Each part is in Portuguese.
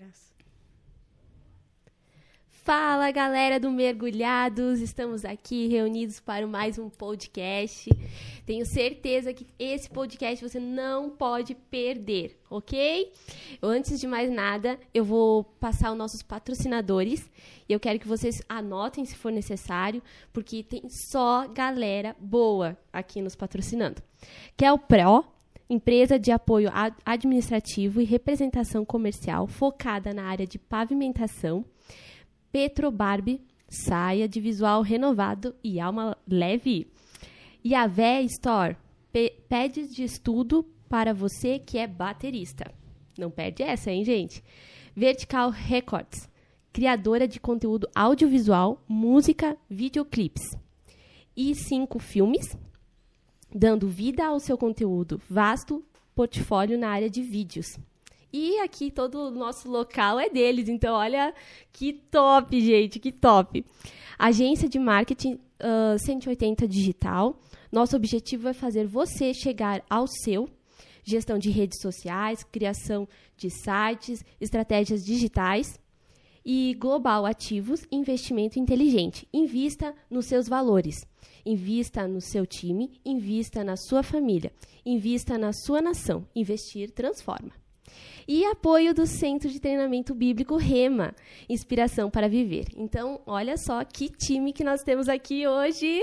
Fala, galera do Mergulhados! Estamos aqui reunidos para mais um podcast. Tenho certeza que esse podcast você não pode perder, ok? Antes de mais nada, eu vou passar os nossos patrocinadores e eu quero que vocês anotem se for necessário, porque tem só galera boa aqui nos patrocinando. Que é o PRO, empresa de apoio administrativo e representação comercial focada na área de pavimentação. Petrobarbe, saia de visual renovado e alma leve. E a Vé Store, pads de estudo para você que é baterista. Não perde essa, hein, gente? Vertical Records, criadora de conteúdo audiovisual, música, videoclipes. E 5 filmes, dando vida ao seu conteúdo, vasto portfólio na área de vídeos. E aqui todo o nosso local é deles, então olha que top, gente, que top. Agência de marketing 180 digital. Nosso objetivo é fazer você chegar ao seu. Gestão de redes sociais, criação de sites, estratégias digitais. E Global Ativos, investimento inteligente. Invista nos seus valores. Invista no seu time, invista na sua família, invista na sua nação. Investir transforma. E apoio do Centro de Treinamento Bíblico Rema, Inspiração para Viver. Então, olha só que time que nós temos aqui hoje.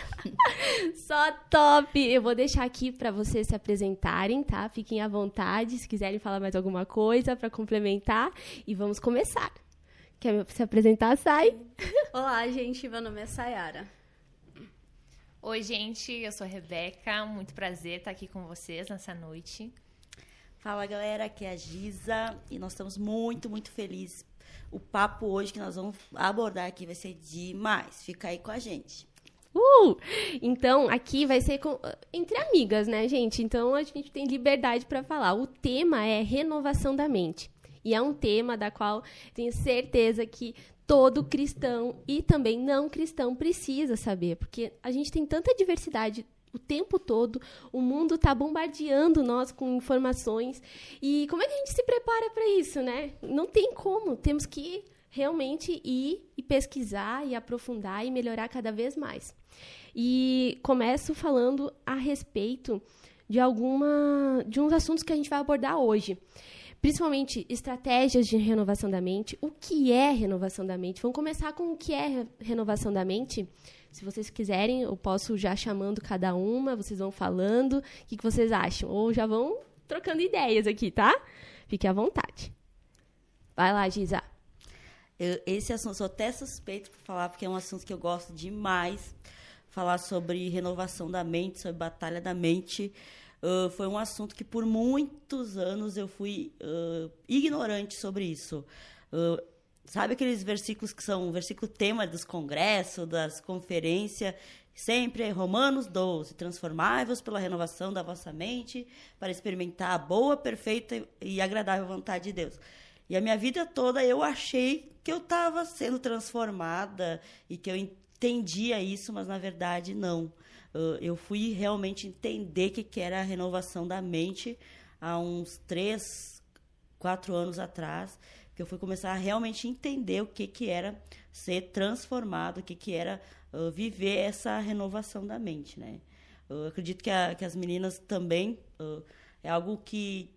Só top! Eu vou deixar aqui para vocês se apresentarem, tá? Fiquem à vontade, se quiserem falar mais alguma coisa para complementar. E vamos começar. Quer se apresentar, Sai? Olá, gente. Meu nome é Sayara. Oi, gente. Eu sou a Rebeca. Muito prazer estar aqui com vocês nessa noite. Fala, galera, aqui é a Giza e nós estamos muito, muito felizes. O papo hoje que nós vamos abordar aqui vai ser demais. Fica aí com a gente. Então, aqui vai ser entre amigas, né, gente? Então, a gente tem liberdade para falar. O tema é renovação da mente. E é um tema da qual tenho certeza que todo cristão e também não cristão precisa saber. Porque a gente tem tanta diversidade o tempo todo, o mundo está bombardeando nós com informações. E como é que a gente se prepara para isso, né? Não tem como. Temos que realmente ir e pesquisar e aprofundar e melhorar cada vez mais. E começo falando a respeito de uns assuntos que a gente vai abordar hoje. Principalmente estratégias de renovação da mente. O que é renovação da mente? Vamos começar com o que é renovação da mente. Se vocês quiserem, eu posso já chamando cada uma, vocês vão falando. O que vocês acham? Ou já vão trocando ideias aqui, tá? Fique à vontade. Vai lá, Giza. Esse assunto, sou até suspeito para falar, porque é um assunto que eu gosto demais. Falar sobre renovação da mente, sobre batalha da mente. Foi um assunto que por muitos anos eu fui ignorante sobre isso. Sabe aqueles versículos que são o versículo tema dos congressos, das conferências? Sempre é Romanos 12. Transformai-vos pela renovação da vossa mente para experimentar a boa, perfeita e agradável vontade de Deus. E a minha vida toda eu achei que eu estava sendo transformada e que eu entendia isso, mas na verdade não. Eu fui realmente entender o que era a renovação da mente há uns 3, 4 anos atrás, que eu fui começar a realmente entender o que era ser transformado, o que era viver essa renovação da mente, né? Eu acredito que as meninas também é algo que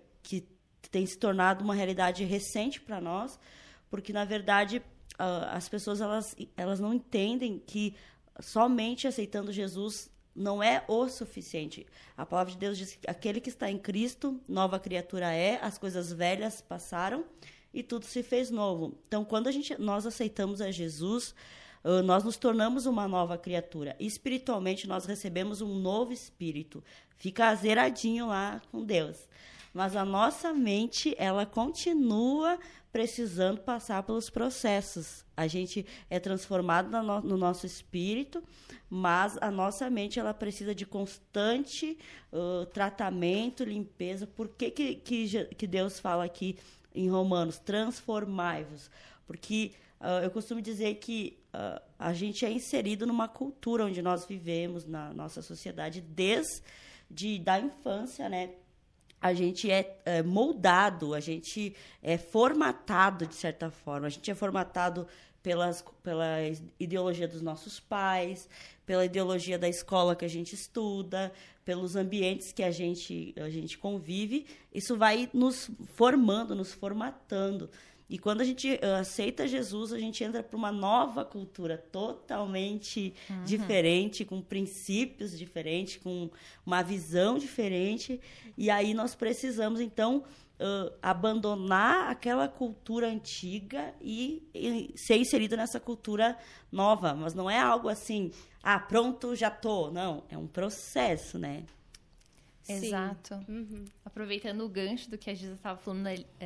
tem se tornado uma realidade recente para nós, porque, na verdade, as pessoas elas não entendem que somente aceitando Jesus não é o suficiente. A palavra de Deus diz que aquele que está em Cristo, nova criatura é, as coisas velhas passaram e tudo se fez novo. Então, quando nós aceitamos a Jesus, nós nos tornamos uma nova criatura. Espiritualmente, nós recebemos um novo espírito. Fica zeradinho lá com Deus. Mas a nossa mente, ela continua precisando passar pelos processos. A gente é transformado no nosso espírito, mas a nossa mente ela precisa de constante tratamento, limpeza. Por que Deus fala aqui em Romanos? Transformai-vos. Porque eu costumo dizer que a gente é inserido numa cultura onde nós vivemos, na nossa sociedade, desde da infância, né? a gente é moldado, a gente é formatado de certa forma. A gente é formatado pela ideologia dos nossos pais, pela ideologia da escola que a gente estuda, pelos ambientes que a gente convive. Isso vai nos formando, nos formatando. E quando a gente aceita Jesus, a gente entra para uma nova cultura totalmente diferente, com princípios diferentes, com uma visão diferente. E aí nós precisamos, então, abandonar aquela cultura antiga e ser inserido nessa cultura nova. Mas não é algo assim, pronto, já tô. Não, é um processo, né? Exato. Aproveitando o gancho do que a Giza estava falando,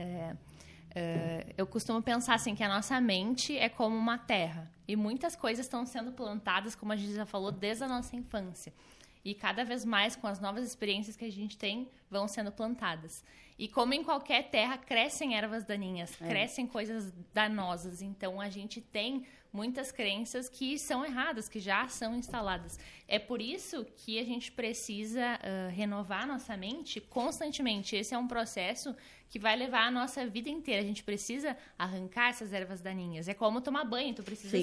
eu costumo pensar assim, que a nossa mente é como uma terra. E muitas coisas estão sendo plantadas, como a Giza falou, desde a nossa infância. E cada vez mais, com as novas experiências que a gente tem, vão sendo plantadas. E como em qualquer terra, crescem ervas daninhas, crescem coisas danosas. Então, a gente tem muitas crenças que são erradas, que já são instaladas. É por isso que a gente precisa renovar nossa mente constantemente. Esse é um processo que vai levar a nossa vida inteira. A gente precisa arrancar essas ervas daninhas. É como tomar banho, tu precisa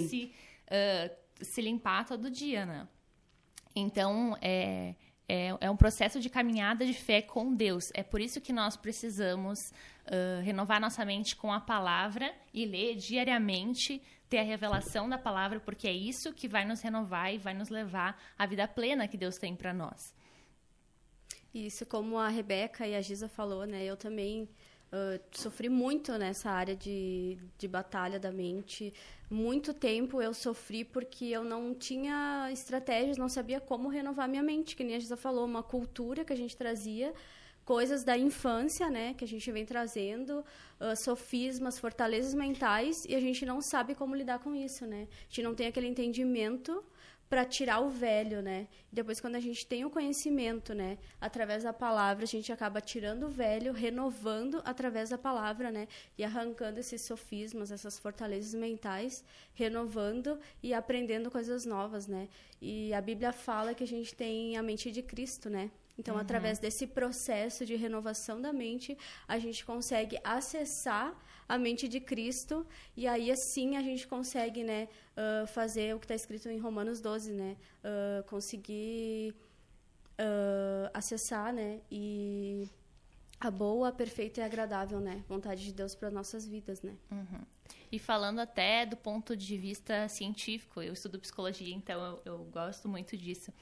se limpar todo dia, né? Então, é um processo de caminhada de fé com Deus. É por isso que nós precisamos renovar nossa mente com a palavra e ler diariamente, ter a revelação da palavra, porque é isso que vai nos renovar e vai nos levar à vida plena que Deus tem para nós. Isso, como a Rebeca e a Giza falou, né? Eu também sofri muito nessa área de batalha da mente. Muito tempo eu sofri porque eu não tinha estratégias, não sabia como renovar minha mente, que nem a Giza falou, uma cultura que a gente trazia, coisas da infância, né, que a gente vem trazendo, sofismas, fortalezas mentais, e a gente não sabe como lidar com isso, né? A gente não tem aquele entendimento para tirar o velho, né? Depois, quando a gente tem o conhecimento, né, através da palavra, a gente acaba tirando o velho, renovando através da palavra, né, e arrancando esses sofismas, essas fortalezas mentais, renovando e aprendendo coisas novas, né? E a Bíblia fala que a gente tem a mente de Cristo, né? Então, através desse processo de renovação da mente, a gente consegue acessar a mente de Cristo, e aí, assim, a gente consegue, né, fazer o que está escrito em Romanos 12, né? Conseguir acessar, né? E a boa, perfeita e agradável, né? Vontade de Deus para nossas vidas, né? E falando até do ponto de vista científico, eu estudo psicologia, então eu gosto muito disso.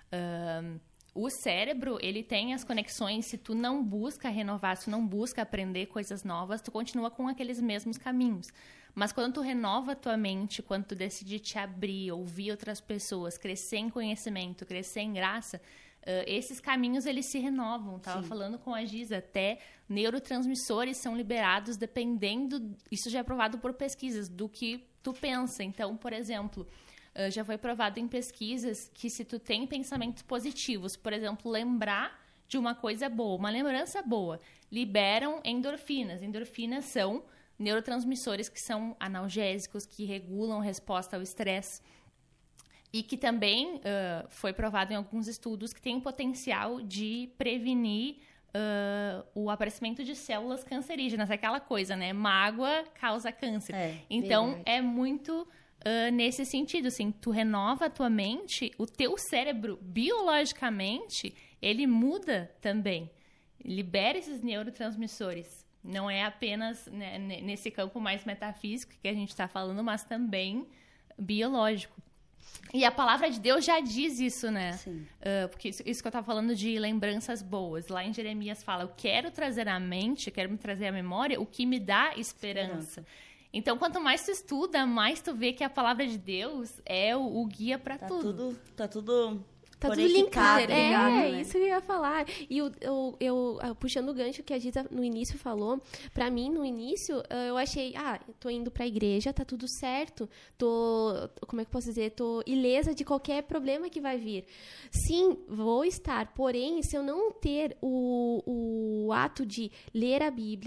O cérebro, ele tem as conexões, se tu não busca renovar, se tu não busca aprender coisas novas, tu continua com aqueles mesmos caminhos. Mas quando tu renova a tua mente, quando tu decide te abrir, ouvir outras pessoas, crescer em conhecimento, crescer em graça, esses caminhos, eles se renovam. Tava falando com a Giza, até neurotransmissores são liberados dependendo, isso já é provado por pesquisas, do que tu pensa. Então, por exemplo, já foi provado em pesquisas que se tu tem pensamentos positivos, por exemplo, lembrar de uma coisa boa, uma lembrança boa, liberam endorfinas. Endorfinas são neurotransmissores que são analgésicos, que regulam a resposta ao estresse. E que também foi provado em alguns estudos que tem o potencial de prevenir o aparecimento de células cancerígenas. Aquela coisa, né? Mágoa causa câncer. Então, verdade. É muito nesse sentido, assim, tu renova a tua mente, o teu cérebro, biologicamente, ele muda também. Libera esses neurotransmissores. Não é apenas, né, nesse campo mais metafísico que a gente está falando, mas também biológico. E a palavra de Deus já diz isso, né? Sim. Porque isso que eu estava falando de lembranças boas. Lá em Jeremias fala, eu quero trazer à mente, quero me trazer à memória o que me dá esperança. Então, quanto mais tu estuda, mais tu vê que a palavra de Deus é o guia para tudo. Tá tudo Tá tudo linkado. Né? Isso que eu ia falar. E eu puxando o gancho que a Giza no início falou, pra mim, no início, eu achei, tô indo pra igreja, tá tudo certo, como é que eu posso dizer? Tô ilesa de qualquer problema que vai vir. Sim, vou estar, porém, se eu não ter o ato de ler a Bíblia, de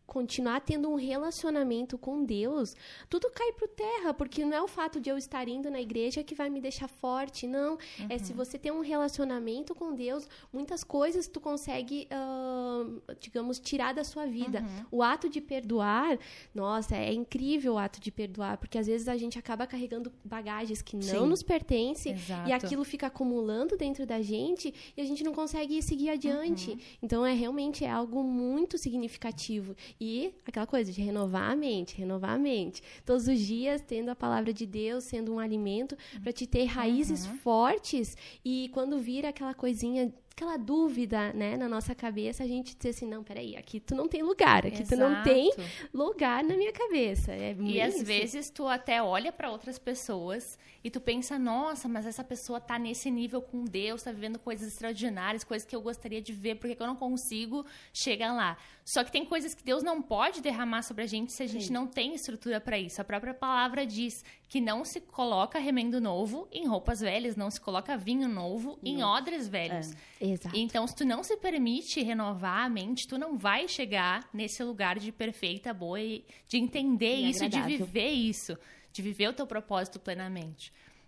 continuar tendo um relacionamento com Deus, tudo cai por terra, porque não é o fato de eu estar indo na igreja que vai me deixar forte, não. É se você tem um relacionamento com Deus, muitas coisas tu consegue, digamos, tirar da sua vida. O ato de perdoar, nossa, é incrível o ato de perdoar, porque às vezes a gente acaba carregando bagagens que não nos pertencem, e aquilo fica acumulando dentro da gente, e a gente não consegue seguir adiante. Então, realmente é algo muito significativo. E aquela coisa de renovar a mente. Todos os dias tendo a palavra de Deus, sendo um alimento para te ter raízes fortes. E quando vira aquela coisinha, aquela dúvida, né, na nossa cabeça, a gente diz assim, não, peraí, aqui tu não tem lugar. Aqui tu não tem lugar na minha cabeça. E às vezes tu até olha para outras pessoas e tu pensa, nossa, mas essa pessoa tá nesse nível com Deus, tá vivendo coisas extraordinárias, coisas que eu gostaria de ver, porque eu não consigo chegar lá. Só que tem coisas que Deus não pode derramar sobre a gente se a gente não tem estrutura para isso. A própria palavra diz que não se coloca remendo novo em roupas velhas, não se coloca vinho novo em odres velhos. Exato. Então, se tu não se permite renovar a mente, tu não vai chegar nesse lugar de perfeita, boa, e de entender e isso, agradável. de viver isso, de viver o teu propósito plenamente.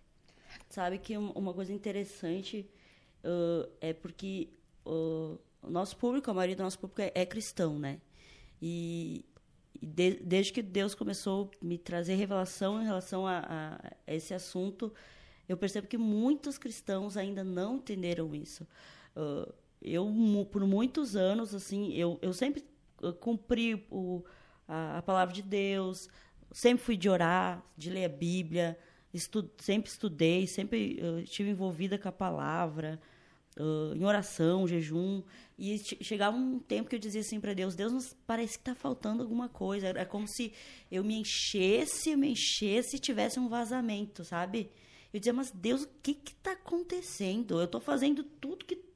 Sabe que uma coisa interessante é porque o nosso público, a maioria do nosso público é cristão, né? E desde que Deus começou a me trazer revelação em relação a esse assunto, eu percebo que muitos cristãos ainda não entenderam isso. Eu, por muitos anos, assim, eu sempre cumpri a palavra de Deus, sempre fui de orar, de ler a Bíblia, sempre estudei, sempre estive envolvida com a palavra, em oração, jejum, e chegava um tempo que eu dizia assim para Deus, nos parece que está faltando alguma coisa, é como se eu me enchesse e tivesse um vazamento, sabe? Eu dizia, mas Deus, o que está acontecendo? Eu estou fazendo tudo que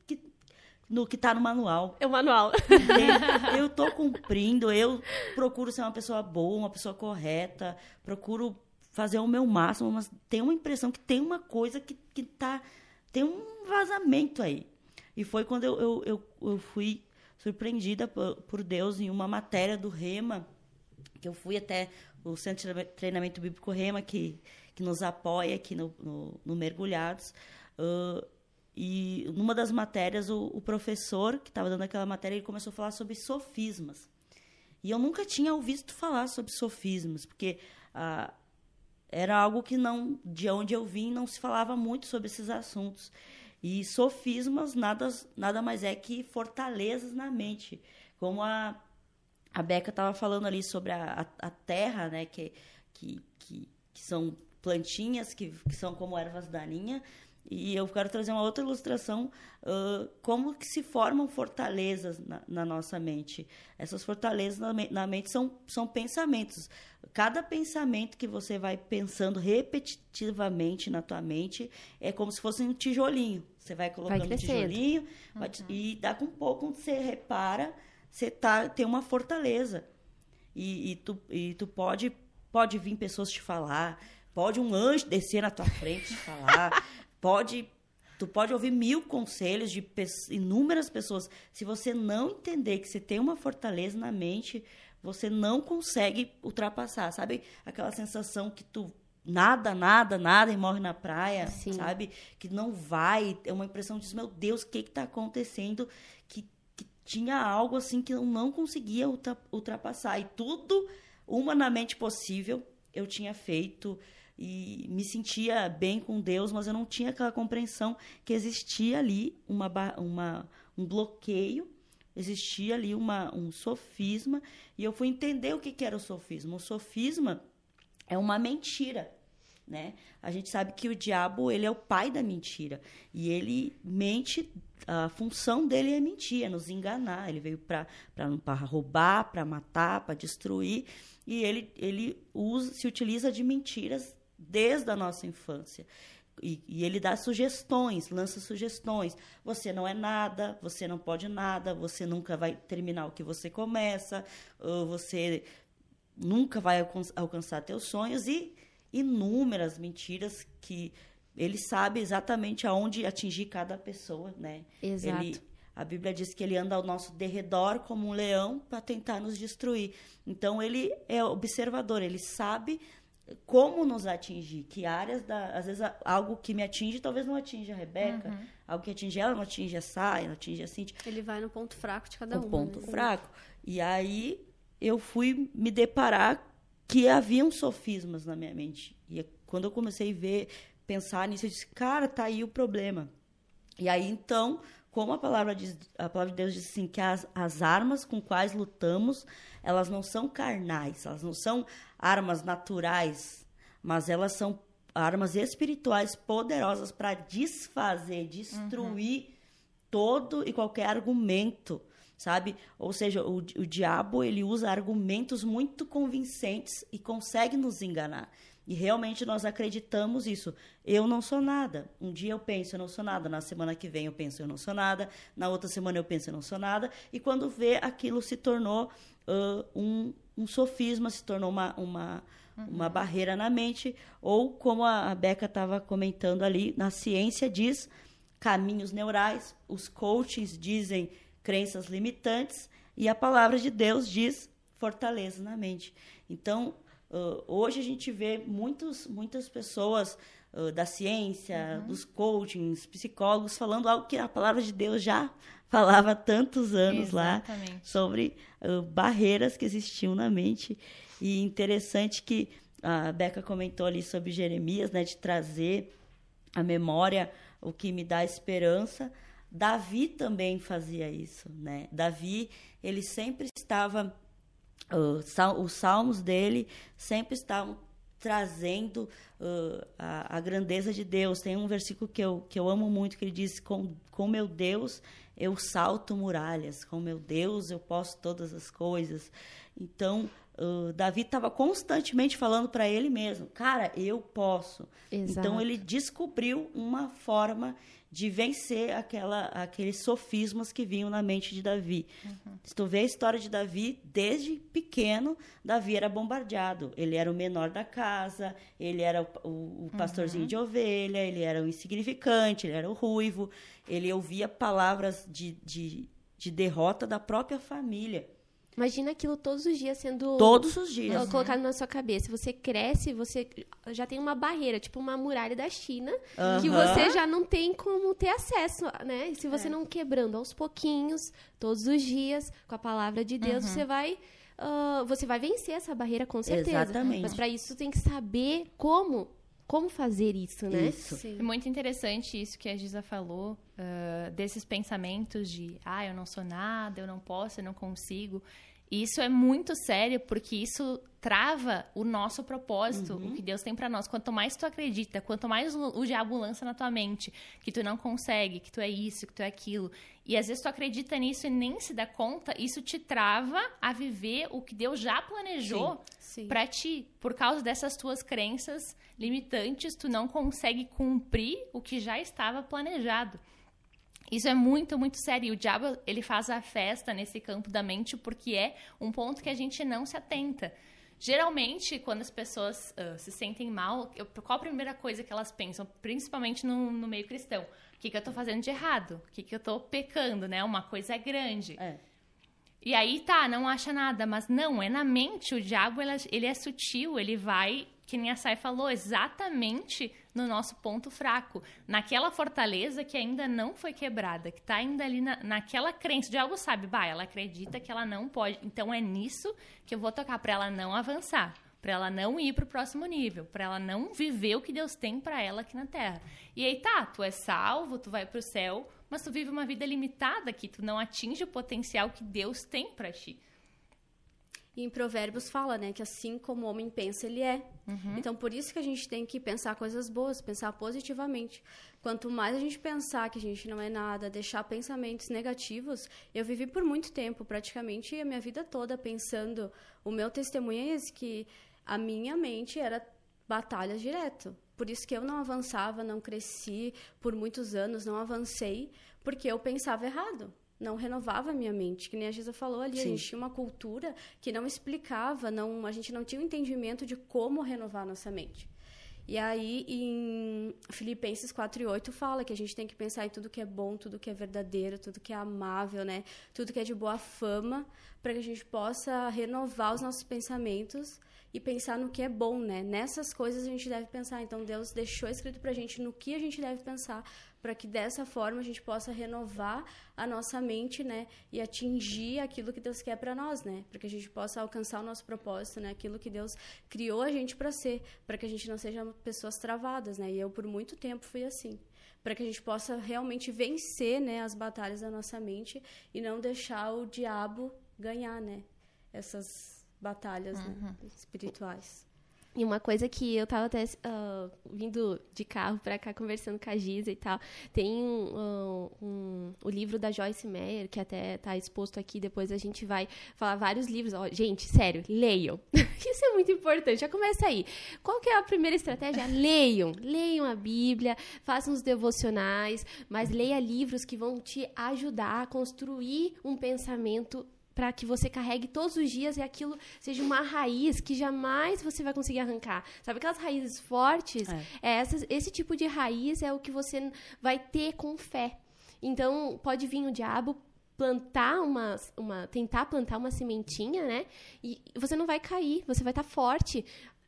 está no manual. É o manual. Eu estou cumprindo, eu procuro ser uma pessoa boa, uma pessoa correta, procuro fazer o meu máximo, mas tem uma impressão que tem uma coisa que tem um vazamento aí. E foi quando eu fui surpreendida por Deus em uma matéria do Rema, que eu fui até o Centro de Treinamento Bíblico Rema, que nos apoia aqui no Mergulhados. E numa das matérias, o professor que estava dando aquela matéria, ele começou a falar sobre sofismas. E eu nunca tinha ouvido falar sobre sofismas, porque era algo que de onde eu vim, não se falava muito sobre esses assuntos. E sofismas nada mais é que fortalezas na mente. Como a Beca estava falando ali sobre a terra, né, que são plantinhas que são como ervas daninhas. E eu quero trazer uma outra ilustração, como que se formam fortalezas na nossa mente. Essas fortalezas na mente são pensamentos. Cada pensamento que você vai pensando repetitivamente na tua mente é como se fosse um tijolinho. Você vai colocando um tijolinho e daqui a um pouco, quando você repara, você tem uma fortaleza. E tu pode vir pessoas te falar, pode um anjo descer na tua frente te falar... Tu pode ouvir 1000 conselhos de inúmeras pessoas. Se você não entender que você tem uma fortaleza na mente, você não consegue ultrapassar. Sabe aquela sensação que tu nada e morre na praia? Sim. Sabe? Que não vai. É uma impressão de, meu Deus, o que está acontecendo? Que tinha algo assim que eu não conseguia ultrapassar. E tudo, humanamente possível, eu tinha feito... E me sentia bem com Deus, mas eu não tinha aquela compreensão que existia ali um bloqueio, existia ali um sofisma, e eu fui entender o que era o sofisma. O sofisma é uma mentira, né? A gente sabe que o diabo, ele é o pai da mentira, e ele mente, a função dele é mentir, é nos enganar. Ele veio para roubar, para matar, para destruir, e ele se utiliza de mentiras desde a nossa infância. E ele dá sugestões, lança sugestões. Você não é nada, você não pode nada, você nunca vai terminar o que você começa, você nunca vai alcançar teus sonhos, e inúmeras mentiras que ele sabe exatamente aonde atingir cada pessoa, né? Exato. A Bíblia diz que ele anda ao nosso derredor como um leão para tentar nos destruir. Então, ele é observador, ele sabe como nos atingir, que áreas, às vezes algo que me atinge, talvez não atinja a Rebeca, algo que atinge ela, não atinge a Sá, não atinge a Cíntia. Ele vai no ponto fraco de cada um. O ponto fraco. E aí, eu fui me deparar que haviam sofismas na minha mente. E quando eu comecei a pensar nisso, eu disse, cara, tá aí o problema. E aí, então, como a palavra de Deus diz assim, que as armas com quais lutamos, elas não são carnais, elas não são armas naturais, mas elas são armas espirituais poderosas para desfazer, destruir todo e qualquer argumento, sabe? Ou seja, o diabo, ele usa argumentos muito convincentes e consegue nos enganar. E realmente nós acreditamos isso. Eu não sou nada. Um dia eu penso, eu não sou nada. Na semana que vem eu penso, eu não sou nada. Na outra semana eu penso, eu não sou nada. E quando vê, aquilo se tornou um sofisma, se tornou uma barreira na mente. Ou, como a Beca estava comentando ali, na ciência diz caminhos neurais, os coaches dizem crenças limitantes, e a palavra de Deus diz fortaleza na mente. Então, hoje a gente vê muitas pessoas da ciência, dos coachings, psicólogos, falando algo que a palavra de Deus já falava há tantos anos lá, sobre barreiras que existiam na mente. E interessante que a Beca comentou ali sobre Jeremias, né, de trazer à memória o que me dá esperança. Davi também fazia isso, né? Davi, ele sempre estava... os salmos dele sempre estavam trazendo a grandeza de Deus. Tem um versículo que eu amo muito, que ele diz, com meu Deus eu salto muralhas, com meu Deus eu posso todas as coisas. Então, Davi estava constantemente falando para ele mesmo, cara, eu posso. Exato. Então, ele descobriu uma forma de vencer aqueles sofismas que vinham na mente de Davi. Se tu vê a história de Davi, desde pequeno, Davi era bombardeado. Ele era o menor da casa, ele era o pastorzinho de ovelha, ele era o insignificante, ele era o ruivo, ele ouvia palavras de derrota da própria família. Imagina aquilo todos os dias sendo... Todos os dias. Colocado na sua cabeça. Você cresce, você já tem uma barreira, tipo uma muralha da China, que você já não tem como ter acesso, né? E se você não quebrando aos pouquinhos, todos os dias, com a palavra de Deus, você vai vencer essa barreira, com certeza. Exatamente. Mas para isso, tem que saber como fazer isso, né? Isso. Sim. É muito interessante isso que a Giza falou, desses pensamentos de, eu não sou nada, eu não posso, eu não consigo. E isso é muito sério, porque isso trava o nosso propósito, o que Deus tem pra nós. Quanto mais tu acredita, quanto mais o diabo lança na tua mente que tu não consegue, que tu é isso, que tu é aquilo, e às vezes tu acredita nisso e nem se dá conta, isso te trava a viver o que Deus já planejou pra ti. Por causa dessas tuas crenças limitantes, tu não consegue cumprir o que já estava planejado. Isso é muito, muito sério. E o diabo, ele faz a festa nesse campo da mente porque é um ponto que a gente não se atenta. Geralmente, quando as pessoas se sentem mal, qual a primeira coisa que elas pensam? Principalmente no meio cristão. O que eu tô fazendo de errado? O que eu tô pecando, né? Uma coisa grande. E aí, não acha nada. Mas não, é na mente. O diabo, ele é sutil. Ele vai, que nem a Sai falou, exatamente no nosso ponto fraco. Naquela fortaleza que ainda não foi quebrada, que tá ainda ali naquela crença. O diabo sabe, ela acredita que ela não pode. Então, é nisso que eu vou tocar, para ela não avançar, para ela não ir pro próximo nível, para ela não viver o que Deus tem para ela aqui na Terra. E aí, tu é salvo, tu vai pro céu, mas tu vive uma vida limitada aqui, tu não atinge o potencial que Deus tem para ti. E em Provérbios fala, né, que assim como o homem pensa, ele é. Então, por isso que a gente tem que pensar coisas boas, pensar positivamente. Quanto mais a gente pensar que a gente não é nada, deixar pensamentos negativos... Eu vivi por muito tempo, praticamente a minha vida toda, pensando... O meu testemunho é esse, que a minha mente era batalhas direto. Por isso que eu não avançava, não cresci por muitos anos, não avancei, porque eu pensava errado. Não renovava a minha mente, que nem a Giza falou ali, a gente tinha uma cultura que não explicava, a gente não tinha um entendimento de como renovar a nossa mente. E aí, em Filipenses 4:8 fala que a gente tem que pensar em tudo que é bom, tudo que é verdadeiro, tudo que é amável, né? Tudo que é de boa fama, para que a gente possa renovar os nossos pensamentos e pensar no que é bom, né? Nessas coisas a gente deve pensar. Então, Deus deixou escrito pra gente no que a gente deve pensar, para que dessa forma a gente possa renovar a nossa mente, né? E atingir aquilo que Deus quer para nós, né? Para que a gente possa alcançar o nosso propósito, né? Aquilo que Deus criou a gente para ser, para que a gente não seja pessoas travadas, né? E eu, por muito tempo, fui assim. Para que a gente possa realmente vencer, né, as batalhas da nossa mente e não deixar o diabo ganhar, né? Essas batalhas, né, espirituais. E uma coisa que eu tava até vindo de carro pra cá, conversando com a Giza e tal, tem o livro da Joyce Meyer, que até tá exposto aqui, depois a gente vai falar vários livros. Ó, gente, sério, leiam. Isso é muito importante, já começa aí. Qual que é a primeira estratégia? Leiam. Leiam a Bíblia, façam os devocionais, mas leia livros que vão te ajudar a construir um pensamento para que você carregue todos os dias e aquilo seja uma raiz que jamais você vai conseguir arrancar. Sabe aquelas raízes fortes? Esse tipo de raiz é o que você vai ter com fé. Então, pode vir o diabo plantar tentar plantar uma sementinha, né? E você não vai cair, você vai estar forte.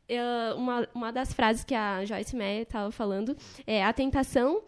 Uma das frases que a Joyce Meyer estava falando é: a tentação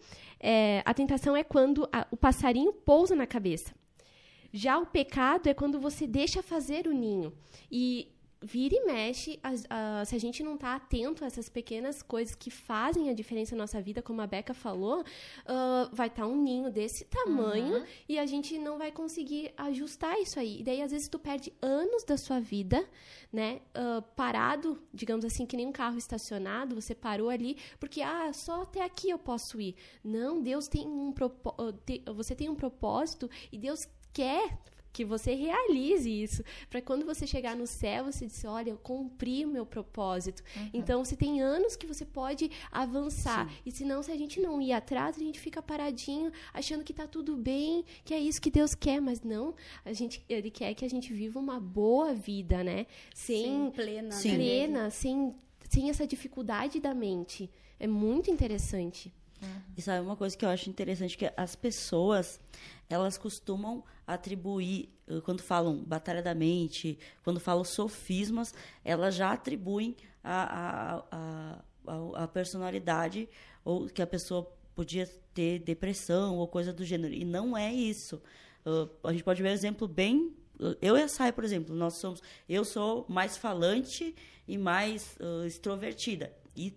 é quando o passarinho pousa na cabeça. Já o pecado é quando você deixa fazer o ninho. E vira e mexe, se a gente não está atento a essas pequenas coisas que fazem a diferença na nossa vida, como a Beca falou, vai estar um ninho desse tamanho e a gente não vai conseguir ajustar isso aí. E daí, às vezes, tu perde anos da sua vida, né, parado, digamos assim, que nem um carro estacionado, você parou ali, porque, só até aqui eu posso ir. Não, Deus tem você tem um propósito e Deus quer que você realize isso, para quando você chegar no céu, você dizer, olha, eu cumpri o meu propósito. Então, você tem anos que você pode avançar. Sim. E senão, se a gente não ir atrás, a gente fica paradinho, achando que está tudo bem, que é isso que Deus quer, mas não. Ele quer que a gente viva uma boa vida, né? Plena, sem essa dificuldade da mente. É muito interessante. E sabe uma coisa que eu acho interessante, que as pessoas, elas costumam atribuir, quando falam batalha da mente, quando falam sofismas, elas já atribuem a personalidade, ou que a pessoa podia ter depressão ou coisa do gênero. E não é isso. A gente pode ver um exemplo bem... Eu e a Sai, por exemplo, eu sou mais falante e mais extrovertida. E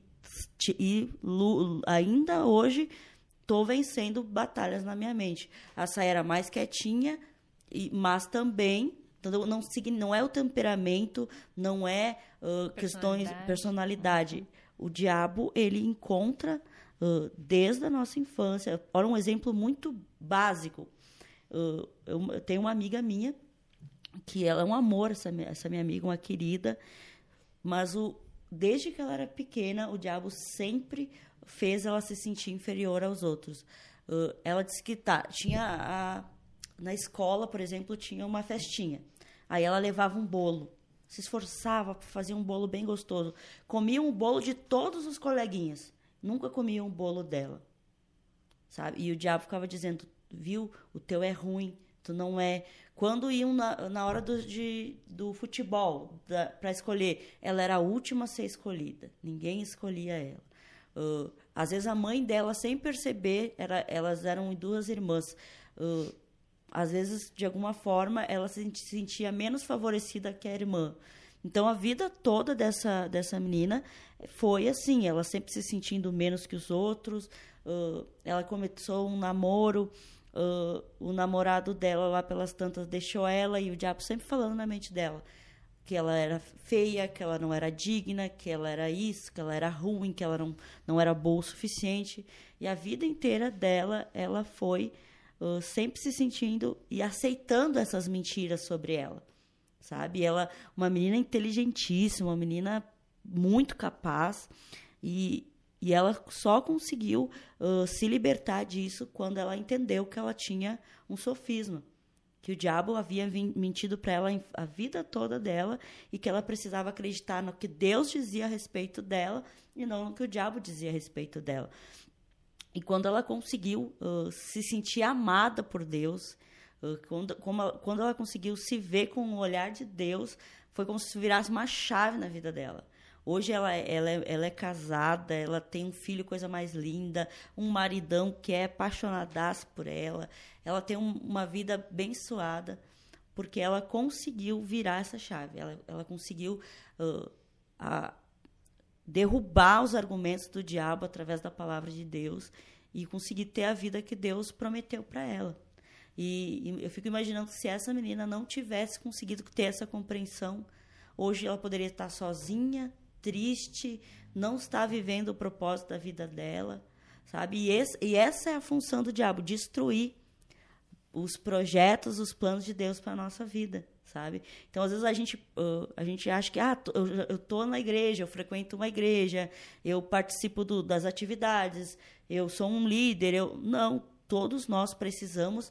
ainda hoje estou vencendo batalhas na minha mente. A Sai era mais quietinha, mas também não é o temperamento, não é questões personalidade. O diabo, ele encontra desde a nossa infância. Olha, um exemplo muito básico. Eu tenho uma amiga minha, que ela é um amor, essa minha amiga, uma querida, mas desde que ela era pequena, o diabo sempre fez ela se sentir inferior aos outros. Ela disse que na escola, por exemplo, tinha uma festinha. Aí ela levava um bolo, se esforçava para fazer um bolo bem gostoso. Comia um bolo de todos os coleguinhas. Nunca comia um bolo dela. Sabe? E o diabo ficava dizendo, viu, o teu é ruim, tu não é... Quando iam na hora do futebol, para escolher, ela era a última a ser escolhida. Ninguém escolhia ela. Às vezes a mãe dela, sem perceber, elas eram 2 irmãs. Às vezes, de alguma forma, ela se sentia menos favorecida que a irmã. Então, a vida toda dessa menina foi assim, ela sempre se sentindo menos que os outros. Ela começou um namoro... o namorado dela lá pelas tantas deixou ela, e o diabo sempre falando na mente dela que ela era feia, que ela não era digna, que ela era isso, que ela era ruim, que ela não era boa o suficiente. E a vida inteira dela, ela foi sempre se sentindo e aceitando essas mentiras sobre ela, sabe? Ela, uma menina inteligentíssima, uma menina muito capaz, e ela só conseguiu se libertar disso quando ela entendeu que ela tinha um sofisma, que o diabo havia mentido para ela a vida toda dela e que ela precisava acreditar no que Deus dizia a respeito dela e não no que o diabo dizia a respeito dela. E quando ela conseguiu se sentir amada por Deus, quando ela conseguiu se ver com o olhar de Deus, foi como se virasse uma chave na vida dela. Hoje ela é casada, ela tem um filho, coisa mais linda, um maridão que é apaixonadaço por ela. Ela tem uma vida abençoada, porque ela conseguiu virar essa chave. Ela conseguiu derrubar os argumentos do diabo através da palavra de Deus e conseguir ter a vida que Deus prometeu para ela. E eu fico imaginando que se essa menina não tivesse conseguido ter essa compreensão, hoje ela poderia estar sozinha, triste, não está vivendo o propósito da vida dela, sabe? E essa é a função do diabo, destruir os projetos, os planos de Deus para a nossa vida, sabe? Então, às vezes, a gente acha que eu estou na igreja, eu frequento uma igreja, eu participo das atividades, eu sou um líder. Não, todos nós precisamos,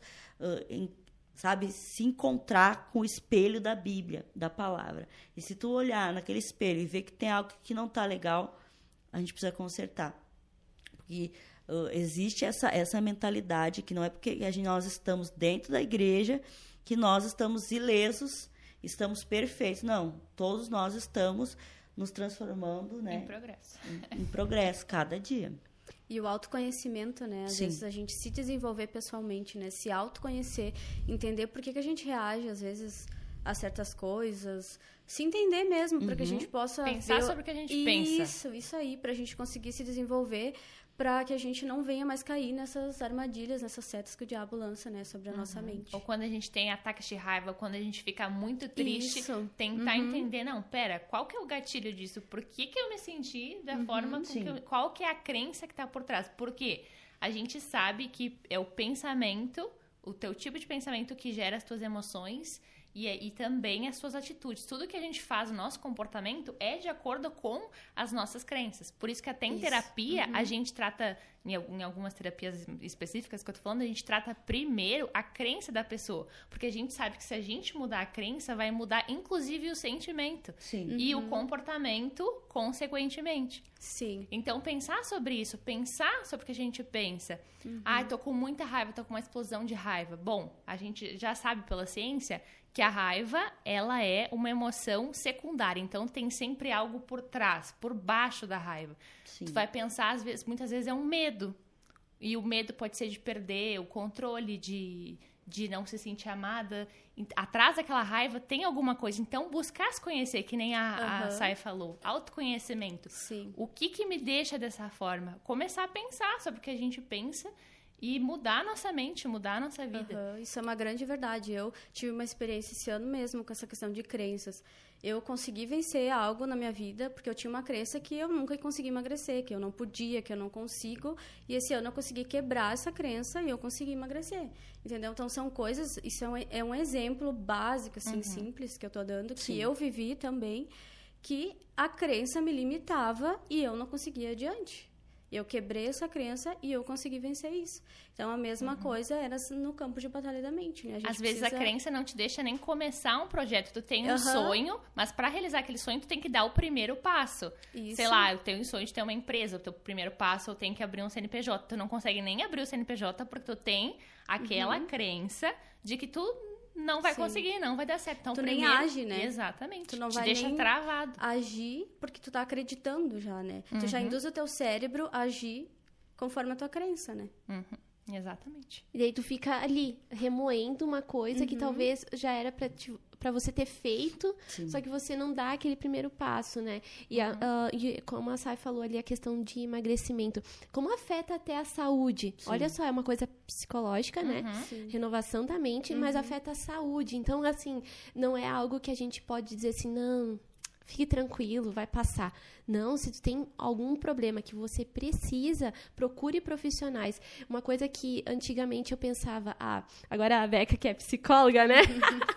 sabe, se encontrar com o espelho da Bíblia, da palavra. E se tu olhar naquele espelho e ver que tem algo que não está legal, a gente precisa consertar. Porque existe essa mentalidade que não é porque nós estamos dentro da igreja que nós estamos ilesos, estamos perfeitos. Não, todos nós estamos nos transformando, né? Em progresso. Em progresso, cada dia. E o autoconhecimento, né? Às vezes a gente se desenvolver pessoalmente, né? Se autoconhecer, entender por que a gente reage, às vezes, a certas coisas. Se entender mesmo, para que a gente possa pensar sobre o que a gente pensa. Isso aí, para a gente conseguir se desenvolver, para que a gente não venha mais cair nessas armadilhas, nessas setas que o diabo lança, né, sobre a nossa mente. Ou quando a gente tem ataques de raiva, quando a gente fica muito triste, tentar entender, não, pera, qual que é o gatilho disso? Por que eu me senti da forma com qual que é a crença que tá por trás? Porque a gente sabe que é o pensamento, o teu tipo de pensamento que gera as tuas emoções e também as suas atitudes. Tudo que a gente faz, o nosso comportamento, é de acordo com as nossas crenças. Por isso que até em terapia, a gente trata, em algumas terapias específicas que eu tô falando, a gente trata primeiro a crença da pessoa. Porque a gente sabe que se a gente mudar a crença, vai mudar inclusive o sentimento. Sim. E o comportamento, consequentemente. Sim. Então, pensar sobre isso, pensar sobre o que a gente pensa. Tô com muita raiva, tô com uma explosão de raiva. Bom, a gente já sabe pela ciência que a raiva, ela é uma emoção secundária. Então, tem sempre algo por trás, por baixo da raiva. Sim. Tu vai pensar, muitas vezes é um medo. E o medo pode ser de perder o controle, de não se sentir amada. Atrás daquela raiva tem alguma coisa. Então, buscar se conhecer, que nem a Sai falou. Autoconhecimento. Sim. O que me deixa dessa forma? Começar a pensar sobre o que a gente pensa e mudar a nossa mente, mudar a nossa vida. Isso é uma grande verdade. Eu tive uma experiência esse ano mesmo com essa questão de crenças. Eu consegui vencer algo na minha vida porque eu tinha uma crença que eu nunca consegui emagrecer, que eu não podia, que eu não consigo. E esse ano eu consegui quebrar essa crença e eu consegui emagrecer. Entendeu? Então, são coisas... Isso é um exemplo básico, assim, simples que eu tô dando, que eu vivi também, que a crença me limitava e eu não conseguia adiante. Eu quebrei essa crença e eu consegui vencer isso. Então, a mesma coisa era no campo de batalha da mente, né? Às vezes a crença não te deixa nem começar um projeto. Tu tem um sonho, mas para realizar aquele sonho, tu tem que dar o primeiro passo. Isso. Sei lá, eu tenho um sonho de ter uma empresa. O teu primeiro passo, eu tenho que abrir um CNPJ. Tu não consegue nem abrir o CNPJ porque tu tem aquela crença de que tu não vai conseguir, não vai dar certo. Então, tu primeiro, nem age, né? Exatamente. Tu não te vai deixa nem travado. agir porque tu tá acreditando já, né? Tu já induz o teu cérebro a agir conforme a tua crença, né? Exatamente. E daí tu fica ali, remoendo uma coisa que talvez já era pra você ter feito, só que você não dá aquele primeiro passo, né? E, e como a Sai falou ali, a questão de emagrecimento. Como afeta até a saúde? Sim. Olha só, é uma coisa psicológica, né? Renovação da mente, mas afeta a saúde. Então, assim, não é algo que a gente pode dizer assim, não... Fique tranquilo, vai passar. Não, se tu tem algum problema que você precisa, procure profissionais. Uma coisa que antigamente eu pensava, agora a Beca que é psicóloga, né?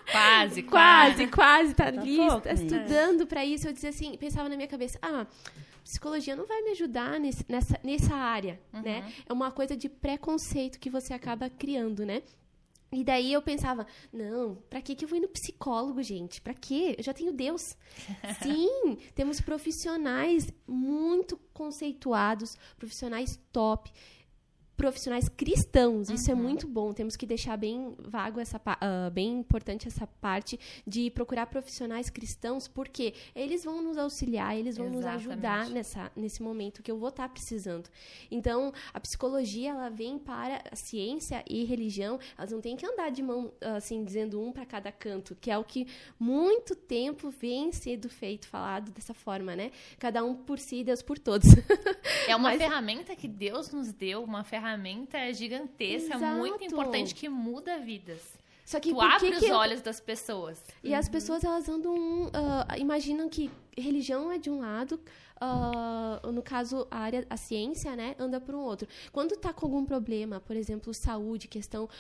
quase, tá ali, tá estudando pra isso. Eu dizia assim, pensava na minha cabeça, psicologia não vai me ajudar nessa área, né? É uma coisa de preconceito que você acaba criando, né? E daí eu pensava, não, pra que eu vou ir no psicólogo, gente? Pra quê? Eu já tenho Deus. Sim, temos profissionais muito conceituados, profissionais top, profissionais cristãos, isso é muito bom, temos que deixar bem vago bem importante essa parte de procurar profissionais cristãos, porque eles vão nos auxiliar, eles vão nos ajudar nesse momento que eu vou estar precisando. Então, a psicologia, ela vem para a ciência e religião, elas não têm que andar de mão, assim, dizendo um para cada canto, que é o que muito tempo vem sendo falado dessa forma, né? Cada um por si, Deus por todos. É uma ferramenta que Deus nos deu, uma ferramenta gigantesca, muito importante, que muda vidas. Só que tu abre os olhos das pessoas. E as pessoas, elas andam... imaginam que religião é de um lado, no caso, a ciência, né, anda por um outro. Quando tá com algum problema, por exemplo, saúde, questão...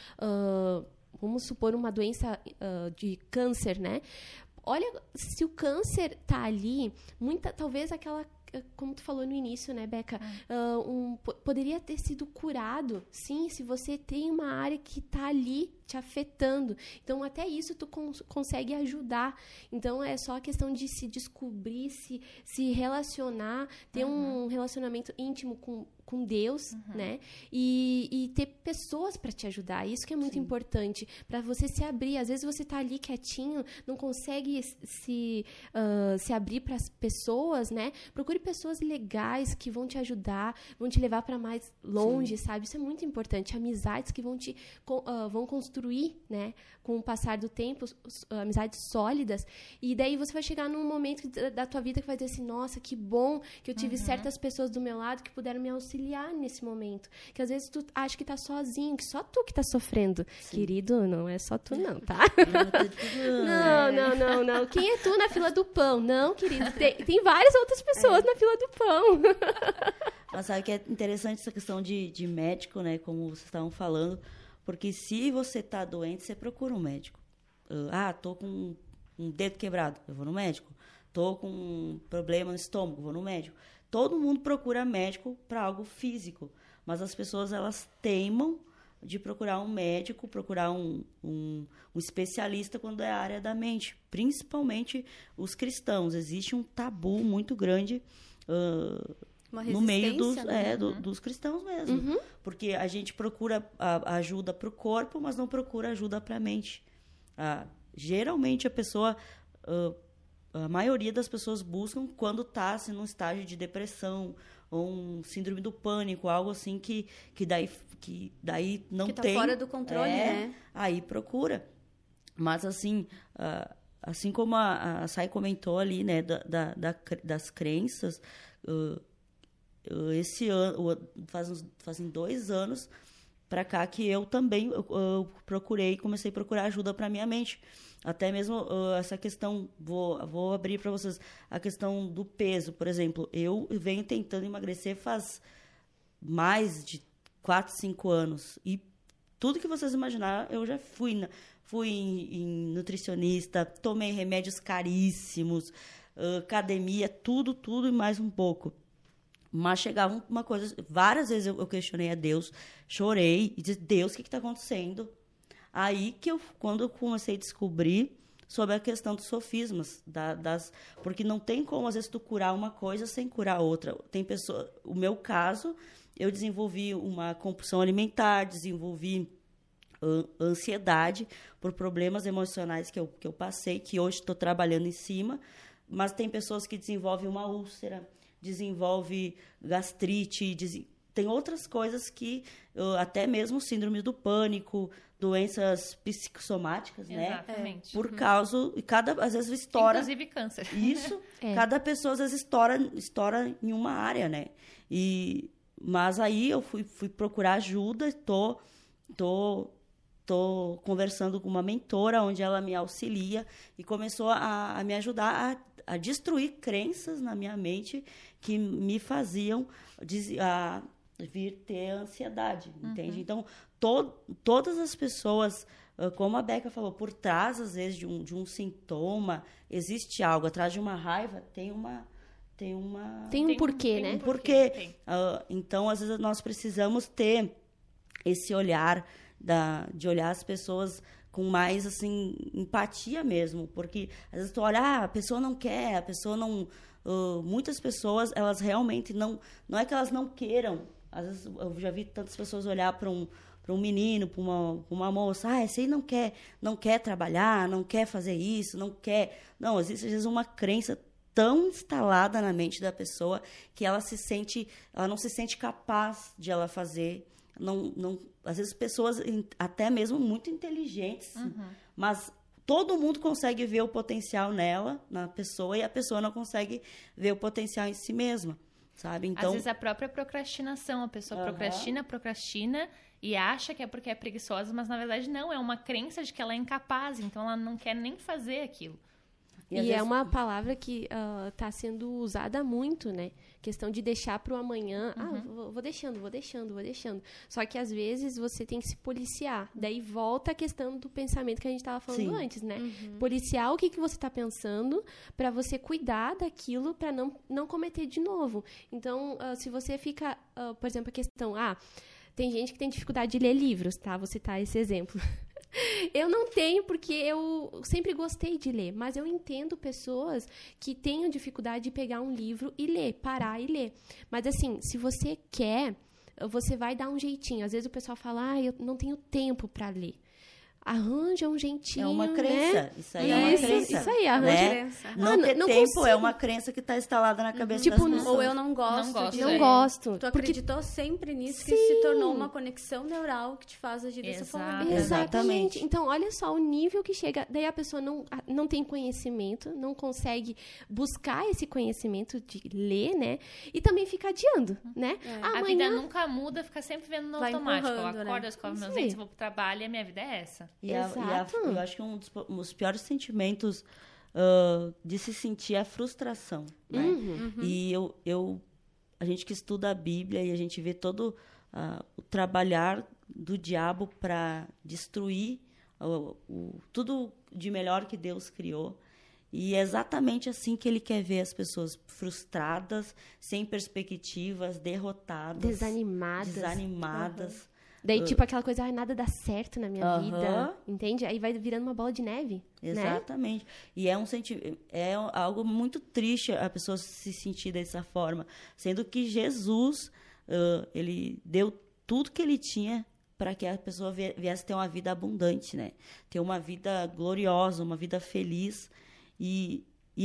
vamos supor uma doença de câncer, né? Olha, se o câncer tá ali, talvez aquela... Como tu falou no início, né, Beca? Poderia ter sido curado, sim, se você tem uma área que está ali te afetando. Então, até isso tu consegue ajudar. Então, é só a questão de se descobrir, se relacionar, ter um relacionamento íntimo com Deus, né? E ter pessoas para te ajudar. Isso que é muito importante, para você se abrir. Às vezes você tá ali quietinho, não consegue se abrir para as pessoas, né? Procure pessoas legais que vão te ajudar, vão te levar para mais longe, sabe? Isso é muito importante. Amizades que vão construir, né? Com o passar do tempo, amizades sólidas. E daí você vai chegar num momento da tua vida que vai dizer assim, nossa, que bom que eu tive certas pessoas do meu lado que puderam me auxiliar nesse momento. Que às vezes tu acha que tá sozinho, que só tu que tá sofrendo. Sim. Querido, não é só tu não, tá? Não. Quem é tu na fila do pão? Não, querido. Tem várias outras pessoas na fila do pão. Mas sabe que é interessante essa questão de médico, né? Como vocês estavam falando. Porque se você tá doente, você procura um médico. Tô com um dedo quebrado, eu vou no médico. Tô com um problema no estômago, vou no médico. Todo mundo procura médico para algo físico, mas as pessoas, elas teimam de procurar um médico, procurar um especialista quando é a área da mente, principalmente os cristãos. Existe um tabu muito grande no meio dos cristãos mesmo, porque a gente procura a ajuda para o corpo, mas não procura ajuda para a mente. Geralmente a pessoa... a maioria das pessoas buscam quando está assim, num estágio de depressão ou um síndrome do pânico, algo assim que daí não que tá tem... fora do controle, né? Aí procura. Mas assim, assim como a Sai comentou ali, né, das crenças, esse ano, fazem 2 anos para cá que eu também comecei a procurar ajuda para minha mente. Até mesmo essa questão, vou abrir para vocês, a questão do peso, por exemplo. Eu venho tentando emagrecer faz mais de 4, 5 anos. E tudo que vocês imaginar, eu já fui em nutricionista, tomei remédios caríssimos, academia, tudo e mais um pouco. Mas chegava uma coisa... Várias vezes eu questionei a Deus, chorei e disse, Deus, o que está acontecendo? Aí que quando eu comecei a descobrir sobre a questão dos sofismas, porque não tem como, às vezes, tu curar uma coisa sem curar outra. Tem pessoa... O meu caso, eu desenvolvi uma compulsão alimentar, desenvolvi ansiedade por problemas emocionais que eu passei, que hoje estou trabalhando em cima, mas tem pessoas que desenvolvem uma úlcera, desenvolve gastrite, tem outras coisas que, até mesmo síndrome do pânico, doenças psicossomáticas, Exatamente. Por causa, às vezes estoura. Inclusive câncer. Isso, cada pessoa às vezes estoura em uma área, né? Mas aí eu fui procurar ajuda, tô conversando com uma mentora, onde ela me auxilia e começou a me ajudar a destruir crenças na minha mente que me faziam vir ter ansiedade, entende? Então, todas as pessoas, como a Beca falou, por trás, às vezes, de um sintoma, existe algo. Atrás de uma raiva, tem um porquê, né? Um porquê. Então, às vezes, nós precisamos ter esse olhar de olhar as pessoas com mais, assim, empatia mesmo. Porque, às vezes, tu olha, a pessoa não quer, a pessoa não... muitas pessoas, elas realmente não é que elas não queiram. Às vezes, eu já vi tantas pessoas olhar para um menino, para uma moça, esse aí não quer trabalhar, não quer fazer isso, não quer... Não, existe, às vezes, uma crença tão instalada na mente da pessoa que ela não se sente capaz de ela fazer. Às vezes, pessoas até mesmo muito inteligentes, mas todo mundo consegue ver o potencial nela, na pessoa, e a pessoa não consegue ver o potencial em si mesma, sabe? Então, às vezes a própria procrastinação, a pessoa procrastina e acha que é porque é preguiçosa, mas na verdade não, é uma crença de que ela é incapaz, então ela não quer nem fazer aquilo. E é uma palavra que está sendo usada muito, né? Questão de deixar para o amanhã. Vou deixando. Só que, às vezes, você tem que se policiar. Daí volta a questão do pensamento que a gente estava falando antes, né? Policiar o que você está pensando para você cuidar daquilo para não cometer de novo. Então, se você fica... por exemplo, a questão... tem gente que tem dificuldade de ler livros, tá? Vou citar esse exemplo. Eu não tenho, porque eu sempre gostei de ler, mas eu entendo pessoas que tenham dificuldade de pegar um livro e ler, parar e ler. Mas, assim, se você quer, você vai dar um jeitinho. Às vezes o pessoal fala, eu não tenho tempo para ler. Arranja um jeitinho, é uma crença, né? Isso aí é uma crença. Isso aí, arranja crença. Não ter tempo consigo. É uma crença que está instalada na cabeça das pessoas. Ou eu não gosto. Não gosto. Tu acreditou sempre nisso, que se tornou uma conexão neural que te faz agir dessa forma. Exatamente. Então, olha só o nível que chega. Daí a pessoa não tem conhecimento, não consegue buscar esse conhecimento de ler, né? E também fica adiando, né? A vida nunca muda, fica sempre vendo no automático. Eu acordo, eu escovo meus dentes, vou pro trabalho e a minha vida é essa. Eu acho que um dos piores sentimentos de se sentir é a frustração, né? E a gente que estuda a Bíblia e a gente vê todo o trabalhar do diabo para destruir tudo de melhor que Deus criou. E é exatamente assim que ele quer ver as pessoas frustradas, sem perspectivas, derrotadas, desanimadas. Daí, tipo, aquela coisa, nada dá certo na minha vida, entende? Aí vai virando uma bola de neve, Exatamente. Né? E é algo muito triste a pessoa se sentir dessa forma, sendo que Jesus, ele deu tudo que ele tinha para que a pessoa viesse ter uma vida abundante, né? Ter uma vida gloriosa, uma vida feliz. E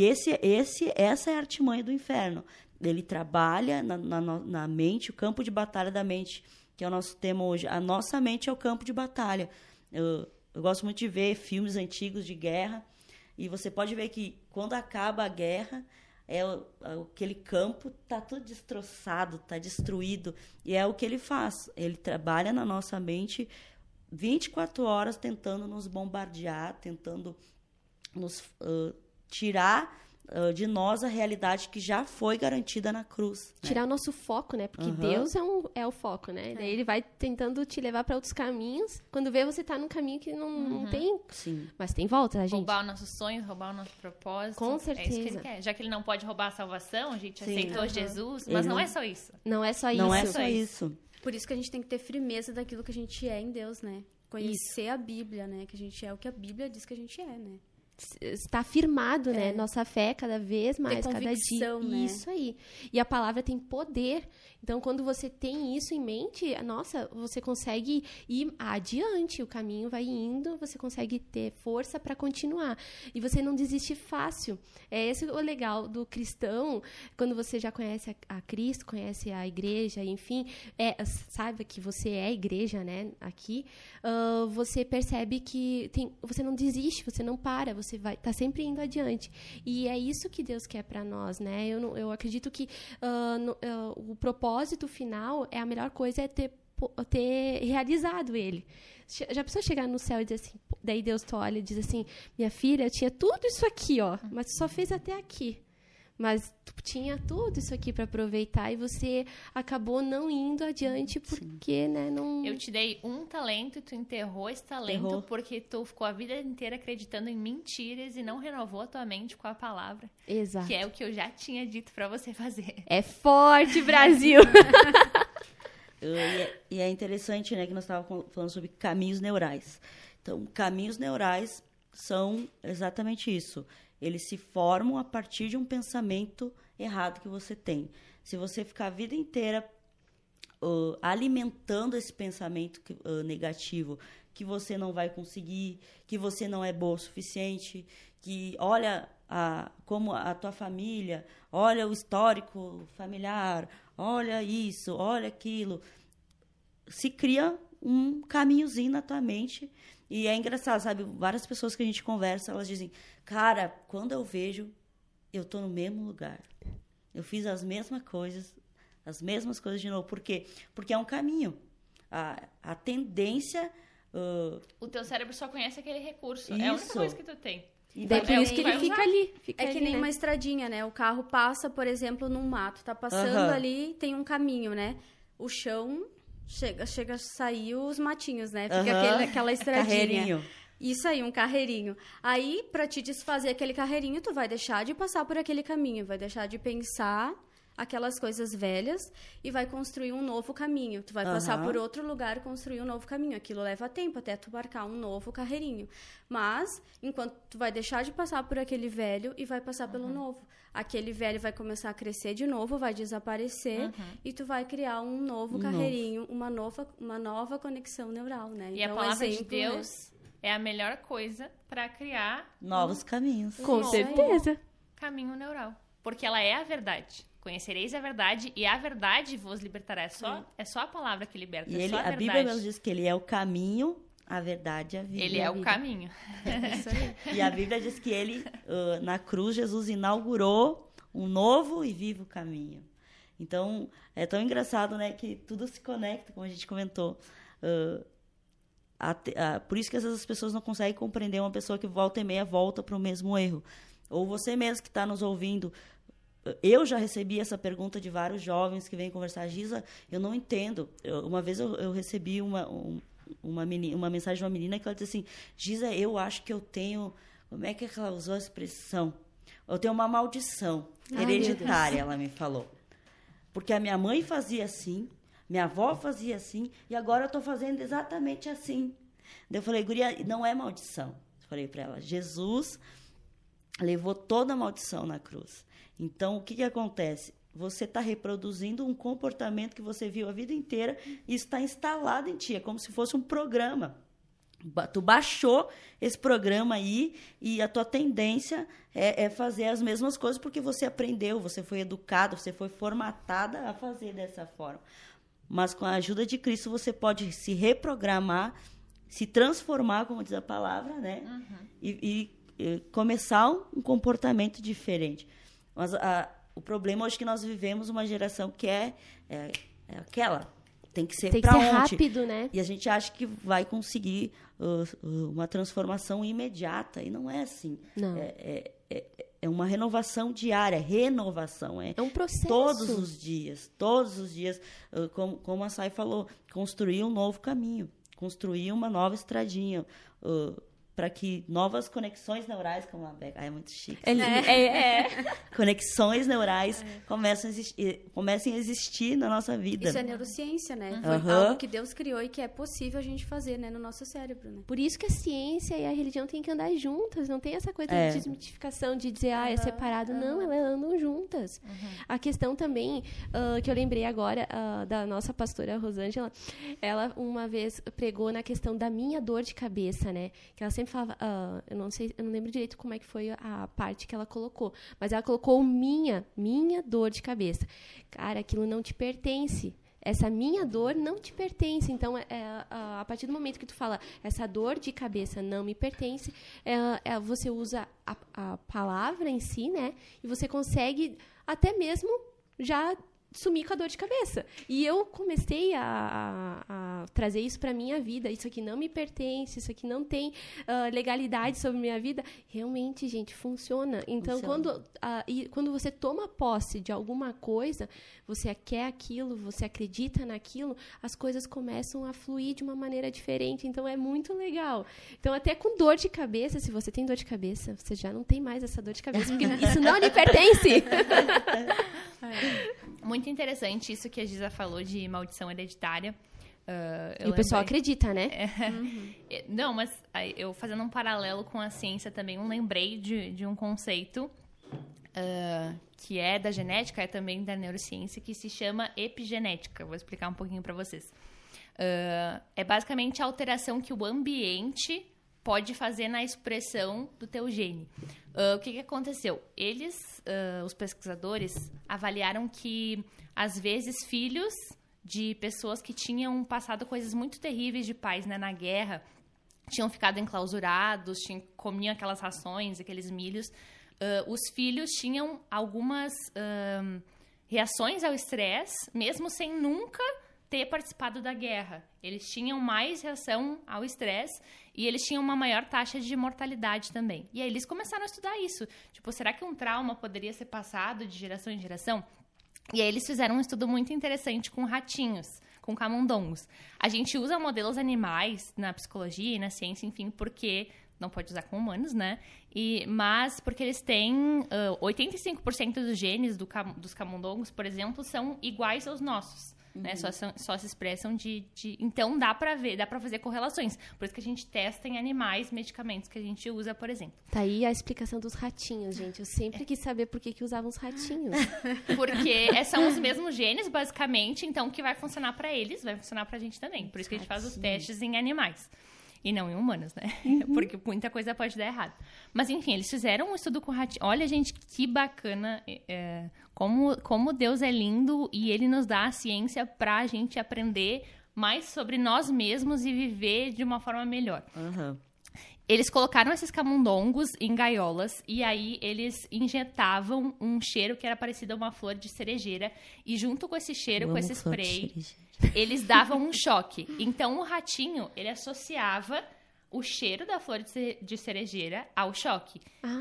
essa é a artimanha do inferno. Ele trabalha na mente, o campo de batalha da mente, que é o nosso tema hoje. A nossa mente é o campo de batalha. Eu gosto muito de ver filmes antigos de guerra, e você pode ver que quando acaba a guerra, aquele campo está tudo destroçado, está destruído, e é o que ele faz. Ele trabalha na nossa mente 24 horas tentando nos bombardear, tentando nos tirar de nós a realidade que já foi garantida na cruz. Tirar o nosso foco, né? Porque Deus é o foco, né? Daí ele vai tentando te levar para outros caminhos. Quando vê, você tá num caminho que não tem... Sim. Mas tem volta, né, gente? Roubar os nossos sonhos, roubar o nosso propósito. Com certeza. É isso que ele quer. Já que ele não pode roubar a salvação, a gente aceitou Jesus, mas não é só isso. Não é só isso. Não é só isso. Por isso que a gente tem que ter firmeza daquilo que a gente é em Deus, né? Conhecer a Bíblia, né? Que a gente é o que a Bíblia diz que a gente é, né? Está firmado, né? Nossa fé cada vez mais, cada dia. Né? Isso aí. E a palavra tem poder. Então, quando você tem isso em mente, nossa, você consegue ir adiante. O caminho vai indo, você consegue ter força para continuar. E você não desiste fácil. É esse o legal do cristão, quando você já conhece a Cristo, conhece a igreja, enfim, sabe que você é a igreja, né? Aqui, você percebe que você não desiste, você não para, você vai tá sempre indo adiante. E é isso que Deus quer para nós, né? Eu acredito que o propósito final a melhor coisa é ter realizado ele. Já precisou chegar no céu e dizer assim, daí Deus te olha e diz assim, minha filha, eu tinha tudo isso aqui, ó, mas tu só fez até aqui. Mas tu tinha tudo isso aqui para aproveitar e você acabou não indo adiante porque, né, não... Eu te dei um talento e tu enterrou esse talento porque tu ficou a vida inteira acreditando em mentiras e não renovou a tua mente com a palavra. Exato. Que é o que eu já tinha dito para você fazer. É forte, Brasil! E é interessante, né, que nós estávamos falando sobre caminhos neurais. Então, caminhos neurais são exatamente isso. Eles se formam a partir de um pensamento errado que você tem. Se você ficar a vida inteira alimentando esse pensamento negativo, que você não vai conseguir, que você não é boa o suficiente, que olha como a tua família, olha o histórico familiar, olha isso, olha aquilo. Se cria um caminhozinho na tua mente. E é engraçado, sabe? Várias pessoas que a gente conversa, elas dizem, cara, quando eu vejo, eu tô no mesmo lugar. Eu fiz as mesmas coisas de novo. Por quê? Porque é um caminho. A tendência... o teu cérebro só conhece aquele recurso. Isso. É a única coisa que tu tem. E daí por isso que ele fica ali. É que nem uma estradinha, né? O carro passa, por exemplo, num mato. Tá passando ali, tem um caminho, né? O chão chega a sair os matinhos, né? Fica aquela estradinha. Carreirinho. Isso aí, um carreirinho. Aí, pra te desfazer aquele carreirinho, tu vai deixar de passar por aquele caminho. Vai deixar de pensar aquelas coisas velhas e vai construir um novo caminho. Tu vai passar por outro lugar e construir um novo caminho. Aquilo leva tempo até tu marcar um novo carreirinho. Mas, enquanto tu vai deixar de passar por aquele velho e vai passar pelo novo. Aquele velho vai começar a crescer de novo, vai desaparecer e tu vai criar um novo carreirinho, uma nova conexão neural, né? E então, a palavra de Deus é a melhor coisa para criar novos caminhos. Com certeza. Caminho neural. Porque ela é a verdade. Conhecereis a verdade e a verdade vos libertará. É só a palavra que liberta. E só a verdade. Bíblia mesmo diz que ele é o caminho, a verdade e a vida. Ele é o caminho. Isso aí. E a Bíblia diz que ele, na cruz, Jesus inaugurou um novo e vivo caminho. Então, é tão engraçado, né, que tudo se conecta, como a gente comentou. Por isso que às vezes as pessoas não conseguem compreender uma pessoa que volta e meia volta para o mesmo erro. Ou você mesmo que está nos ouvindo. Eu já recebi essa pergunta de vários jovens que vêm conversar. Giza, eu não entendo. Uma vez eu recebi uma mensagem de uma menina que ela disse assim, Giza, eu acho que eu tenho... Como é que ela usou a expressão? Eu tenho uma maldição hereditária, ela me falou. Porque a minha mãe fazia assim, minha avó fazia assim, e agora eu estou fazendo exatamente assim. Daí eu falei, guria, não é maldição. Eu falei para ela, Jesus levou toda a maldição na cruz. Então, o que acontece? Você está reproduzindo um comportamento que você viu a vida inteira e está instalado em ti. É como se fosse um programa. Tu baixou esse programa aí e a tua tendência é fazer as mesmas coisas porque você aprendeu, você foi educado, você foi formatada a fazer dessa forma. Mas com a ajuda de Cristo você pode se reprogramar, se transformar, como diz a palavra, né? E começar um comportamento diferente. Mas o problema hoje é que nós vivemos uma geração que é aquela. Tem que ser para ontem. Rápido, né? E a gente acha que vai conseguir uma transformação imediata. E não é assim. Não. É uma renovação diária. Renovação. É um processo. Todos os dias. Como a Sai falou, construir um novo caminho. Construir uma nova estradinha. Para que novas conexões neurais, como a Beca... é muito chique. Conexões neurais comecem a existir na nossa vida. Isso é neurociência, né? Foi algo que Deus criou e que é possível a gente fazer, né, no nosso cérebro, né? Por isso que a ciência e a religião têm que andar juntas. Não tem essa coisa de desmitificação, de dizer, é separado. Não, elas andam juntas. A questão também, que eu lembrei agora, da nossa pastora Rosângela, ela uma vez pregou na questão da minha dor de cabeça, né? Que ela sempre falava, eu não lembro direito como é que foi a parte que ela colocou, mas ela colocou minha dor de cabeça. Cara, aquilo não te pertence. Essa minha dor não te pertence. Então, a partir do momento que tu fala, essa dor de cabeça não me pertence, você usa a palavra em si, né? E você consegue até mesmo já sumir com a dor de cabeça. E eu comecei a trazer isso para minha vida. Isso aqui não me pertence, isso aqui não tem legalidade sobre minha vida. Realmente, gente, funciona. Então, quando você toma posse de alguma coisa, você quer aquilo, você acredita naquilo, as coisas começam a fluir de uma maneira diferente. Então, é muito legal. Então, até com dor de cabeça, se você tem dor de cabeça, você já não tem mais essa dor de cabeça, porque isso não lhe pertence. Muito muito interessante isso que a Giza falou de maldição hereditária. E o pessoal acredita, né? Não, mas eu fazendo um paralelo com a ciência também, eu lembrei de um conceito que é da genética, é também da neurociência, que se chama epigenética. Vou explicar um pouquinho para vocês. É basicamente a alteração que o ambiente pode fazer na expressão do teu gene. O que aconteceu? Os pesquisadores, avaliaram que, às vezes, filhos de pessoas que tinham passado coisas muito terríveis de pais, né, na guerra, tinham ficado enclausurados, comiam aquelas rações, aqueles milhos. Os filhos tinham algumas reações ao estresse, mesmo sem nunca ter participado da guerra. Eles tinham mais reação ao estresse e eles tinham uma maior taxa de mortalidade também. E aí eles começaram a estudar isso. Tipo, será que um trauma poderia ser passado de geração em geração? E aí eles fizeram um estudo muito interessante com ratinhos, com camundongos. A gente usa modelos animais na psicologia e na ciência, enfim, porque não pode usar com humanos, né? Mas porque eles têm 85% dos genes dos camundongos, por exemplo, são iguais aos nossos. Né? Só se expressam Então, dá pra ver, dá pra fazer correlações. Por isso que a gente testa em animais medicamentos que a gente usa, por exemplo. Tá aí a explicação dos ratinhos, gente. Eu sempre quis saber por que usavam os ratinhos. Porque são os mesmos genes, basicamente. Então, o que vai funcionar pra eles, vai funcionar pra gente também. Por isso que a gente faz os testes em animais. E não em humanos, né? Porque muita coisa pode dar errado. Mas, enfim, eles fizeram um estudo com ratinhos. Olha, gente, que bacana. Como Deus é lindo e Ele nos dá a ciência pra gente aprender mais sobre nós mesmos e viver de uma forma melhor. Uhum. Eles colocaram esses camundongos em gaiolas e aí eles injetavam um cheiro que era parecido a uma flor de cerejeira. E junto com esse cheiro, com esse spray, eles davam um choque. Então, o ratinho, ele associava o cheiro da flor de cerejeira ao choque.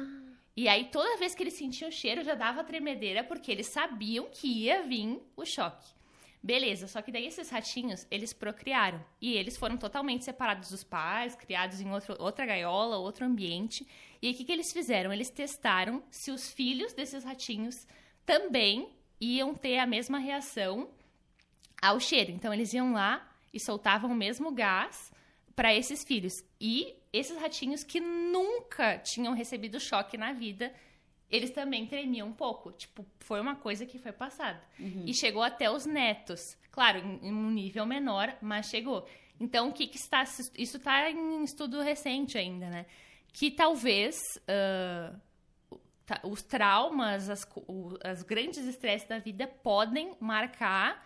E aí, toda vez que eles sentiam o cheiro, já dava tremedeira, porque eles sabiam que ia vir o choque. Beleza, só que daí esses ratinhos, eles procriaram. E eles foram totalmente separados dos pais, criados em outra gaiola, outro ambiente. E aí, o que eles fizeram? Eles testaram se os filhos desses ratinhos também iam ter a mesma reação ao cheiro. Então, eles iam lá e soltavam o mesmo gás para esses filhos. E esses ratinhos que nunca tinham recebido choque na vida, eles também tremiam um pouco. Tipo, foi uma coisa que foi passada. E chegou até os netos. Claro, em um nível menor, mas chegou. Então, o que está... Isso está em estudo recente ainda, né? Que talvez os traumas, as grandes estresses da vida podem marcar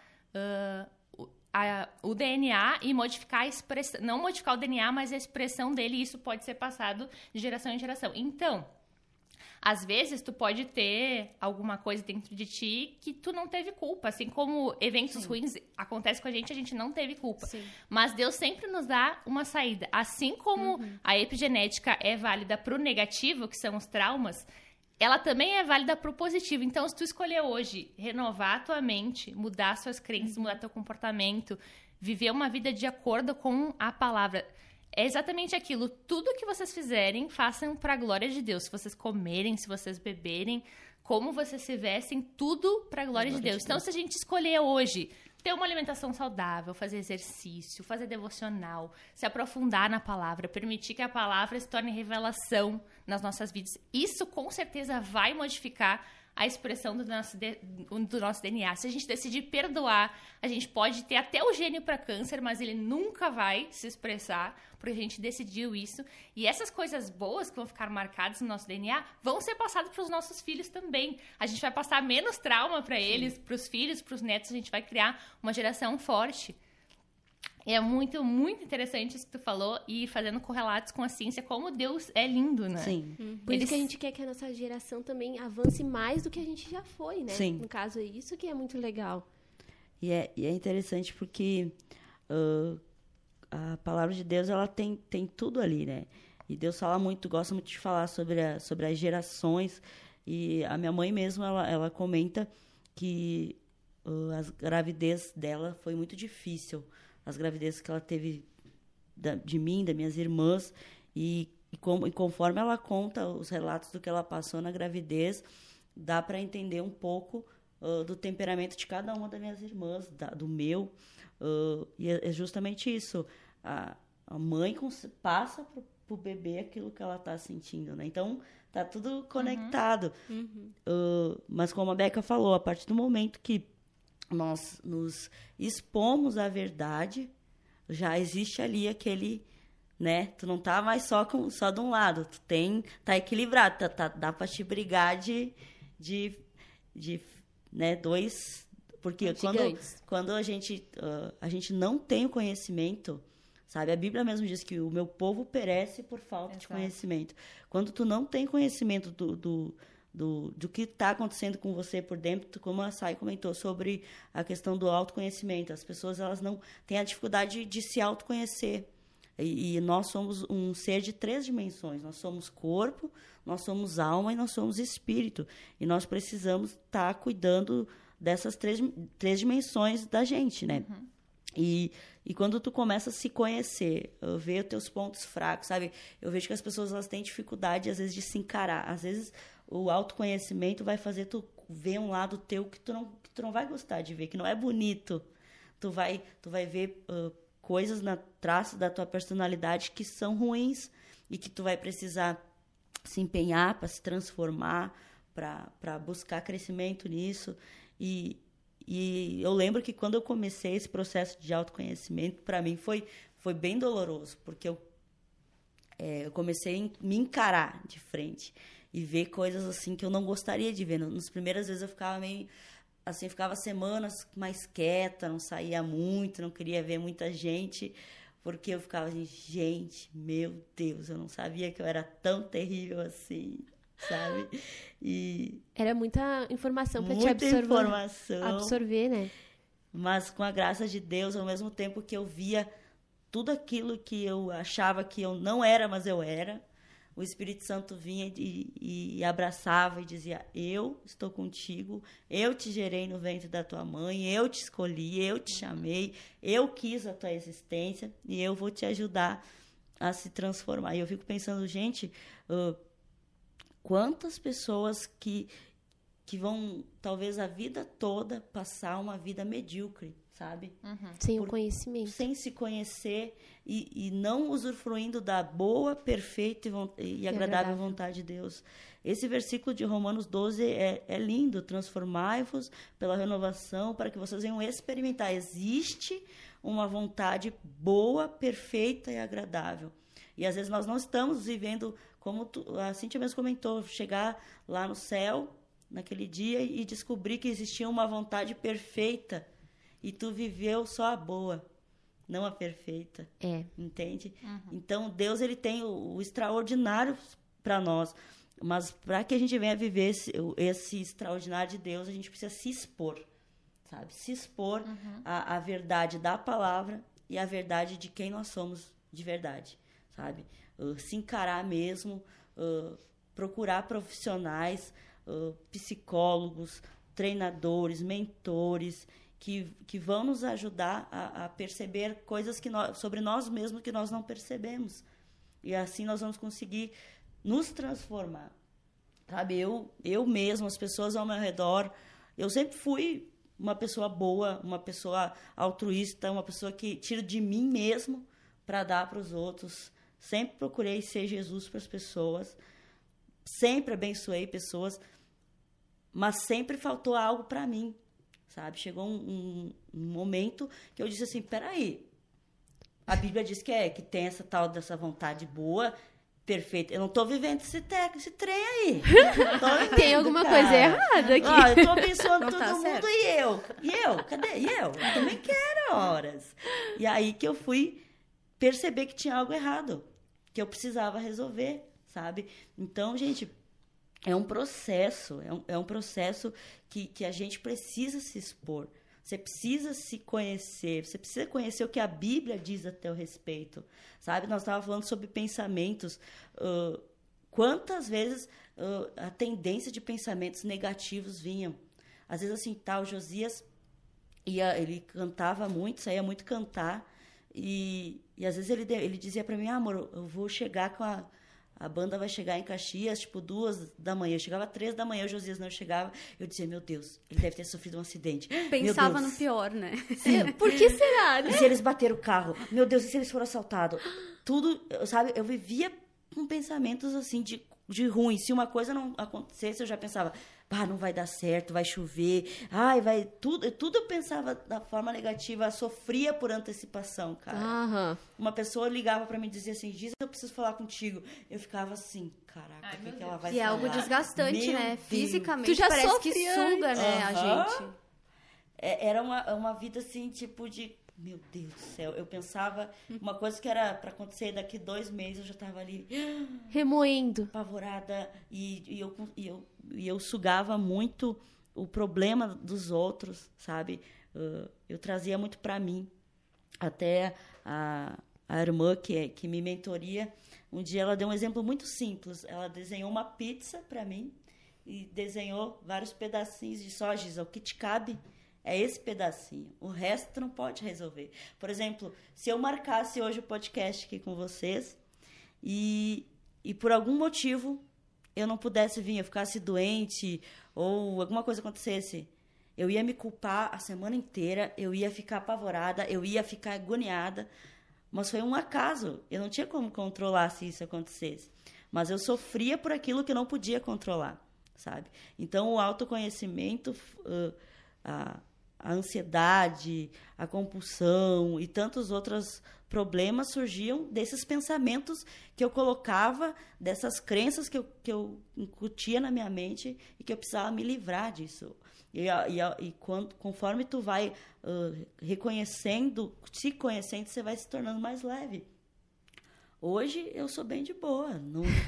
o DNA e modificar a expressão... Não modificar o DNA, mas a expressão dele. E isso pode ser passado de geração em geração. Então... Às vezes, tu pode ter alguma coisa dentro de ti que tu não teve culpa. Assim como eventos ruins acontecem com a gente não teve culpa. Sim. Mas Deus sempre nos dá uma saída. Assim como a epigenética é válida pro negativo, que são os traumas, ela também é válida pro positivo. Então, se tu escolher hoje renovar a tua mente, mudar suas crenças, mudar teu comportamento, viver uma vida de acordo com a palavra... É exatamente aquilo. Tudo que vocês fizerem, façam para a glória de Deus. Se vocês comerem, se vocês beberem, como vocês se vestem, tudo para a glória de Deus. Então, se a gente escolher hoje ter uma alimentação saudável, fazer exercício, fazer devocional, se aprofundar na palavra, permitir que a palavra se torne revelação nas nossas vidas, isso com certeza vai modificar a expressão do nosso DNA. Se a gente decidir perdoar, a gente pode ter até o gênio para câncer, mas ele nunca vai se expressar, porque a gente decidiu isso. E essas coisas boas que vão ficar marcadas no nosso DNA vão ser passadas para os nossos filhos também. A gente vai passar menos trauma para eles, para os filhos, para os netos. A gente vai criar uma geração forte. E é muito, muito interessante isso que tu falou, e fazendo correlatos com a ciência, como Deus é lindo, né? Sim. Por isso que a gente quer que a nossa geração também avance mais do que a gente já foi, né? Sim. No caso, é isso que é muito legal. E é interessante porque a palavra de Deus, ela tem tudo ali, né? E Deus fala muito, gosta muito de falar sobre as gerações. E a minha mãe mesmo, ela comenta que a gravidez dela foi muito difícil. As gravidezes que ela teve de mim, das minhas irmãs, e conforme ela conta os relatos do que ela passou na gravidez, dá para entender um pouco do temperamento de cada uma das minhas irmãs, do meu. E é justamente isso. A mãe passa pro bebê aquilo que ela está sentindo, né? Então, tá tudo conectado. Mas como a Beca falou, a partir do momento que nós nos expomos à verdade, já existe ali aquele, né? Tu não tá mais só de um lado, tá equilibrado, dá para te brigar de né, dois, porque quando a gente não tem o conhecimento, sabe? A Bíblia mesmo diz que o meu povo perece por falta de conhecimento. Quando tu não tem conhecimento do que está acontecendo com você por dentro, como a Sai comentou sobre a questão do autoconhecimento. As pessoas, elas não têm a dificuldade de se autoconhecer. E nós somos um ser de 3 dimensões. Nós somos corpo, nós somos alma e nós somos espírito. E nós precisamos estar cuidando dessas três dimensões da gente, né? E quando tu começa a se conhecer, ver os teus pontos fracos, sabe? Eu vejo que as pessoas, elas têm dificuldade, às vezes, de se encarar. Às vezes, o autoconhecimento vai fazer tu ver um lado teu que tu não vai gostar de ver, que não é bonito. Tu vai ver coisas na traço da tua personalidade que são ruins e que tu vai precisar se empenhar para se transformar, para buscar crescimento nisso. E eu lembro que quando eu comecei esse processo de autoconhecimento, para mim foi bem doloroso, porque eu comecei a me encarar de frente e ver coisas assim que eu não gostaria de ver. Nas primeiras vezes eu ficava meio assim, ficava semanas mais quieta, não saía muito, não queria ver muita gente, porque eu ficava assim, gente, meu Deus, eu não sabia que eu era tão terrível assim, sabe? E era muita informação para te absorver, né? Mas com a graça de Deus, ao mesmo tempo que eu via tudo aquilo que eu achava que eu não era, mas eu era, o Espírito Santo vinha e abraçava e dizia, eu estou contigo, eu te gerei no ventre da tua mãe, eu te escolhi, eu te chamei, eu quis a tua existência e eu vou te ajudar a se transformar. E eu fico pensando, gente, quantas pessoas que vão, talvez, a vida toda passar uma vida medíocre, sabe? Sem o conhecimento. Sem se conhecer e não usufruindo da boa, perfeita e agradável vontade de Deus. Esse versículo de Romanos 12 é lindo. Transformai-vos pela renovação para que vocês venham experimentar. Existe uma vontade boa, perfeita e agradável. E às vezes nós não estamos vivendo, como a Cíntia mesmo comentou, chegar lá no céu, naquele dia, e descobrir que existia uma vontade perfeita. E tu viveu só a boa, não a perfeita. Entende? Então, Deus, ele tem o extraordinário para nós. Mas para que a gente venha viver esse extraordinário de Deus, a gente precisa se expor, sabe? Se expor à verdade da palavra e à verdade de quem nós somos de verdade, sabe? Se encarar mesmo, procurar profissionais, psicólogos, treinadores, mentores, que vão nos ajudar a perceber coisas sobre nós mesmos que nós não percebemos. E assim nós vamos conseguir nos transformar. Sabe, eu mesmo, as pessoas ao meu redor, eu sempre fui uma pessoa boa, uma pessoa altruísta, uma pessoa que tira de mim mesmo para dar para os outros. Sempre procurei ser Jesus para as pessoas, sempre abençoei pessoas, mas sempre faltou algo para mim. Sabe? Chegou um momento que eu disse assim, peraí, a Bíblia diz que tem essa tal dessa vontade boa, perfeita. Eu não estou vivendo esse trem aí. Tem alguma coisa errada aqui. Eu estou abençoando todo mundo e eu? Cadê? E eu? Eu também quero horas. E aí que eu fui perceber que tinha algo errado, que eu precisava resolver, sabe? Então, gente, é um processo, é um processo que a gente precisa se expor. Você precisa se conhecer, você precisa conhecer o que a Bíblia diz a teu respeito, sabe? Nós estávamos falando sobre pensamentos. Quantas vezes a tendência de pensamentos negativos vinham? Às vezes, assim, o Josias, ele cantava muito, saía muito cantar, e às vezes ele dizia para mim, amor, eu vou chegar com a banda vai chegar em Caxias, tipo, 2 da manhã. Eu chegava 3 da manhã, o Josias não chegava. Eu dizia, meu Deus, ele deve ter sofrido um acidente. Pensava no pior, né? Por que será, né? E se eles bateram o carro? Meu Deus, e se eles foram assaltados? Tudo, sabe? Eu vivia com pensamentos, assim, de ruim. Se uma coisa não acontecesse, eu já pensava, não vai dar certo, vai chover. Ai, vai... Tudo eu pensava da forma negativa, sofria por antecipação, cara. Uma pessoa ligava pra mim e dizia assim, Giza, eu preciso falar contigo. Eu ficava assim, caraca, o que ela vai falar? E é algo desgastante, né? Deus. Fisicamente, Tu já parece que sofre suga, né, a gente. Era uma vida, assim, tipo de... Meu Deus do céu, eu pensava uma coisa que era pra acontecer daqui 2 meses, eu já tava ali remoendo, apavorada, e eu sugava muito o problema dos outros, sabe? Eu trazia muito pra mim. Até a irmã que me mentoria, um dia ela deu um exemplo muito simples. Ela desenhou uma pizza pra mim e desenhou vários pedacinhos de só, Giza, o que te cabe é esse pedacinho. O resto tu não pode resolver. Por exemplo, se eu marcasse hoje o podcast aqui com vocês e por algum motivo eu não pudesse vir, eu ficasse doente ou alguma coisa acontecesse, eu ia me culpar a semana inteira, eu ia ficar apavorada, eu ia ficar agoniada. Mas foi um acaso. Eu não tinha como controlar se isso acontecesse. Mas eu sofria por aquilo que eu não podia controlar, sabe? Então, o autoconhecimento... A ansiedade, a compulsão e tantos outros problemas surgiam desses pensamentos que eu colocava, dessas crenças que eu incutia na minha mente e que eu precisava me livrar disso. Conforme tu vai se conhecendo, você vai se tornando mais leve. Hoje eu sou bem de boa,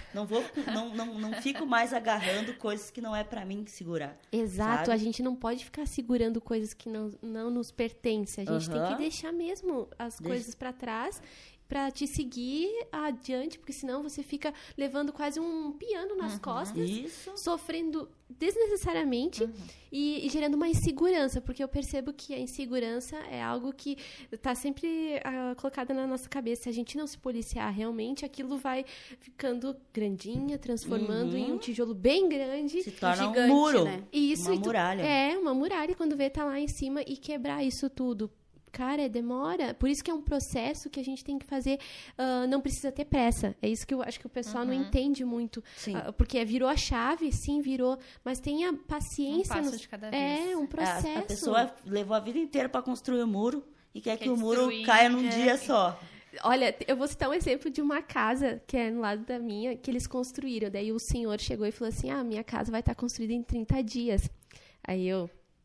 não fico mais agarrando coisas que não é pra mim segurar. Exato, sabe? A gente não pode ficar segurando coisas que não nos pertencem. A gente tem que deixar mesmo as coisas pra trás pra te seguir adiante, porque senão você fica levando quase um piano nas costas, sofrendo desnecessariamente e gerando uma insegurança, porque eu percebo que a insegurança é algo que está sempre colocada na nossa cabeça. Se a gente não se policiar realmente, aquilo vai ficando grandinha, transformando em um tijolo bem grande. Se torna gigante, um muro, né? Isso, uma muralha. Uma muralha, quando vê tá lá em cima e quebrar isso tudo. Cara, demora. Por isso que é um processo que a gente tem que fazer. Não precisa ter pressa. É isso que eu acho que o pessoal não entende muito. Porque virou a chave, sim, virou. Mas tenha paciência. Um passo de cada vez. É um processo. A pessoa levou a vida inteira para construir o muro e quer que o muro caia num dia só. Olha, eu vou citar um exemplo de uma casa que é no lado da minha, que eles construíram. Daí o senhor chegou e falou assim, minha casa vai estar construída em 30 dias. Aí eu...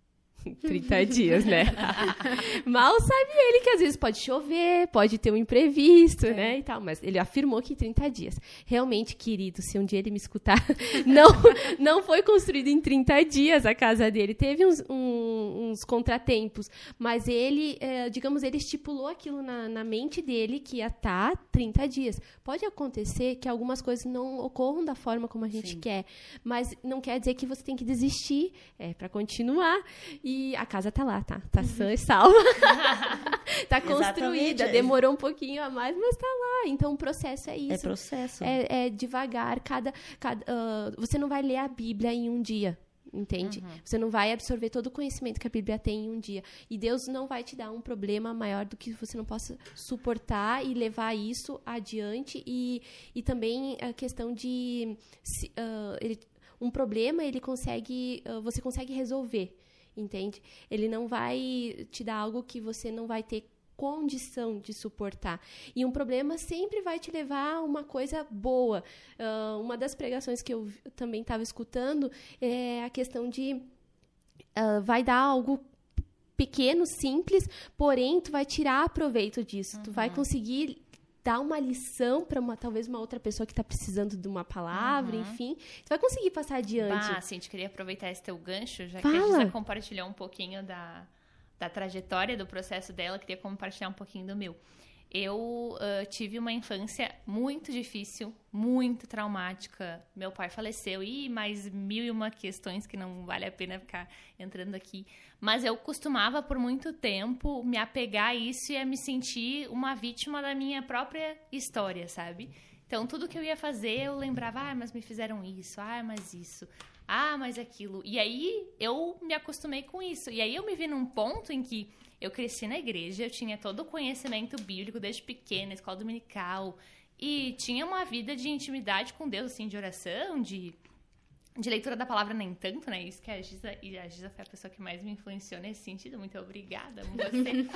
30 dias, né? Mal sabe ele que às vezes pode chover, pode ter um imprevisto, né? E tal, mas ele afirmou que 30 dias. Realmente, querido, se um dia ele me escutar, não foi construído em 30 dias a casa dele. Teve uns contratempos, mas ele, digamos, ele estipulou aquilo na mente dele que ia estar 30 dias. Pode acontecer que algumas coisas não ocorram da forma como a gente quer, mas não quer dizer que você tem que desistir, para continuar. E a casa tá lá, tá sã e salva. Tá construída, demorou um pouquinho a mais, mas tá lá. Então, o processo é isso. É processo. É devagar, você não vai ler a Bíblia em um dia, entende? Você não vai absorver todo o conhecimento que a Bíblia tem em um dia. E Deus não vai te dar um problema maior do que você não possa suportar e levar isso adiante. E também a questão de... um problema, você consegue resolver. Entende? Ele não vai te dar algo que você não vai ter condição de suportar. E um problema sempre vai te levar a uma coisa boa. Uma das pregações que eu também estava escutando é a questão de vai dar algo pequeno, simples, porém tu vai tirar proveito disso. Tu vai conseguir dar uma lição para talvez uma outra pessoa que está precisando de uma palavra, enfim. Você vai conseguir passar adiante. Cintia, queria aproveitar esse teu gancho, já Fala. que a Giza compartilhou um pouquinho da trajetória, do processo dela, queria compartilhar um pouquinho do meu. Eu tive uma infância muito difícil, muito traumática. Meu pai faleceu e mais 1001 questões que não vale a pena ficar entrando aqui. Mas eu costumava, por muito tempo, me apegar a isso e a me sentir uma vítima da minha própria história, sabe? Então, Então, tudo que eu ia fazer, eu lembrava, mas me fizeram isso, mas isso, mas aquilo. E aí, eu me acostumei com isso. E aí, eu me vi num ponto em que eu cresci na igreja, eu tinha todo o conhecimento bíblico desde pequena, escola dominical, e tinha uma vida de intimidade com Deus, assim, de oração, de leitura da palavra nem tanto, né? Isso que a Giza foi a pessoa que mais me influenciou nesse sentido. Muito obrigada, amo você.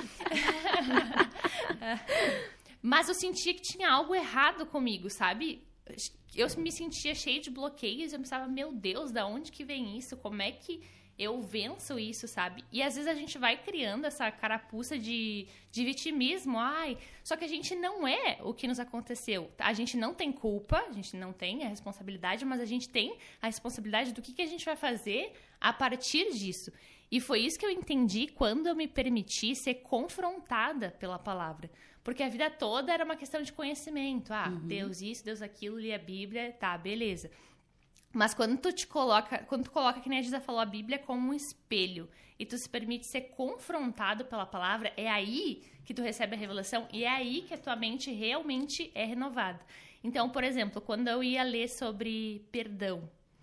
Mas eu sentia que tinha algo errado comigo, sabe? Eu me sentia cheia de bloqueios, eu pensava, meu Deus, da onde que vem isso? Como é que eu venço isso, sabe? E às vezes a gente vai criando essa carapuça de vitimismo, só que a gente não é o que nos aconteceu. A gente não tem culpa, a gente não tem a responsabilidade, mas a gente tem a responsabilidade do que a gente vai fazer a partir disso. E foi isso que eu entendi quando eu me permiti ser confrontada pela palavra. Porque a vida toda era uma questão de conhecimento. Deus isso, Deus aquilo, li a Bíblia, tá, beleza. Mas quando tu coloca, que nem a Giza falou, a Bíblia como um espelho, e tu se permite ser confrontado pela palavra, é aí que tu recebe a revelação, e é aí que a tua mente realmente é renovada. Então, por exemplo, quando eu ia ler sobre perdão,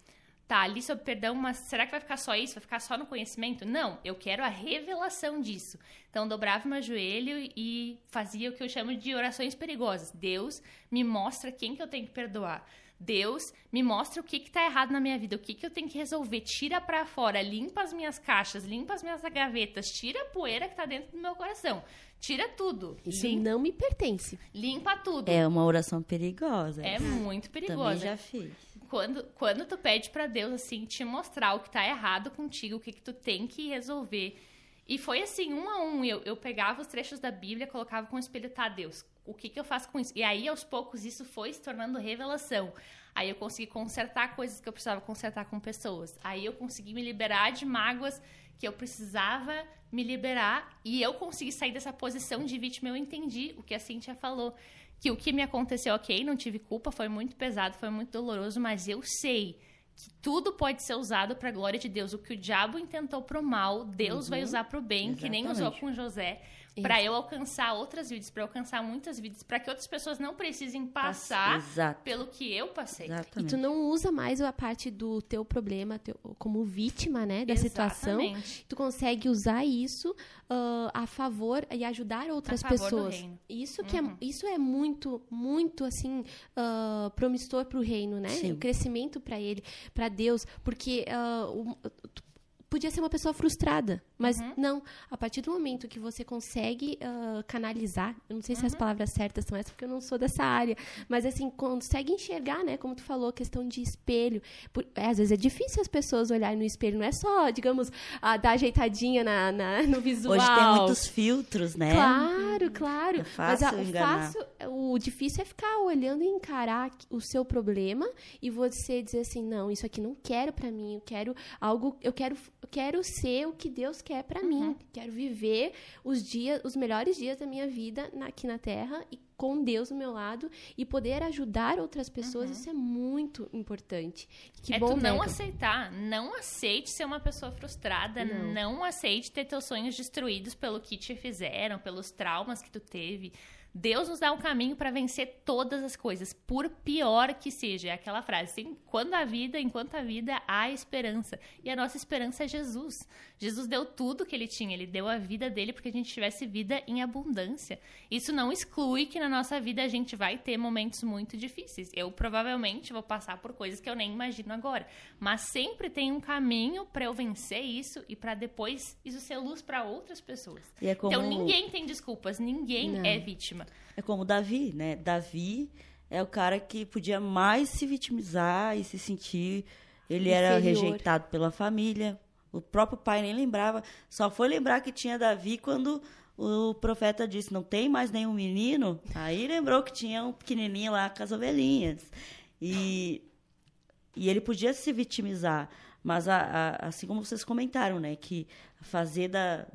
li sobre perdão, mas será que vai ficar só isso? Vai ficar só no conhecimento? Não, eu quero a revelação disso. Então, eu dobrava meu joelho e fazia o que eu chamo de orações perigosas. Deus me mostra quem que eu tenho que perdoar. Deus me mostra o que tá errado na minha vida, o que eu tenho que resolver, tira pra fora, limpa as minhas caixas, limpa as minhas gavetas, tira a poeira que tá dentro do meu coração, tira tudo. Isso não me pertence. Limpa tudo. É uma oração perigosa. É muito perigosa. Também já fiz. Quando tu pede pra Deus, assim, te mostrar o que tá errado contigo, o que tu tem que resolver. E foi assim, um a um, eu pegava os trechos da Bíblia, colocava com o espelho, Deus, o que eu faço com isso? E aí, aos poucos, isso foi se tornando revelação. Aí eu consegui consertar coisas que eu precisava consertar com pessoas. Aí eu consegui me liberar de mágoas que eu precisava me liberar. E eu consegui sair dessa posição de vítima. Eu entendi o que a Cíntia falou. Que o que me aconteceu, ok, não tive culpa, foi muito pesado, foi muito doloroso, mas eu sei que tudo pode ser usado para a glória de Deus. O que o diabo intentou pro mal, Deus vai usar pro bem, Exatamente. Que nem usou com José, para eu alcançar outras vidas, para eu alcançar muitas vidas, para que outras pessoas não precisem passar pelo que eu passei. Exatamente. E tu não usa mais a parte do teu problema como vítima, né, da situação. Tu consegue usar isso a favor e ajudar outras pessoas. Do reino. Isso é muito, muito assim promissor para o reino, né? Sim. O crescimento para ele, para Deus, porque podia ser uma pessoa frustrada, mas não. A partir do momento que você consegue canalizar, eu não sei se as palavras certas são essas, porque eu não sou dessa área, mas assim, consegue enxergar, né? Como tu falou, questão de espelho. Às vezes é difícil as pessoas olharem no espelho, não é só, digamos, dar ajeitadinha no visual. Hoje tem muitos filtros, né? Claro. É fácil enganar. O difícil é ficar olhando e encarar o seu problema e você dizer assim, não, isso aqui não quero pra mim, eu quero ser o que Deus quer pra mim. Quero viver os melhores dias da minha vida aqui na Terra e com Deus do meu lado e poder ajudar outras pessoas. Isso é muito importante. Que bom, tu não aceitar. Não aceite ser uma pessoa frustrada. Não aceite ter teus sonhos destruídos pelo que te fizeram, pelos traumas que tu teve. Deus nos dá um caminho para vencer todas as coisas, por pior que seja. É aquela frase, enquanto a vida, há esperança. E a nossa esperança é Jesus. Jesus deu tudo que ele tinha, ele deu a vida dele para que a gente tivesse vida em abundância. Isso não exclui que na nossa vida a gente vai ter momentos muito difíceis. Eu provavelmente vou passar por coisas que eu nem imagino agora. Mas sempre tem um caminho para eu vencer isso e para depois isso ser luz para outras pessoas. Então ninguém tem desculpas, ninguém é vítima. É como Davi, né? Davi é o cara que podia mais se vitimizar e se sentir... Ele era rejeitado pela família. O próprio pai nem lembrava. Só foi lembrar que tinha Davi quando o profeta disse, não tem mais nenhum menino. Aí lembrou que tinha um pequenininho lá com as ovelhinhas. E ele podia se vitimizar. Mas assim como vocês comentaram, né? Que fazer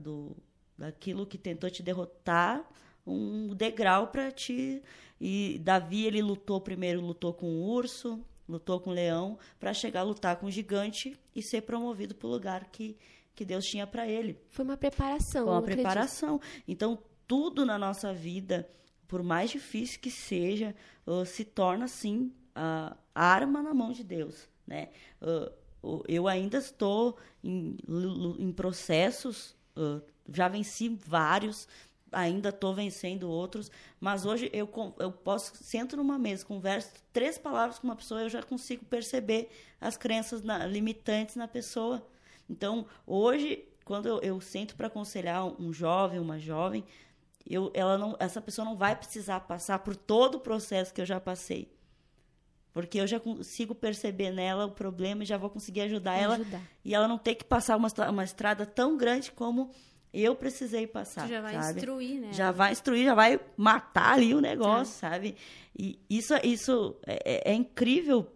daquilo que tentou te derrotar um degrau para ti. E Davi, ele lutou com o urso, lutou com o leão, para chegar a lutar com o gigante e ser promovido para o lugar que Deus tinha para ele. Foi uma preparação. Foi uma preparação. Então, tudo na nossa vida por mais difícil que seja, se torna, assim, a arma na mão de Deus, né? Eu ainda estou em processos, já venci vários, ainda estou vencendo outros, mas hoje eu sento numa mesa, converso 3 palavras com uma pessoa, eu já consigo perceber as crenças limitantes na pessoa. Então, hoje, quando eu sento para aconselhar um jovem, uma jovem, essa pessoa não vai precisar passar por todo o processo que eu já passei. Porque eu já consigo perceber nela o problema e já vou conseguir ajudar ela. E ela não ter que passar uma estrada tão grande como eu precisei passar. Tu já vai instruir, né? Já vai instruir, já vai matar ali o negócio, sabe? E isso é incrível.